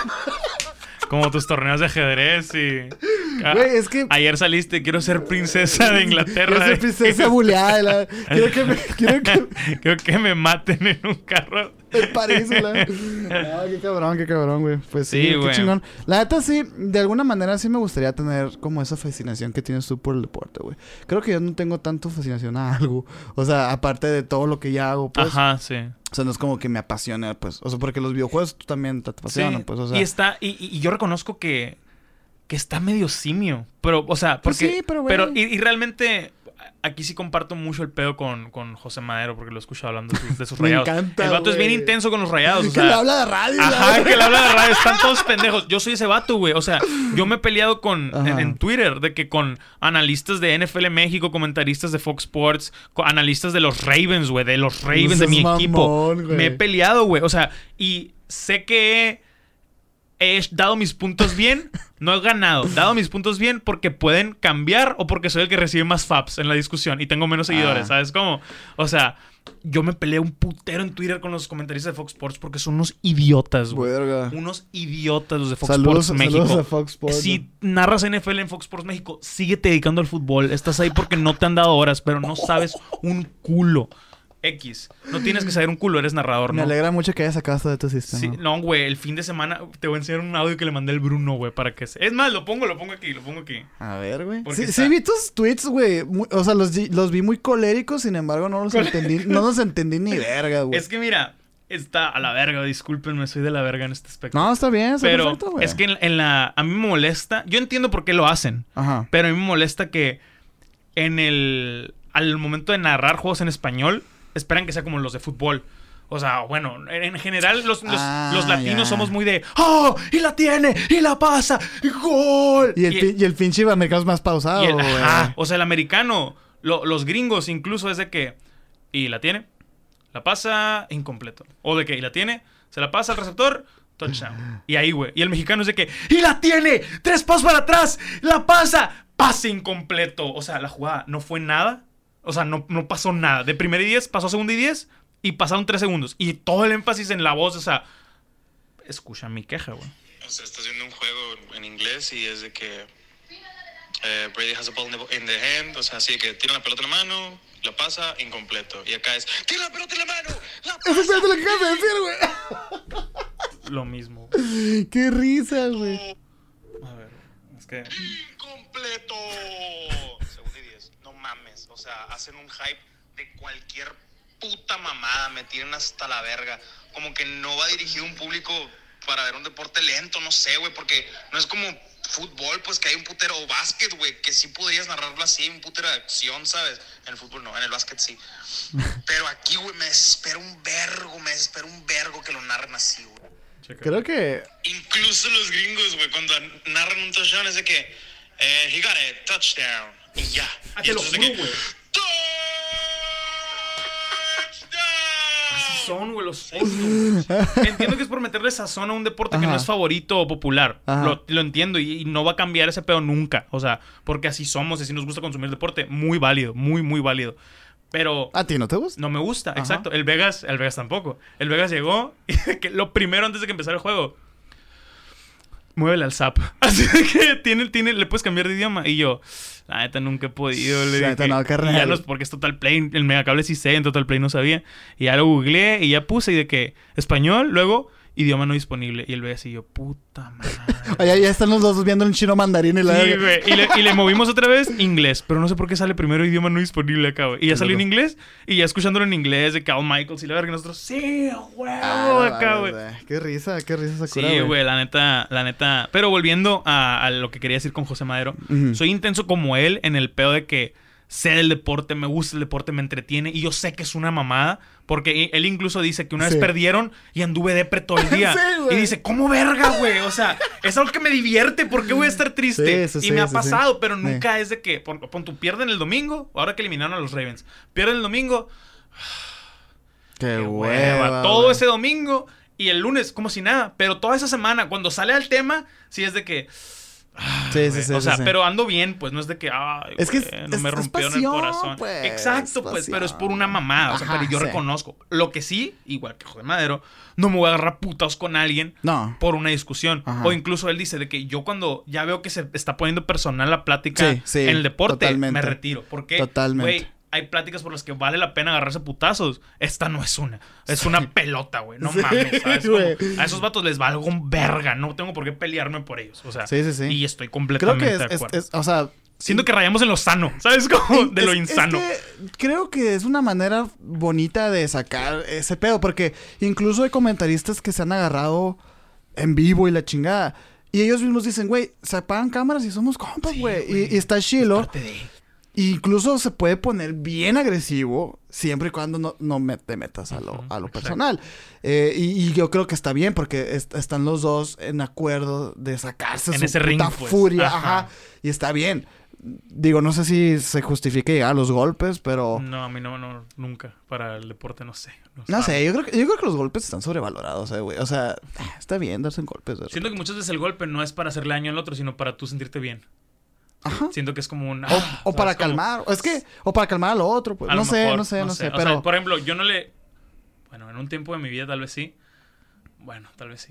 Como tus torneos de ajedrez y... Güey, es que... Ayer saliste, quiero ser princesa de Inglaterra. Quiero ser princesa buleada. La... Quiero que me... Quiero que... Quiero que me maten en un carro. En París, la... No, qué cabrón, qué cabrón, güey. Pues sí, sí qué chingón. La neta, sí, de alguna manera sí me gustaría tener como esa fascinación que tienes tú por el deporte, güey. Creo que yo no tengo tanto fascinación a algo. O sea, aparte de todo lo que ya hago, pues... Ajá, sí. O sea, no es como que me apasione, pues. O sea, porque los videojuegos tú también te apasionan, sí. pues. O sea... Y está... Y, y yo reconozco que... Que está medio simio. Pero, o sea, porque... Pues sí, pero, güey. Pero, y, y realmente... aquí sí comparto mucho el pedo con, con José Madero, porque lo he escuchado hablando de sus, de sus Rayados. Me encanta, el vato güey. es bien intenso con los Rayados. O que sea, le habla de radio. Ajá, que le habla de radio. Están todos pendejos. Yo soy ese vato, güey. O sea, yo me he peleado con en, en Twitter de que con analistas de N F L México, comentaristas de Fox Sports, analistas de los Ravens, güey, de los Ravens, no de mi mamón, equipo. Güey. Me he peleado, güey. O sea, y sé que he dado mis puntos bien, no he ganado. Dado mis puntos bien porque pueden cambiar o porque soy el que recibe más faps en la discusión y tengo menos seguidores, ah. ¿sabes cómo? O sea, yo me peleé un putero en Twitter con los comentaristas de Fox Sports porque son unos idiotas, güey. Unos idiotas los de Fox saludos, Sports México. Saludos a Fox Sports. Si narras N F L en Fox Sports México, síguete dedicando al fútbol. Estás ahí porque no te han dado horas, pero no sabes un culo. X. No tienes que saber un culo, eres narrador, ¿no? Me alegra mucho que hayas sacado esto de tu sistema. Sí, no, güey, el fin de semana te voy a enseñar un audio que le mandé al Bruno, güey, para que se... Es más, lo pongo, lo pongo aquí, lo pongo aquí. A ver, güey. Sí, está... sí vi tus tweets, güey. O sea, los, los vi muy coléricos, sin embargo, no los entendí, no los entendí ni verga, güey. Es que mira, está a la verga, discúlpenme, soy de la verga en este aspecto. No, está bien, está pero perfecto, güey. Es que en, en la... A mí me molesta... Yo entiendo por qué lo hacen. Ajá. Pero a mí me molesta que en el... Al momento de narrar juegos en español... Esperan que sea como los de fútbol. O sea, bueno, en general los, los, ah, los latinos ya. somos muy de ¡oh! ¡Y la tiene! ¡Y la pasa! ¡Y gol! Y el, y el, y el pinche americano es más pausado, el, ajá, o sea, el americano, lo, los gringos incluso es de que y la tiene, la pasa incompleto. O de que y la tiene, se la pasa al receptor, touchdown. Y ahí, güey. Y el mexicano es de que ¡y la tiene! ¡Tres pasos para atrás! ¡La pasa! ¡Pase incompleto! O sea, la jugada no fue nada. O sea, no, no pasó nada. De primera y diez, pasó a segunda y diez. Y pasaron tres segundos. Y todo el énfasis en la voz, o sea... Escucha mi queja, güey. O sea, estás viendo un juego en inglés y es de que... Eh, Brady has a ball in the hand. O sea, así de que tiene la pelota en la mano, la pasa, incompleto. Y acá es... ¡Tiene la pelota en la mano! ¡La pasa! Eso es lo que acabas de decir, güey. Lo mismo, güey. ¡Qué risa, güey! A ver, es que... ¡Incompleto! Segunda y diez. No mames. O sea, hacen un hype de cualquier puta mamada. Me tienen hasta la verga. Como que no va dirigido a un público para ver un deporte lento, no sé, güey. Porque no es como fútbol, pues que hay un putero. O básquet, güey, que sí podrías narrarlo así. Un putero de acción, ¿sabes? En el fútbol no, en el básquet sí. Pero aquí, güey, me desespera un vergo. Me desespera un vergo que lo narren así, güey. Creo que... Incluso los gringos, güey, cuando narran un touchdown es de que... Eh, he got it, touchdown. Y ya. Ah, y te lo juro, güey. ¡Touchdown! Así son, güey, los otros. Entiendo que es por meterle sazón a un deporte Ajá. que no es favorito o popular. Lo, lo entiendo y, y no va a cambiar ese pedo nunca. O sea, porque así somos y así nos gusta consumir deporte. Muy válido, muy, muy válido. Pero... ¿A ti no te gusta? No me gusta, Ajá. exacto. El Vegas, el Vegas tampoco. El Vegas llegó y que lo primero antes de que empezara el juego... Muévele al zap. Así que tiene, tiene, le puedes cambiar de idioma. Y yo, la neta nunca he podido. Le dije, neta no, carnal. Ya no, porque es Total Play. El megacable sí sé, en Total Play no sabía. Y ya lo googleé y ya puse. Y de que español, luego idioma no disponible. Y él ve así, yo, puta madre. Allá ya están los dos viendo un chino mandarín y la... Sí, güey. Y le, y le movimos otra vez inglés. Pero no sé por qué sale primero idioma no disponible acá, güey. Y ya salió en inglés. Y ya escuchándolo en inglés de Cal Michaels y la verga. Y nosotros, sí, güey, ah, acá, güey. Qué risa, qué risa esa cura, Sí, güey, la neta, la neta. Pero volviendo a, a lo que quería decir con José Madero. Uh-huh. Soy intenso como él en el pedo de que sé del deporte, me gusta el deporte, me entretiene. Y yo sé que es una mamada. Porque él incluso dice que una sí. vez perdieron y anduve depre todo el día. Sí, y dice, ¿cómo verga, güey? O sea, es algo que me divierte. ¿Por qué voy a estar triste? Sí, sí, y me sí, ha pasado, sí. pero nunca sí. es de que... Pon, pon tu pierden el domingo. Ahora que eliminaron a los Ravens. Pierden el domingo. Qué, qué hueva. hueva todo wey. Ese domingo y el lunes como si nada. Pero toda esa semana, cuando sale al tema, sí es de que... Ah, sí, sí, sí. O sea, sí, sí. pero ando bien, pues no es de que, ay, es güey, que es, no me es, rompió es pasión, en el corazón. Pues, Exacto, pues, pero es por una mamada. O sea, Ajá, pero yo sí. reconozco. Lo que sí, igual que José Madero, no me voy a agarrar putas con alguien no. por una discusión. Ajá. O incluso él dice de que yo cuando ya veo que se está poniendo personal la plática sí, sí, en el deporte, totalmente. me retiro. Porque, Totalmente. güey, hay pláticas por las que vale la pena agarrarse putazos. Esta no es una. Es sí. una pelota, güey. No sí, mames, ¿sabes? Como a esos vatos les valgo un verga. No tengo por qué pelearme por ellos. O sea, sí, sí, sí. y estoy completamente creo que es, de acuerdo. Es, es, o sea, siento que rayamos en lo sano, ¿sabes? Como de es, lo insano. Es que creo que es una manera bonita de sacar ese pedo. Porque incluso hay comentaristas que se han agarrado en vivo y la chingada. Y ellos mismos dicen, güey, se apagan cámaras y somos compas, güey. Sí, y, y está chilo. Es parte de... incluso se puede poner bien agresivo siempre y cuando no, no me, te metas a lo, a lo personal. Eh, y, y yo creo que está bien porque est- están los dos en acuerdo de sacarse En su ese puta ring, pues. furia. Ajá. Ajá. Y está bien. Digo, no sé si se justifique llegar a los golpes, pero... No, a mí no, no, nunca. Para el deporte no sé. No sé, yo creo, que, yo creo que los golpes están sobrevalorados, eh, güey. O sea, está bien darse en golpes. ¿verdad? Siento que muchas veces el golpe no es para hacerle daño al otro, sino para tú sentirte bien. Ajá. Siento que es como un... O, ah, o para ¿sabes? Como- calmar. Es que... O para calmar al otro, pues. a No lo sé, mejor, no sé, no sé. O Pero... sea, por ejemplo, yo no le... Bueno, en un tiempo de mi vida tal vez sí. Bueno, tal vez sí.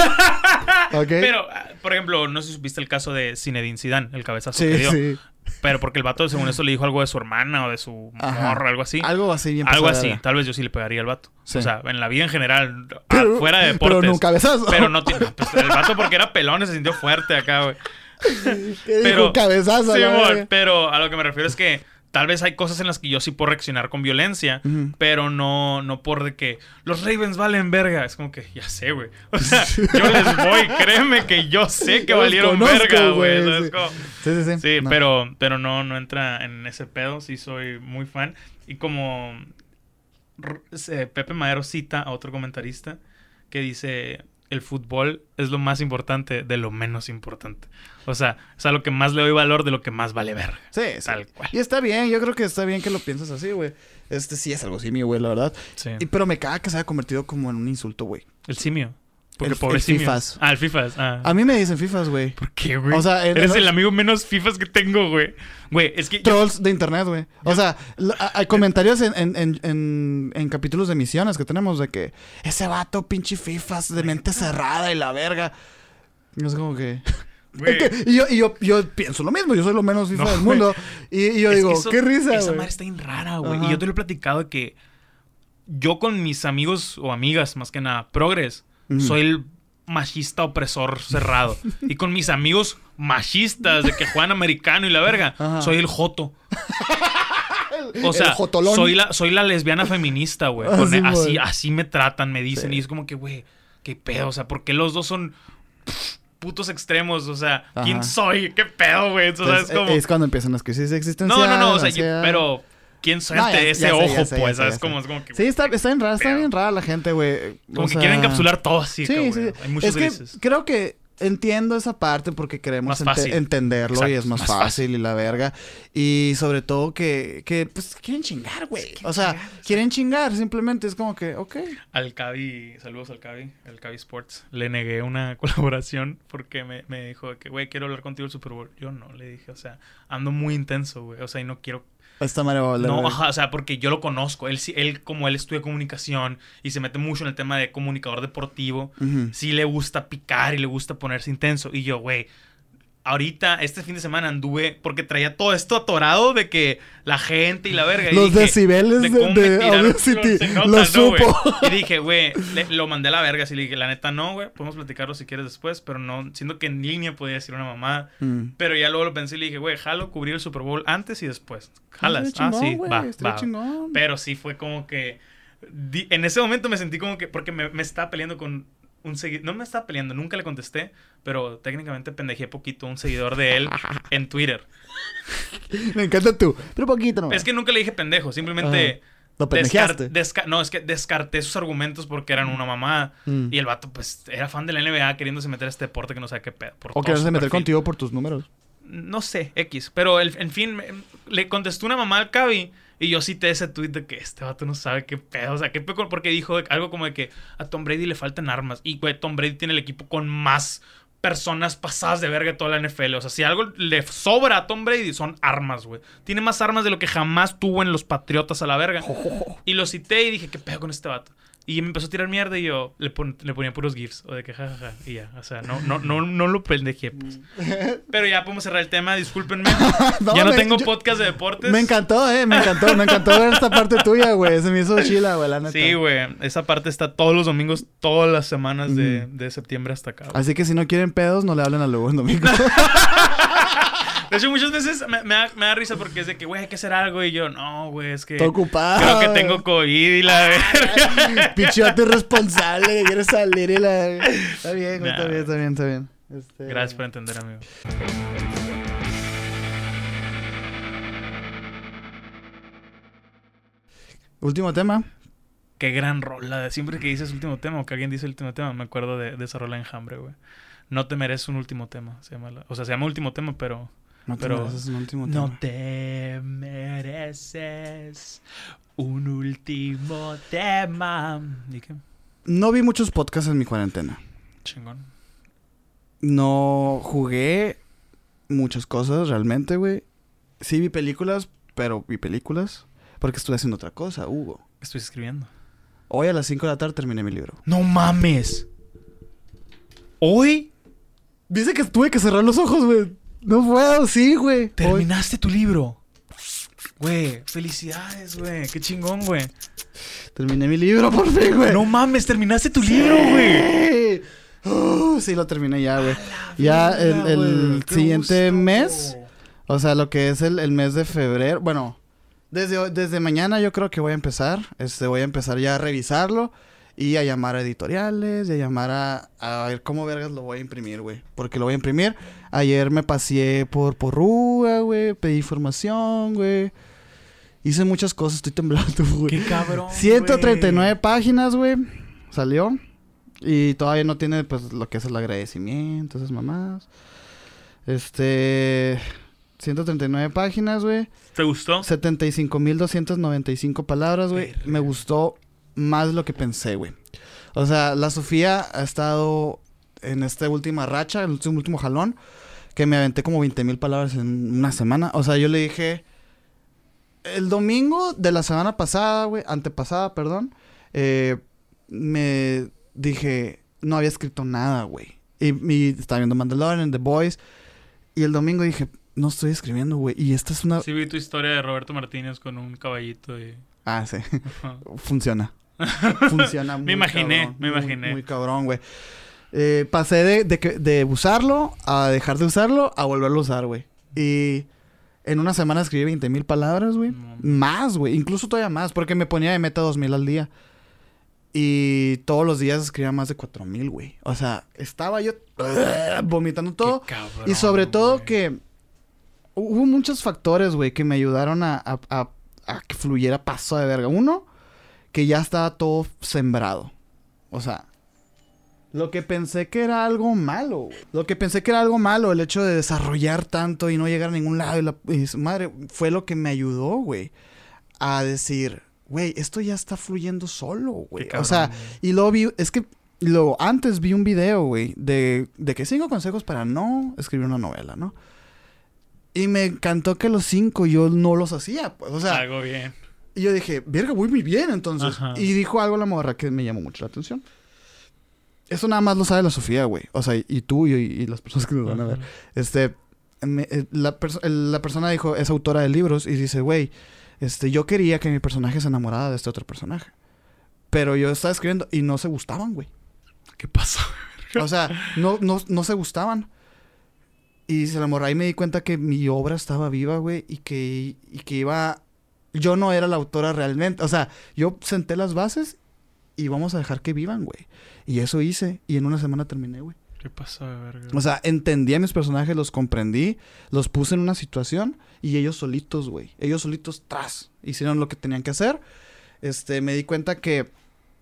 Ok. Pero, ah, por ejemplo, no sé si supiste el caso de Zinedine Zidane, el cabezazo Sí, que dio. sí. Pero porque el vato, según eso, le dijo algo de su hermana o de su Ajá. morro, algo así. Algo así bien Algo pasado de así. verga. Tal vez yo sí le pegaría al vato. Sí. O sea, en la vida en general, Pero- fuera de deportes. Pero no un cabezazo. Pero no tiene... Pues el vato porque era pelón y se sintió fuerte acá, güey. ¿Qué pero- dijo? Un cabezazo. a Sí, la amor, verga. pero a lo que me refiero es que tal vez hay cosas en las que yo sí puedo reaccionar con violencia, Ujú. pero no, no por de que los Ravens valen verga. Es como que ya sé, güey. O sea, yo les voy, créeme que yo sé que Yo los valieron conozco, verga, güey. güey, ¿Sabes sí. cómo? Sí, sí, sí. Sí, No. pero, pero no, no entra en ese pedo. Sí soy muy fan. Y como r- se- Pepe Madero cita a otro comentarista que dice... El fútbol es lo más importante de lo menos importante. O sea, es a lo que más le doy valor de lo que más vale verga. Sí, sí. Tal cual. Y está bien, yo creo que está bien que lo pienses así, güey. Este sí es algo así, mi güey, la verdad. Sí. Y, pero me caga que se haya convertido como en un insulto, güey. El simio. Porque El- pobre el simio. Fifas. Ah, el Fifas. Ah. A mí me dicen Fifas, güey. ¿Por qué, güey? O sea, en- eres en- el amigo menos Fifas que tengo, güey. Güey, es que... yo- Trolls de internet, güey. O sea, l- a- hay comentarios en, en, en, en, en capítulos de misiones que tenemos de que ese vato pinche Fifas de mente cerrada y la verga. Y es como que... güey, Es que- y yo, y yo, yo pienso lo mismo, yo soy lo menos FIFA No, del mundo. Y, y yo es que digo, eso- qué risa, Esa güey. madre está bien rara, güey. Ajá. Y yo te lo he platicado de que... Yo con mis amigos o amigas, más que nada, progres, Ujú. soy el machista opresor cerrado. Y con mis amigos machistas de que juegan americano y la verga, Ajá. soy el joto. O El sea, jotolón. soy la, soy la lesbiana feminista, güey. Ah, Con- sí, así, güey. así me tratan, me dicen. Sí. Y es como que, güey, qué pedo. O sea, ¿por qué los dos son pff, putos extremos? O sea, ¿quién Ajá. soy? ¿Qué pedo, güey? O sea, Entonces, es como... es cuando empiezan las crisis existenciales. No, no, no. O sea, yo- ansiedad. pero... ¿Quién soy No, ante ya- ese ya sé, ojo, ya sé, ya pues? sé, ¿Sabes? ya Como, sé. es como que... Sí, está, está bien rara, está pedo. bien rara la gente, güey. Como O que sea, quieren encapsular todo así, Sí, güey. sí. Hay muchos Es que grises. creo que entiendo esa parte porque queremos Más ente- fácil. entenderlo y Exacto, es más, más fácil, fácil. y la verga. Y sobre todo que, que pues, quieren chingar, güey. quieren O sea, chingar, quieren chingar, simplemente es como que, ok. Al Cavi, saludos al Cavi, al Cavi Sports. Le negué una colaboración porque me, me dijo que, güey, quiero hablar contigo del Super Bowl. Yo no, le dije, o sea, ando muy intenso, güey. O sea, y no quiero... Esta madre va a valer, No, güey. ajá, o sea, porque yo lo conozco. Él, sí- él, como él estudia comunicación y se mete mucho en el tema de comunicador deportivo, Ujú. sí le gusta picar y le gusta ponerse intenso. Y yo, güey, ahorita, este fin de semana anduve, porque traía todo esto atorado de que la gente y la verga. y Los dije, decibeles de, cómo me de tiraron, Audacity, se nota, lo ¿no, supo. güey? Y dije, güey, le- lo mandé a la verga. Así le dije, la neta no, güey, podemos platicarlo si quieres después, pero no, siento que en línea podía decir una mamá. Mm. Pero ya luego lo pensé y le dije, güey, jalo cubrir el Super Bowl antes y después. Jalas. Estaría Ah, chingón, sí, güey, va, estaría va. chingón. Pero sí fue como que... di- en ese momento me sentí como que... Porque me, me estaba peleando con un seguidor... No me estaba peleando, nunca le contesté. Pero técnicamente pendejé poquito a un seguidor de él en Twitter. Me encanta tú. Pero poquito, ¿no? Es que nunca le dije pendejo. Simplemente... Lo pendejeaste. descar- desca- no, es que descarté sus argumentos porque eran una mamá. Mm. Y el vato, pues, era fan de la N B A queriéndose meter a este deporte que no sabe qué pedo. por O todo quererse su meter perfil. contigo por tus números. No sé, X. Pero, el- en fin, me- le contestó una mamá al Cavi. Y yo cité ese tweet de que este vato no sabe qué pedo. O sea, qué pedo. con- Porque dijo algo como de que a Tom Brady le faltan armas. Y, güey, Tom Brady tiene el equipo con más personas pasadas de verga de toda la N F L. O sea, si algo le sobra a Tom Brady son armas, güey. Tiene más armas de lo que jamás tuvo en los Patriotas a la verga. Y lo cité y dije, ¿qué pedo con este vato? Y me empezó a tirar mierda y yo le, pon- le ponía puros gifs. O de que jajaja. Y ya. O sea, no, no, no, no lo pendejé, pues. Pero ya podemos cerrar el tema. Discúlpenme. No, ya no me- tengo yo- podcast de deportes. Me encantó, eh, me encantó, me encantó ver esta parte tuya, güey. Se me hizo chila, güey, la neta. Sí, güey. Esa parte está todos los domingos, todas las semanas de, de septiembre hasta acá, güey. Así que si no quieren pedos, no le hablen a Lugo en domingo. De hecho, muchas veces me, me, da, me da risa porque es de que, güey, hay que hacer algo. Y yo, no, güey, es que... Estoy ocupado. Creo que tengo COVID y la verga. Pichote irresponsable que quiere salir y la... Está bien, güey, está Nah. bien, está bien, está bien. Este... Gracias por entender, amigo. Último tema. Qué gran rola. Siempre que dices último tema o que alguien dice último tema, me acuerdo de, de esa rola Enjambre, güey. No te mereces un último tema. Se llama la... O sea, se llama último tema, pero... No te pero... mereces un último No tema. te mereces un último tema. ¿Y qué? No vi muchos podcasts en mi cuarentena. Chingón. No jugué muchas cosas realmente, güey. Sí vi películas, pero vi películas porque estuve haciendo otra cosa, Hugo. Estoy escribiendo. Hoy a las cinco de la tarde terminé mi libro. ¡No mames! ¿Hoy? Dice que tuve que cerrar los ojos, güey. No puedo, sí, güey. ¿Terminaste tu libro? Güey, felicidades, güey. Qué chingón, güey. Terminé mi libro por fin, güey. No mames, terminaste tu libro, güey. Uh, sí, lo terminé ya, güey. Ya el, el siguiente mes, o sea, lo que es el, el mes de febrero. Bueno, desde, desde mañana yo creo que voy a empezar. Este, voy a empezar ya a revisarlo y a llamar a editoriales y a llamar a, a ver cómo vergas lo voy a imprimir, güey. Porque lo voy a imprimir. Ayer me paseé por Porrúa, güey. Pedí información, güey. Hice muchas cosas, estoy temblando, güey. Qué cabrón, ciento treinta y nueve güey. páginas, güey. Salió. Y todavía no tiene, pues, lo que es el agradecimiento, esas mamadas. Este... ciento treinta y nueve páginas, güey. ¿Te gustó? setenta y cinco mil doscientas noventa y cinco palabras, güey. Me gustó más de lo que pensé, güey. O sea, la Sofía ha estado en esta última racha, en el último, último jalón, que me aventé como veinte mil palabras en una semana. O sea, yo le dije... El domingo de la semana pasada, güey, antepasada, perdón, eh, me dije, no había escrito nada, güey. Y, y estaba viendo Mandalorian, The Boys, y el domingo dije, no estoy escribiendo, güey. Y esta es una... Sí vi tu historia de Roberto Martínez con un caballito y... Ah, sí. Ajá. Funciona. Funciona muy Me imaginé, cabrón, me muy, imaginé. Muy cabrón, güey. Eh, pasé de, de, que- de usarlo a dejar de usarlo a volverlo a usar, güey. Y... En una semana escribí veinte mil palabras, güey. No. Más, güey. Incluso todavía más. Porque me ponía de meta dos mil al día. Y todos los días escribía más de cuatro mil, güey. O sea, estaba yo uh, vomitando todo. Qué cabrón, Y sobre todo güey. que hubo muchos factores, güey, que me ayudaron a, a, a, a que fluyera paso de verga. Uno, que ya estaba todo sembrado. O sea... Lo que pensé que era algo malo, güey. Lo que pensé que era algo malo, el hecho de desarrollar tanto y no llegar a ningún lado. Y, la, y su madre, fue lo que me ayudó, güey. A decir, güey, esto ya está fluyendo solo, güey. Qué O sea, cabrón, güey. y luego vi, es que, luego, antes vi un video, güey, de, de que cinco consejos para no escribir una novela, ¿no? Y me encantó que los cinco yo no los hacía, pues. O sea, Algo bien. y yo dije, verga, voy muy bien, entonces. Ajá. Y dijo algo la morra que me llamó mucho la atención. Eso nada más lo sabe la Sofía, güey. O sea, y tú y, y las personas que nos van a ver. Ajá. Este, me- eh, la, perso- el- la persona dijo, es autora de libros y dice, güey, este, yo quería que mi personaje se enamorara de este otro personaje. Pero yo estaba escribiendo y no se gustaban, güey. ¿Qué pasó? O sea, no, no, no se gustaban. Y se enamoró y me di cuenta que mi obra estaba viva, güey, y que, y que iba... Yo no era la autora realmente. O sea, yo senté las bases y vamos a dejar que vivan, güey. Y eso hice. Y en una semana terminé, güey. ¿Qué pasó de verga? O sea, entendí a mis personajes, los comprendí, los puse en una situación y ellos solitos, güey. Ellos solitos, tras, hicieron lo que tenían que hacer. Este, me di cuenta que...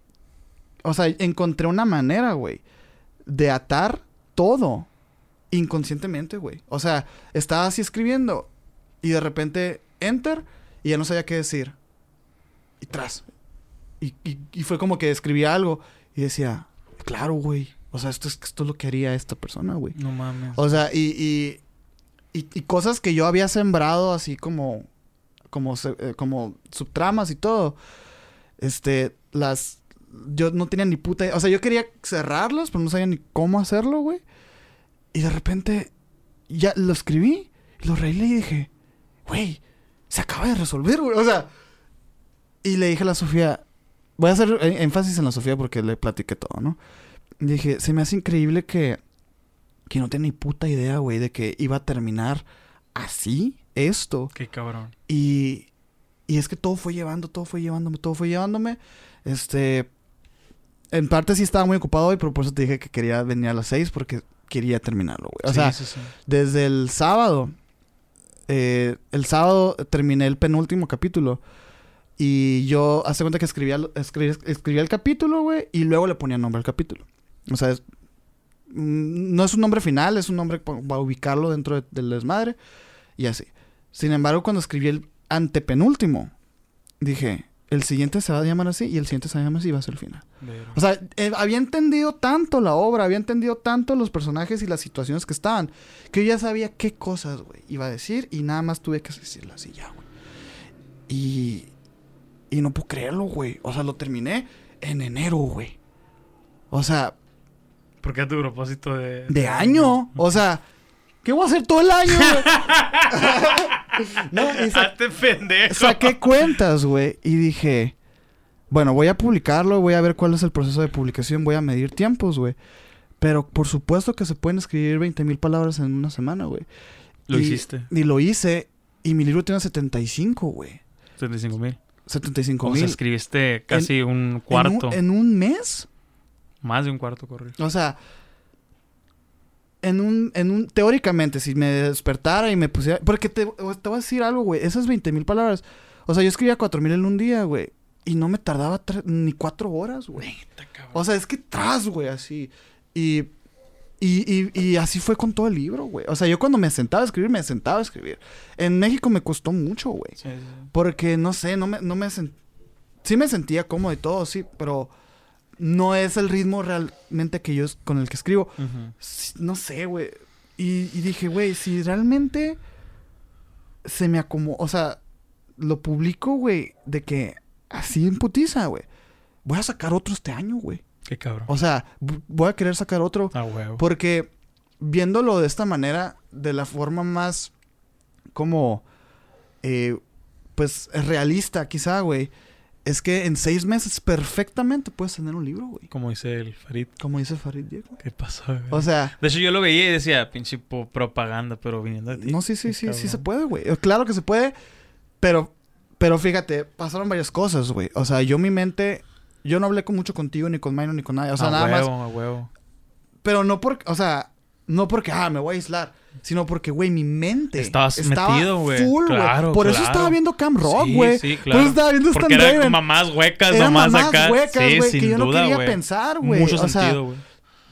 O sea, encontré una manera, güey, de atar todo inconscientemente, güey. O sea, estaba así escribiendo y de repente, enter, y ya no sabía qué decir. Y tras. Y, y, y fue como que escribía algo y decía, claro, güey. O sea, esto es, esto es lo que haría esta persona, güey. No mames. O sea, y, y, y, y cosas que yo había sembrado así como, como, se- eh, como subtramas y todo. Este, las, yo no tenía ni puta idea. O sea, yo quería cerrarlos, pero no sabía ni cómo hacerlo, güey. Y de repente, ya lo escribí, y lo arreglé y dije, güey, se acaba de resolver, güey. O sea, y le dije a la Sofía, voy a hacer eh, énfasis en la Sofía porque le platiqué todo, ¿no? Y dije, se me hace increíble que, que no tenía ni puta idea, güey, de que iba a terminar así esto. Qué cabrón. Y, y es que todo fue llevando, todo fue llevándome, todo fue llevándome. Este, en parte sí estaba muy ocupado hoy, pero por eso te dije que quería venir a las seis porque quería terminarlo, güey. O Sí, sea, sí, sí. desde el sábado, eh, el sábado terminé el penúltimo capítulo Y yo, hace cuenta que escribía, escribía, escribía el capítulo, güey, y luego le ponía nombre al capítulo. O sea, es, no es un nombre final, es un nombre para ubicarlo dentro de, del desmadre, y así. Sin embargo, cuando escribí el antepenúltimo, dije, el siguiente se va a llamar así, y el siguiente se va a llamar así, y va a ser el final. Pero... O sea, eh, había entendido tanto la obra, había entendido tanto los personajes y las situaciones que estaban, que yo ya sabía qué cosas, güey, iba a decir, y nada más tuve que decirlas y ya, güey. Y... Y no puedo creerlo, güey. O sea, lo terminé en enero, güey. O sea... ¿Por qué tu propósito de...? De año. O sea... ¿Qué voy a hacer todo el año, güey? No, y sa- ¡Hazte pendejo! saqué cuentas, güey. Y dije... Bueno, voy a publicarlo. Voy a ver cuál es el proceso de publicación. Voy a medir tiempos, güey. Pero por supuesto que se pueden escribir veinte mil palabras en una semana, güey. Lo y, hiciste. Y lo hice. Y mi libro tiene setenta y cinco, güey. setenta y cinco mil. setenta y cinco O mil. sea, escribiste casi en, un cuarto. En un, en un mes. Más de un cuarto, correcto. O sea, en un, en un, teóricamente, si me despertara y me pusiera, porque te, te voy a decir algo, güey, esas veinte mil palabras, o sea, yo escribía cuatro mil en un día, güey, y no me tardaba tre- ni cuatro horas, güey. O sea, es que tras, güey, así, y, y, y, y así fue con todo el libro, güey. O sea, yo cuando me sentaba a escribir, me sentaba a escribir. En México me costó mucho, güey. Sí, sí. Porque, no sé, no me, no me sent... sí me sentía cómodo y todo, sí, pero... No es el ritmo realmente que yo con el que escribo. Uh-huh. No sé, güey. Y, y dije, güey, si realmente se me acomodó, o sea, lo publico, güey, de que así en putiza, güey. Voy a sacar otro este año, güey. Qué cabrón. O sea, v- voy a querer sacar otro. Ah, huevo. Porque viéndolo de esta manera, de la forma más como, eh, pues, realista, quizá, güey. Es que en seis meses perfectamente puedes tener un libro, güey. Como dice el Farid. Como dice Farid Diego. ¿Qué pasó, güey? O sea... De hecho, yo lo veía y decía, pinche po- propaganda, pero viniendo de ti. No, sí, sí, Qué sí, cabrón. sí se puede, güey. Claro que se puede, pero... Pero fíjate, pasaron varias cosas, güey. O sea, yo mi mente... Yo no hablé con mucho contigo, ni con Maino, ni con nadie. O sea, a nada huevo, más... A huevo, Pero no porque... O sea... No porque, ah, me voy a aislar. Sino porque, güey, mi mente... Estabas estaba metido, güey. full, güey. Claro, Por eso claro. estaba viendo Camp Rock, Sí, güey. sí, Por claro. eso estaba viendo Porque Stan eran Raven. mamás huecas, Eran mamás, mamás acá. huecas, sí, güey, sin que yo no duda, quería güey. pensar, güey. Mucho O sea, sentido, güey.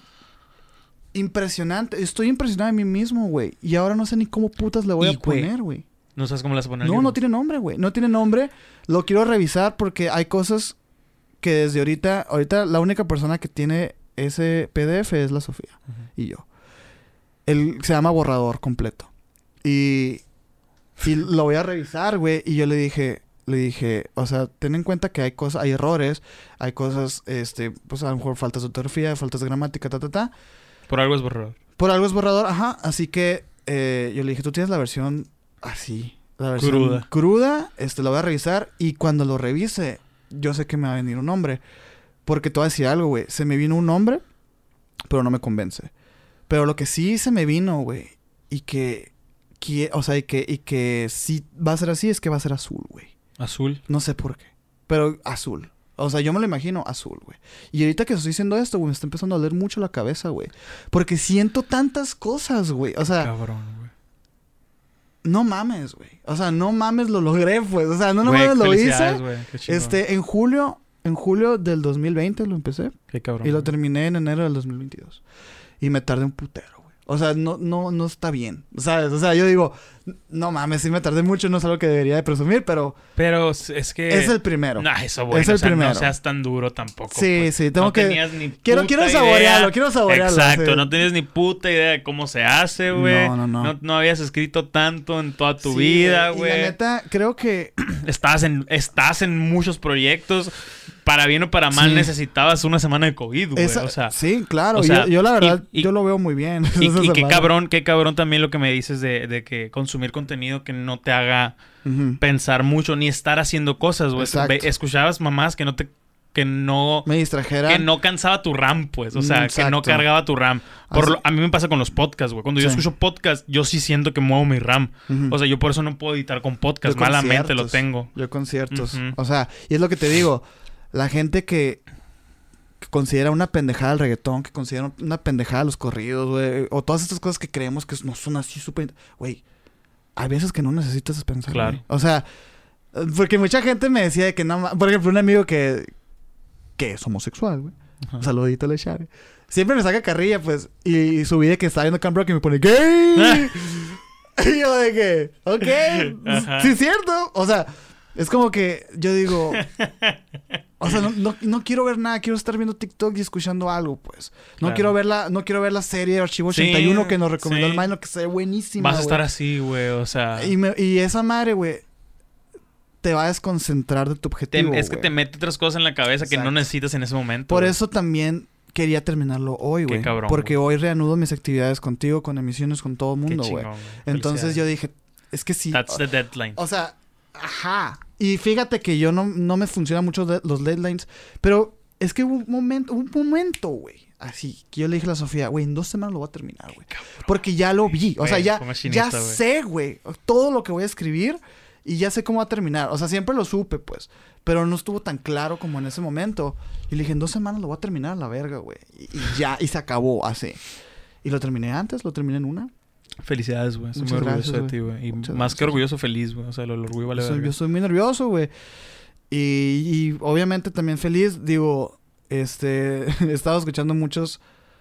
Impresionante. Estoy impresionado de mí mismo, güey. Y ahora no sé ni cómo putas le voy Y, a güey, poner, güey. No sabes cómo le vas a poner al No, libro. no tiene nombre, güey. No tiene nombre. Lo quiero revisar porque hay cosas que desde ahorita... Ahorita la única persona que tiene ese P D F es la Sofía. Uh-huh. Y yo. Él se llama borrador completo. Y... Y lo voy a revisar, güey. Y yo le dije... Le dije... O sea, ten en cuenta que hay cosas... Hay errores. Hay cosas... Este... Pues a lo mejor faltas de ortografía. Faltas de gramática. Ta, ta, ta. Por algo es borrador. Por algo es borrador. Ajá. Así que... Eh, yo le dije... Tú tienes la versión... Así. La versión Cruda. Cruda. Este... La voy a revisar. Y cuando lo revise... Yo sé que me va a venir un nombre. Porque te voy a decir algo, güey. Se me vino un nombre... Pero no me convence. Pero lo que sí se me vino, güey... Y que... que o sea, y que, y que sí va a ser así... Es que va a ser azul, güey. Azul. No sé por qué. Pero azul. O sea, yo me lo imagino azul, güey. Y ahorita que estoy diciendo esto, güey... Me está empezando a doler mucho la cabeza, güey. Porque siento tantas cosas, güey. O sea... Cabrón, güey. No mames, güey. O sea, no mames, lo logré, pues. O sea, no, no Güey, mames, lo felicidades, hice. güey. Qué chingón. Este, en julio... En julio del dos mil veinte lo empecé. Qué cabrón. Y lo güey. terminé en enero del dos mil veintidós. Y me tardé un putero, güey. O sea, no, no, no está bien. ¿Sabes? O sea, yo digo, no mames, sí me tardé mucho, no es algo que debería de presumir, pero Pero es que... es el primero. No, eso, güey. Es el o sea, primero. no seas tan duro tampoco. Sí, pues. sí, tengo no que- tenías ni quiero- puta quiero idea. saborearlo, quiero saborearlo, Exacto, sí. no tienes ni puta idea de cómo se hace, güey. No, no, no. no. No habías escrito tanto en toda tu Sí, vida, Y güey. la neta, creo que... Estás en, estás en muchos proyectos. Para bien o para mal Sí. necesitabas una semana de COVID, güey. esa- O sea, sí, claro. o sea, yo, yo la verdad, y- y- yo lo veo muy bien. y, esa y qué semana. cabrón, qué cabrón también lo que me dices de, de que consumir contenido que no te haga Ujú. pensar mucho ni estar haciendo cosas, güey. Exacto. Ve- Escuchabas mamás que no te... que no... Me distrajeran. Que no cansaba tu RAM, pues. O Mm, sea, que no exacto. cargaba tu RAM. Por Así- lo- a mí me pasa con los podcasts, güey. Cuando yo Sí. escucho podcast, yo sí siento que muevo mi RAM. Ujú. O sea, yo por eso no puedo editar con podcast. Yo Malamente lo conciertos. tengo. Yo conciertos. Ujú. O sea, y es lo que te digo. La gente que, que considera una pendejada el reggaetón, que considera una pendejada los corridos, güey. O todas estas cosas que creemos que no son así súper... Güey, hay veces que no necesitas pensar. Claro. Güey. O sea, Porque mucha gente me decía de que no... Por ejemplo, un amigo que... Que es homosexual, güey. Un saludito a la Chave. Siempre me saca carrilla, pues. Y, y subí de que estaba viendo Camp Rock y me pone ¡gay! Y yo de que... Ok. Ajá. Sí, es cierto. O sea... Es como que yo digo... O sea, no, no, no quiero ver nada. Quiero estar viendo TikTok y escuchando algo, pues. No, claro. quiero ver la, no quiero ver la serie Archivo ochenta y uno sí, que nos recomendó sí. el Mino, que se ve buenísima, Vas a wey. estar así, güey. O sea... Y, me, y esa madre, güey... Te va a desconcentrar de tu objetivo, te, Es que wey. te mete otras cosas en la cabeza Exacto. que no necesitas en ese momento. Por wey. eso también... Quería terminarlo hoy, güey. Porque wey. hoy reanudo mis actividades contigo, con emisiones con todo el mundo, güey. Entonces yo dije... Es que sí... That's the deadline. O sea... Ajá. Y fíjate que yo no, no me funcionan mucho de, los deadlines. Pero es que hubo un momento, un momento, güey. Así, que yo le dije a la Sofía, güey, en dos semanas lo voy a terminar, güey. Porque ya lo vi. O wey, sea, ya, chinita, ya sé, güey, todo lo que voy a escribir y ya sé cómo va a terminar. O sea, siempre lo supe, pues. Pero no estuvo tan claro como en ese momento. Y le dije, en dos semanas lo voy a terminar a la verga, güey. Y, y ya, y se acabó así. Y lo terminé antes, lo terminé en una. Felicidades, güey. Estoy muy orgulloso gracias, de ti, güey. Y Muchas más gracias. que orgulloso, feliz, güey. O sea, el orgullo vale yo soy, verga. Yo soy muy nervioso, güey. Y, y obviamente también feliz. Digo, este... he estado escuchando muchos...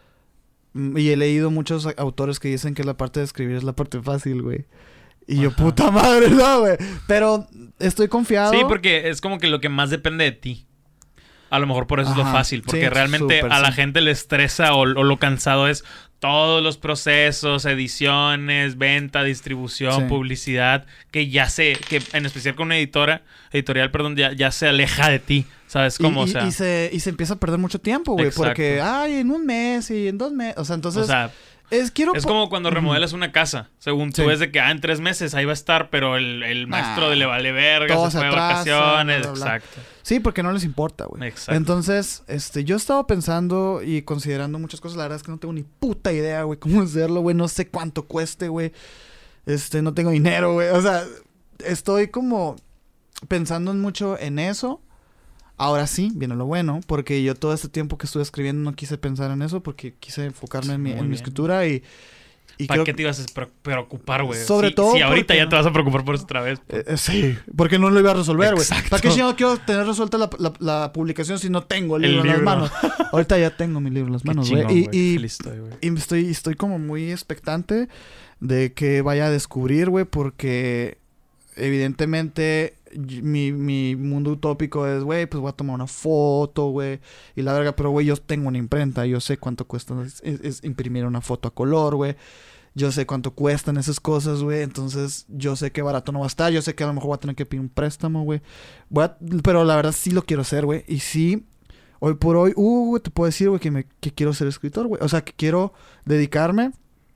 Y he leído muchos autores que dicen que la parte de escribir es la parte fácil, güey. Y Ajá. yo, puta madre, no, güey. Pero estoy confiado. Sí, porque es como que lo que más depende de ti. A lo mejor por eso Ajá. es lo fácil. Porque sí, realmente super, a la sí. gente le estresa o, o lo cansado es todos los procesos, ediciones, venta, distribución, sí. publicidad, que ya se, que en especial con una editora, editorial, perdón, ya, ya se aleja de ti. ¿Sabes cómo? Y, o sea, y, se, y se empieza a perder mucho tiempo, güey. Porque, ay, en un mes y en dos meses. O sea, entonces... O sea, Es, quiero es como cuando remodelas una casa. Según tú sí. ves de que ah, en tres meses ahí va a estar, pero el, el maestro nah, le vale verga, se fue de vacaciones. Bla, bla, bla. Exacto. Sí, porque no les importa, güey. Exacto. Entonces, este, yo estaba pensando y considerando muchas cosas. La verdad es que no tengo ni puta idea, güey, cómo hacerlo, güey. No sé cuánto cueste, güey. Este, no tengo dinero, güey. O sea, estoy como pensando mucho en eso. Ahora sí, viene lo bueno, porque yo todo este tiempo que estuve escribiendo no quise pensar en eso, porque quise enfocarme en mi, en mi escritura y... y ¿Para creo... qué te ibas a preocupar, güey? Sobre sí, todo Si ahorita porque... ya te vas a preocupar por eso otra vez. Eh, eh, sí, porque no lo iba a resolver, güey. ¿Para qué si no quiero tener resuelta la, la, la publicación si no tengo el libro, el libro en las manos? Ahorita ya tengo mi libro en las manos, güey. Y, y, estoy, y estoy, estoy como muy expectante de que vaya a descubrir, güey, porque evidentemente... Mi, mi mundo utópico es, güey, pues voy a tomar una foto, güey. Y la verga, pero, güey, yo tengo una imprenta. Yo sé cuánto cuesta es, es, es imprimir una foto a color, güey. Yo sé cuánto cuestan esas cosas, güey. Entonces, yo sé que barato no va a estar. Yo sé que a lo mejor voy a tener que pedir un préstamo, güey. Pero la verdad sí lo quiero hacer, güey. Y sí, hoy por hoy, uh, te puedo decir, güey, que, me, que quiero ser escritor, güey. O sea, que quiero dedicarme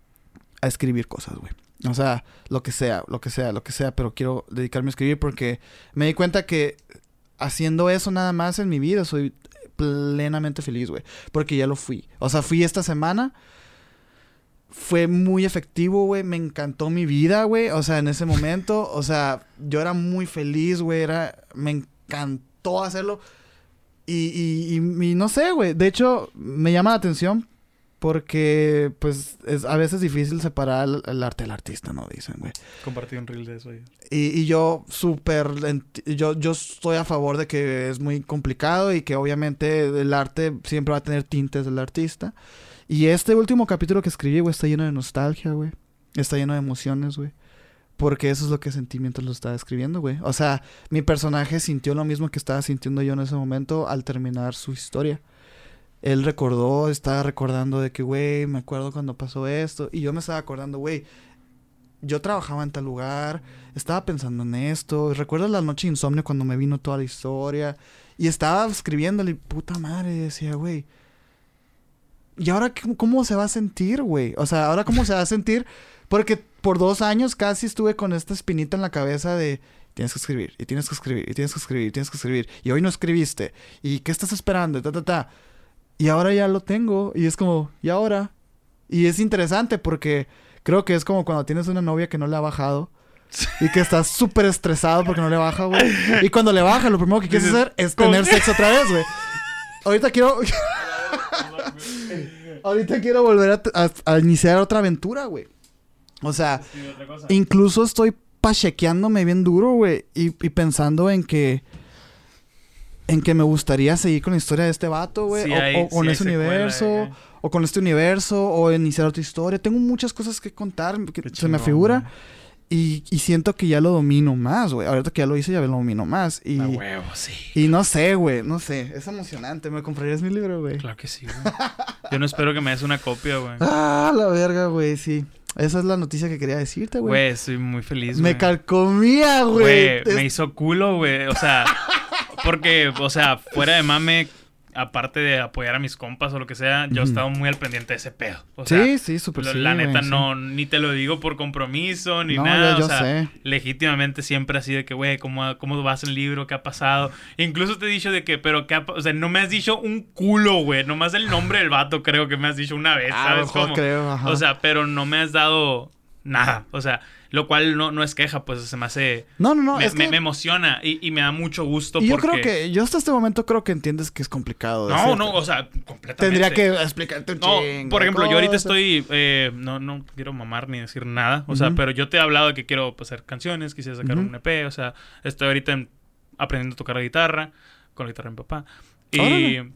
a escribir cosas, güey. O sea, lo que sea, lo que sea, lo que sea, pero quiero dedicarme a escribir porque me di cuenta que haciendo eso nada más en mi vida soy plenamente feliz, güey. Porque ya lo fui. O sea, fui esta semana. Fue muy efectivo, güey. Me encantó mi vida, güey. O sea, en ese momento, o sea, yo era muy feliz, güey. Era... Me encantó hacerlo. Y, y, y, y no sé, güey. De hecho, me llama la atención porque, pues, es a veces difícil separar el, el arte del artista, ¿no? Dicen, güey. Compartí un reel de eso. Ya. Y, y yo súper... Yo, yo estoy a favor de que es muy complicado y que obviamente el arte siempre va a tener tintes del artista. Y este último capítulo que escribí, güey, está lleno de nostalgia, güey. Está lleno de emociones, güey. Porque eso es lo que sentí mientras lo estaba escribiendo, güey. O sea, mi personaje sintió lo mismo que estaba sintiendo yo en ese momento al terminar su historia. Él recordó, estaba recordando de que, güey, me acuerdo cuando pasó esto. Y yo me estaba acordando, güey, yo trabajaba en tal lugar, estaba pensando en esto. Recuerdo la noche de insomnio cuando me vino toda la historia. Y estaba escribiéndole, puta madre, decía, güey. ¿Y ahora cómo se va a sentir, güey? O sea, ¿ahora cómo se va a sentir? Porque por dos años casi estuve con esta espinita en la cabeza de... Tienes que escribir, y tienes que escribir, y tienes que escribir, y tienes que escribir. Y hoy no escribiste. ¿Y qué estás esperando? Ta, ta, ta. Y ahora ya lo tengo. Y es como, ¿y ahora? Y es interesante porque creo que es como cuando tienes una novia que no le ha bajado. Y que estás súper estresado porque no le baja, güey. Y cuando le baja, lo primero que quieres hacer es tener sexo otra vez, güey. Ahorita quiero... Ahorita quiero volver a, a, a iniciar otra aventura, güey. O sea, incluso estoy pachequeándome bien duro, güey. Y, y pensando en que... En que me gustaría seguir con la historia de este vato, güey. Sí o, hay- o con sí hay ese secuela, universo. eh. O con este universo. O iniciar otra historia. Tengo muchas cosas que contar. Que Qué se me chingón, figura. güey. Y, y siento que ya lo domino más, güey. Ahorita que ya lo hice, ya lo domino más. Y, A huevo, sí. y no sé, güey. No sé. Es emocionante. ¿Me comprarías mi libro, güey? Claro que sí, güey. Yo no espero que me des una copia, güey. Ah, la verga, güey. Sí. Esa es la noticia que quería decirte, güey. Güey, estoy muy feliz, güey. Me calcomía, güey. Güey, Es- me hizo culo, güey. O sea, porque, o sea, fuera de mame, aparte de apoyar a mis compas o lo que sea, yo Ujú. estaba muy al pendiente de ese pedo. O sea, Sí, sí, súper lo- sí, la neta güey, sí. no, ni te lo digo por compromiso ni No, nada. yo- yo o sea, sé. legítimamente siempre así de que, güey, ¿cómo, ¿cómo vas en el libro? ¿Qué ha pasado? Incluso te he dicho de que, pero ¿qué ha pa-? O sea, no me has dicho un culo, güey. Nomás el nombre del vato creo que me has dicho una vez, Ah, a lo ¿sabes mejor cómo? creo, ajá. O sea, pero no me has dado nada. O sea, lo cual no, no es queja, pues se me hace... No, no, no. me, es me- que... me emociona y, y me da mucho gusto Y yo porque... creo que... Yo hasta este momento creo que entiendes que es complicado. de No, hacerte. no, o sea, completamente. Tendría que explicarte un No, chingo por de ejemplo, yo ahorita cosas. estoy... eh, no, no quiero mamar ni decir nada. O sea, Ujú. pero yo te he hablado de que quiero pues, hacer canciones, quisiera sacar Ujú. un E P. O sea, estoy ahorita en- aprendiendo a tocar la guitarra con la guitarra de mi papá. Y... Órale.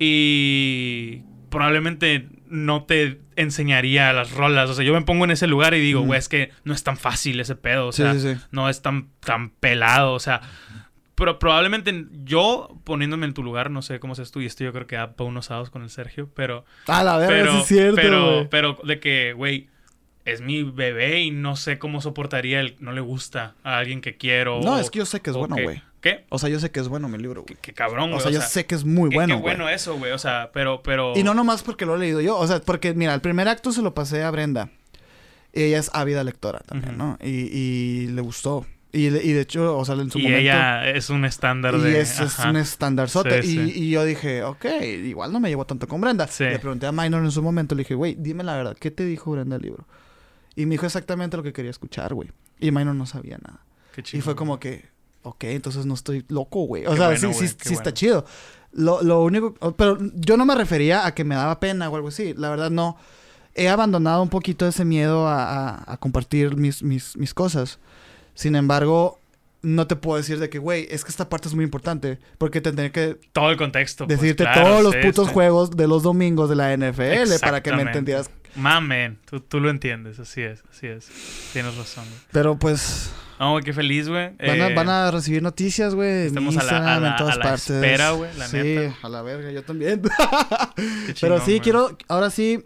Y... Probablemente no te enseñaría las rolas. O sea, yo me pongo en ese lugar y digo, Ujú. güey, es que no es tan fácil ese pedo. O Sí, sea, sí, sí. no es tan, tan pelado. O sea, pero probablemente yo poniéndome en tu lugar, no sé cómo seas tú, y esto yo creo que da para unos asados con el Sergio, pero... Ah, la verga, Pero, sí es cierto, pero, güey. pero de que, güey, es mi bebé y no sé cómo soportaría el... No le gusta a alguien que quiero. No, o- es que yo sé que es o bueno, que- güey. ¿Qué? O sea, yo sé que es bueno mi libro, güey. Qué cabrón, güey. O sea, yo sé que es muy qué- bueno, Qué güey. bueno eso, güey. O sea, pero, pero... Y no nomás porque lo he leído yo. O sea, porque, mira, el primer acto se lo pasé a Brenda. Ella es ávida lectora también, Ujú. ¿no? Y, y le gustó. Y, le- y de hecho, o sea, en su Y momento... ella es un estándar Y de... es, es ajá. un estándarzote. Sí, y, sí. y yo dije, ok, igual no me llevo tanto con Brenda. Sí. Le pregunté a Minor en su momento, le dije, güey, dime la verdad, ¿qué te dijo Brenda del libro? Y me dijo exactamente lo que quería escuchar, güey. Y Minor no sabía nada. Qué Y chingón. fue como que, ok, entonces no estoy loco, güey. O Qué sea, bueno, sí, güey, sí, qué sí está bueno. chido. Lo, lo único... Pero yo no me refería a que me daba pena o algo así. La verdad, no. He abandonado un poquito ese miedo a, a- a compartir mis, mis, mis cosas. Sin embargo, no te puedo decir de que, güey, es que esta parte es muy importante. Porque tendré que Todo el contexto. pues, decirte claro, todos los sí, putos sí. juegos de los domingos de la N F L para que me Exactamente. entendieras. Mamen, tú, tú lo entiendes, así es, así es. Tienes razón, güey. Pero pues No, güey, qué feliz, güey. van, a, Eh, van a recibir noticias, güey. en estemos a la- Instagram, a la- en todas a la partes. espera, güey, la sí, neta. a la verga, yo también. qué Pero chingón, sí, güey. quiero, ahora sí,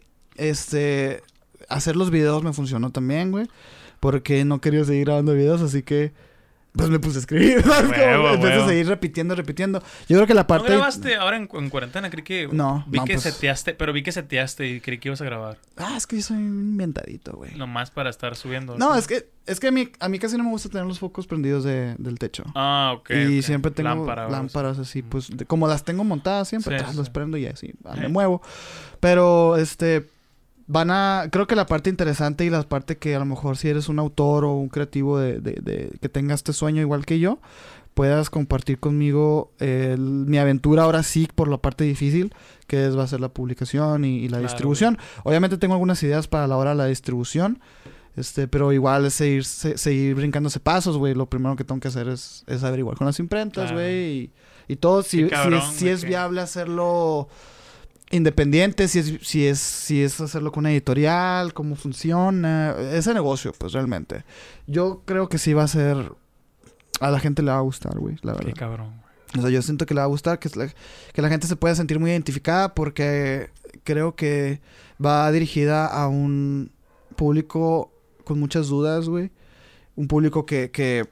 este, hacer los videos me funcionó también, güey. Porque no quería seguir grabando videos, así que, pues me puse a escribir. ¿sabes? Como, Huevo, en vez de huevo. seguir repitiendo, repitiendo. Yo creo que la ¿No parte... grabaste ahora en, en cuarentena? Creí que... No, Vi no, que pues- seteaste, pero vi que seteaste y creí que ibas a grabar. Ah, es que yo soy un inventadito, güey. Nomás para estar subiendo. No, ¿sí? es que, es que a mí, a mí casi no me gusta tener los focos prendidos de, del techo. Ah, ok. y ok. siempre tengo Lámpara, o lámparas algo así, pues, de- como las tengo montadas siempre, Sí, tras, sí. los prendo y así, ah, me Sí. muevo. Pero, este, van a, creo que la parte interesante y la parte que a lo mejor si eres un autor o un creativo de, de, de que tenga este sueño igual que yo, puedas compartir conmigo el- mi aventura ahora sí por la parte difícil, que es, va a ser la publicación y, y la Claro, distribución. Obviamente tengo algunas ideas para la hora de la distribución. Este, pero igual es seguir, se- seguir brincándose pasos, güey. Lo primero que tengo que hacer es, es averiguar con las imprentas, Claro. güey. Y, y todo, si, Qué si cabrón, es, si güey, es que- viable hacerlo independiente, si es, si es, si es hacerlo con una editorial, cómo funciona. Ese negocio, pues realmente. Yo creo que sí va a ser... A la gente le va a gustar, güey, la verdad. Qué cabrón, güey. O sea, yo siento que le va a gustar, que, es la, que la gente se pueda sentir muy identificada porque creo que va dirigida a un público con muchas dudas, güey. Un público que... que...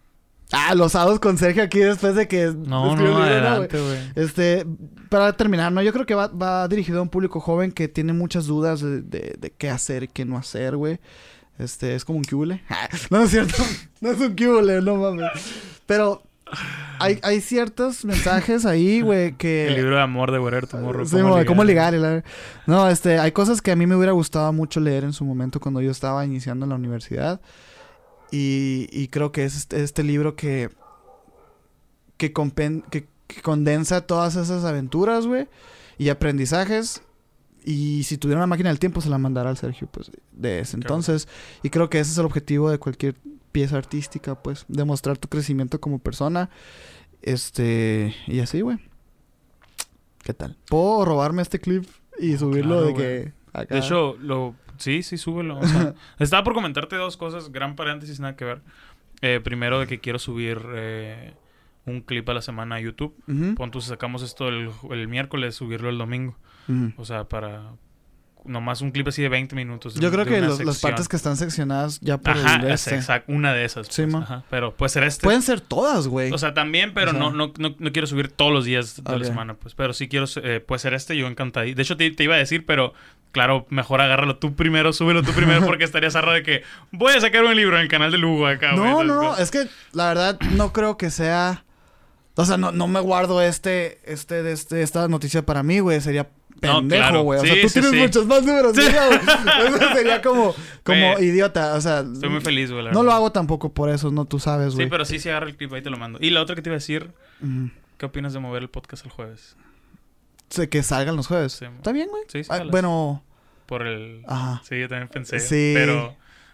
Ah, los sábados con Sergio aquí después de que... No, escribió no, el libro, adelante, güey. güey. Este, para terminar, ¿no? Yo creo que va, va dirigido a un público joven que tiene muchas dudas de, de, de qué hacer y qué no hacer, güey. Este, es como un cubole. No, no es cierto. No es un cubole, no mames. Pero hay, hay ciertos mensajes ahí, güey, que... El libro de amor de Whatever Tomorrow. Sí, güey, ¿cómo ligar? Y la- No, este, hay cosas que a mí me hubiera gustado mucho leer en su momento cuando yo estaba iniciando en la universidad. Y, y creo que es este, este libro que... Que, compen- que, que condensa todas esas aventuras, güey. Y aprendizajes. Y si tuviera una máquina del tiempo, se la mandará al Sergio, pues, de ese entonces. Y creo que ese es el objetivo de cualquier pieza artística, pues. Demostrar tu crecimiento como persona. Este... Y así, güey. ¿Qué tal? ¿Puedo robarme este clip y subirlo Claro, de güey. que... Acá? De hecho, lo... Sí, sí, súbelo. O sea, estaba por comentarte dos cosas. Gran paréntesis, nada que ver. Eh, primero, de que quiero subir eh, un clip a la semana a YouTube. Uh-huh. Pon tú, si sacamos esto el, el miércoles, subirlo el domingo. Uh-huh. O sea, para... Nomás un clip así de veinte minutos. De, Yo creo de que una los, las sección. partes que están seccionadas ya por Ajá, el de es este. exacto. Una de esas. Sí, Pues, mo. ajá. Pero puede ser este. Pueden ser todas, güey. O sea, también, pero O sea- no, no, no, no quiero subir todos los días de Ok. la semana, pues. Pero sí quiero, eh, puede ser este, yo encantado. De hecho, te, te iba a decir, pero claro, mejor agárralo tú primero, súbelo tú primero, porque estaría zarra de que voy a sacar un libro en el canal de Lugo acá, güey. no, ¿sabes? no, es que la verdad no creo que sea... O sea, no, no me guardo este, este, de este, esta noticia para mí, güey. Sería No, pendejo, claro. güey. O Sí, sea, tú sí, tienes sí. muchos más números Sí. que yo, güey. Eso sería como, como Güey. idiota. O sea, Estoy muy feliz, güey. la no verdad. lo hago tampoco por eso, no, tú sabes, Sí, güey. pero sí, sí agarra el clip, ahí te lo mando. Y la otra que te iba a decir, Ujú. ¿qué opinas de mover el podcast el jueves? Sé que salgan los jueves. Sí, mo. ¿Está bien, güey? Sí, sí, Ah, jalas. bueno, Por el... ajá. Sí, yo también pensé. Sí. Pero...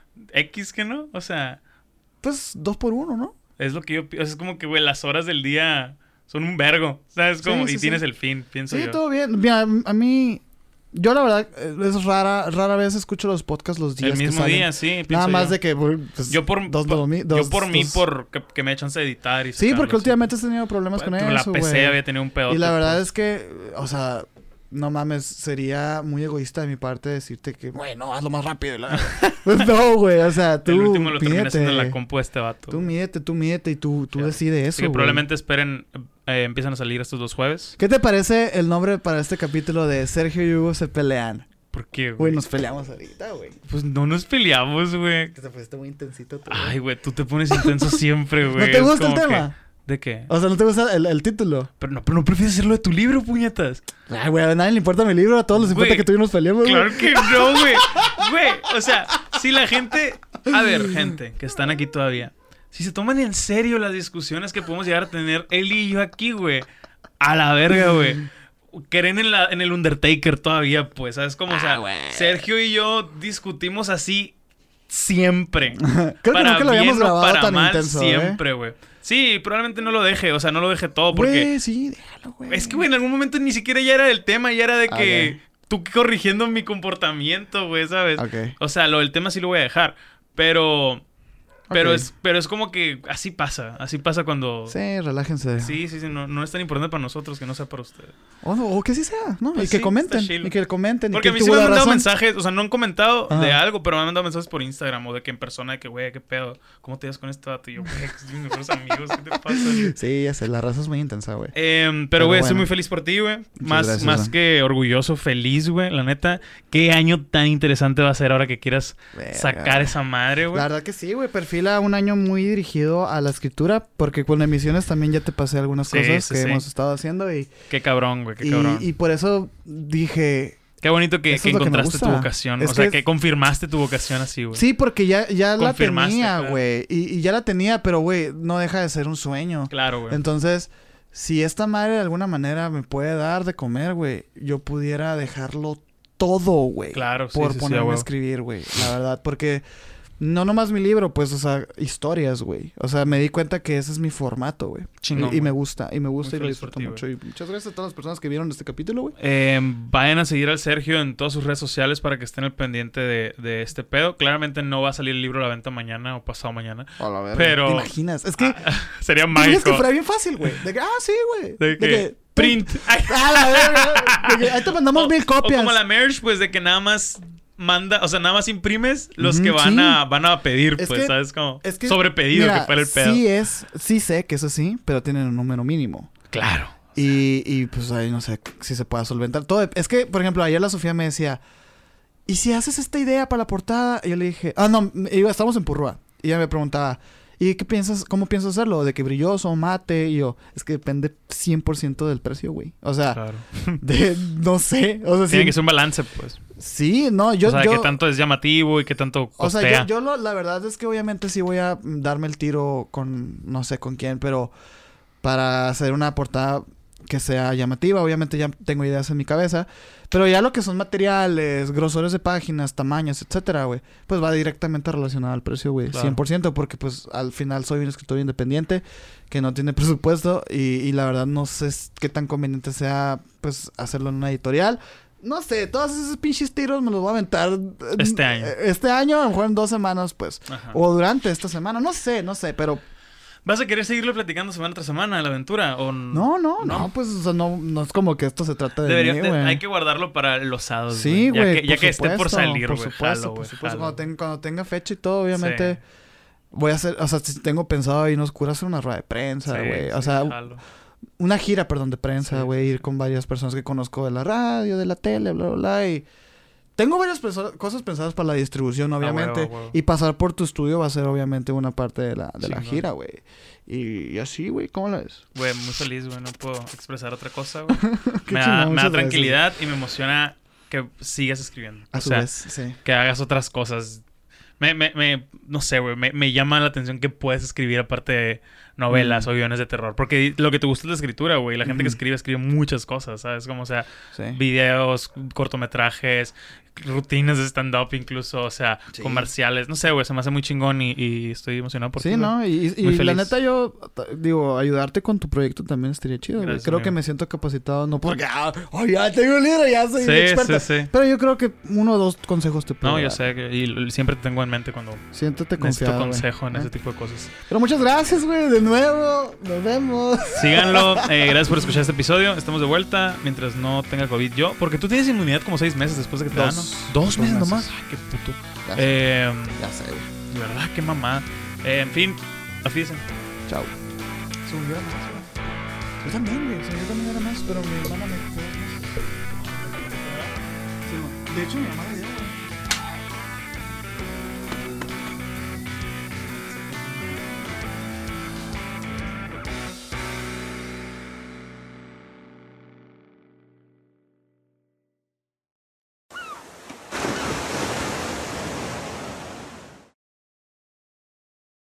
X que no, o sea... Pues dos por uno, ¿no? Es lo que yo... pi- Es como que, güey, las horas del día son un vergo. ¿Sabes? Sí, Como, sí, y sí. tienes el fin, pienso Sí, yo. todo bien. Mira, a mí... Yo la verdad, eh, es rara, rara vez escucho los podcasts los días El que mismo salen. día, sí. pienso Nada más yo. de que... pues, Yo por, dos por- domi- yo dos- por mí, dos- por que, que me echan a editar y Sí, sacarlo, porque últimamente has tenido problemas con La eso, P C güey. había tenido un pedo. Y la verdad es que, o sea, no mames, sería muy egoísta de mi parte decirte que, güey, no, hazlo más rápido. la- Pues no, güey, o sea, tú El último lo terminé haciendo en la mídete. compu de este vato. Tú mídete, tú mídete y tú, tú Sí. decides Así eso, que güey. probablemente esperen, eh, empiezan a salir estos dos jueves. ¿Qué te parece el nombre para este capítulo de Sergio y Hugo se pelean? ¿Por qué, Güey, güey? nos peleamos ahorita, güey. Pues no nos peleamos, güey. Que te pusiste muy intensito tú. Ay, güey, tú te pones intenso siempre, güey. ¿No te Es gusta el como que- tema? ¿De qué? O sea, ¿no te gusta el, el título? Pero no, pero no prefieres hacerlo de tu libro, puñetas. Ay, güey, a nadie le importa mi libro, a todos les importa Güey, que tú y yo nos peleemos, güey. Claro que no, güey. Güey, o sea, si la gente... A ver, gente que están aquí todavía. Si se toman en serio las discusiones que podemos llegar a tener él y yo aquí, güey. A la verga, güey. Creen en, la, en el Undertaker todavía, pues, ¿sabes cómo? O sea, Sergio y yo discutimos así siempre. Creo que para nunca lo habíamos bien o grabado para tan mal, intenso, siempre, güey. Sí, probablemente no lo deje, o sea, no lo deje todo porque... Güey, sí, déjalo, güey. Es que, güey, en algún momento ni siquiera ya era del tema, ya era de que Ok. tú corrigiendo mi comportamiento, güey, ¿sabes? Ok. O sea, lo del tema sí lo voy a dejar, pero... Pero, Ok. es, pero es como que así pasa, así pasa cuando... Sí, relájense. Sí, sí, sí, no, no es tan importante para nosotros que no sea para ustedes. O, o que sí sea, ¿no? Pues y que sí, comenten. está chill. Y que comenten. Porque y a que mí sí tuvo me han la mandado razón. mensajes, o sea, no han comentado Ajá. de algo, pero me han mandado mensajes por Instagram o de que en persona, de que, güey, qué pedo, ¿cómo te llevas con este vato? Y yo, güey, que son mis mejores amigos, ¿qué te pasa? Sí, ya sé, la raza es muy intensa, güey. Em, pero, Pero güey, bueno. estoy muy feliz por ti, güey. Más, gracias, más güey. que orgulloso, feliz, güey. La neta, qué año tan interesante va a ser ahora que quieras Verga. sacar esa madre, güey. La verdad que sí, güey. Perfila un año muy dirigido a la escritura. Porque con emisiones también ya te pasé algunas Sí, cosas sí, que sí. hemos estado haciendo. Y, Qué cabrón, güey, qué y, cabrón. y por eso dije... Qué bonito que, eso que es lo que me encontraste tu gusta. vocación. Es o sea, que que, es- confirmaste tu vocación así, güey. Sí, porque ya, ya la Confirmaste, tenía, claro. güey. Y, y ya la tenía, pero, güey, no deja de ser un sueño. Claro, güey. Entonces, si esta madre de alguna manera me puede dar de comer, güey, yo pudiera dejarlo todo, güey. Claro, sí, Por sí, sí, a ponerme a huevo. escribir, güey. La verdad, porque no nomás mi libro, pues, o sea, historias, güey. O sea, me di cuenta que ese es mi formato, güey. Chingón, Y, y me güey. gusta, y me gusta Muy y lo feliz por disfruto ti, mucho. Y muchas gracias a todas las personas que vieron este capítulo, güey. Eh, vayan a seguir al Sergio en todas sus redes sociales para que estén al pendiente de, de este pedo. Claramente no va a salir el libro a la venta mañana o pasado mañana. A la verga. Pero- ¿Te imaginas? Es que... Sería ¿te imaginas mágico. que fuera bien fácil, güey? De que, ah, sí, güey. De que, print. Ay. ¡Ah, la verga! De que, ahí te mandamos O- mil copias. O como la merch, pues, de que nada más manda, o sea, nada más imprimes los Ujú, que van sí. a van a pedir, Es pues, que- ¿sabes? Como Es que, sobrepedido mira, que fuera el pedo. Sí es, sí sé que eso sí, pero tienen un número mínimo. Claro. Y, y pues ahí no sé si se pueda solventar todo. Es que, por ejemplo, ayer la Sofía me decía, ¿y si haces esta idea para la portada? Y yo le dije, ah, no, iba, estábamos en Purrúa. Y ella me preguntaba, ¿y qué piensas, cómo piensas hacerlo? ¿De que brilloso, mate? Y yo, es que depende cien por ciento del precio, güey. O sea, Claro. de, no sé. O sea, Tiene sí, que ser un balance, pues. sí, no, yo... o sea, yo que tanto es llamativo y que tanto O costea. sea, yo, yo lo, la verdad es que obviamente sí voy a darme el tiro con, no sé con quién, pero para hacer una portada que sea llamativa. Obviamente ya tengo ideas en mi cabeza. Pero ya lo que son materiales, grosores de páginas, tamaños, etcétera, güey, pues va directamente relacionado al precio, güey. Claro. cien por ciento, porque pues al final soy un escritor independiente que no tiene presupuesto y, y la verdad no sé qué tan conveniente sea, pues, hacerlo en una editorial. No sé, todos esos pinches tiros me los voy a aventar este año. Este año, a lo mejor en dos semanas, pues. Ajá. O durante esta semana, no sé, no sé, pero... ¿Vas a querer seguirlo platicando semana tras semana, la aventura? ¿O no, no, no, no, pues o sea, no, no es como que esto se trata de Debería, mí, de, güey. Hay que guardarlo para los sábados, sí, güey. Ya que, ya que esté por salir, güey. Por supuesto, jalo, por supuesto. Jalo. Cuando, ten, cuando tenga fecha y todo, obviamente... Sí. Voy a hacer... O sea, si tengo pensado ahí en Oscura hacer una rueda de prensa, güey. Sí, o sí, sea... Jalo. Una gira, perdón, de prensa, güey. Sí, sí, ir sí. con varias personas que conozco de la radio, de la tele, bla, bla, bla. Y... Tengo varias cosas pensadas para la distribución, obviamente. Ah, huevo, huevo. Y pasar por tu estudio va a ser, obviamente, una parte de la, de sí, la ¿no? gira, güey. Y, y así, güey, ¿cómo la ves? Güey, muy feliz, güey. No puedo expresar otra cosa, güey. me, da, me da tranquilidad y me emociona que sigas escribiendo. A o su sea, vez, sí. Que hagas otras cosas. Me, me, me, no sé, güey. Me, me llama la atención que puedes escribir aparte de novelas mm. o guiones de terror. Porque lo que te gusta es la escritura, güey. La gente mm. que escribe, escribe muchas cosas, ¿sabes? Como, o sea, sí. videos, cortometrajes, rutinas de stand-up incluso, o sea, sí. comerciales. No sé, güey, se me hace muy chingón y, y estoy emocionado por ti. Sí, ¿no? Y, y, y la neta yo, digo, ayudarte con tu proyecto también estaría chido, güey. Creo amigo. que me siento capacitado, no porque, ah, oh, ya tengo un libro, ya soy sí, experta. Sí, sí. Pero yo creo que uno o dos consejos te puedo No, dar. yo sé, que, y siempre te tengo en mente cuando siéntete confiado, necesito consejo güey. en ¿Eh? ese tipo de cosas. Pero muchas gracias, güey, de nuevo. Nos vemos. Síganlo. Eh, gracias por escuchar este episodio. Estamos de vuelta mientras no tenga COVID yo. Porque tú tienes inmunidad como seis meses después de que te dos, dan, ¿no? Dos meses nomás. Ay, qué puto. Ya, eh, ya sé, güey. De verdad, qué mamá. Eh, en fin, afídense. Chao. Se me olvidó más, güey. Yo también, güey. Se me olvidó también era más, pero mi hermana me... Sí, de hecho, mi mamá...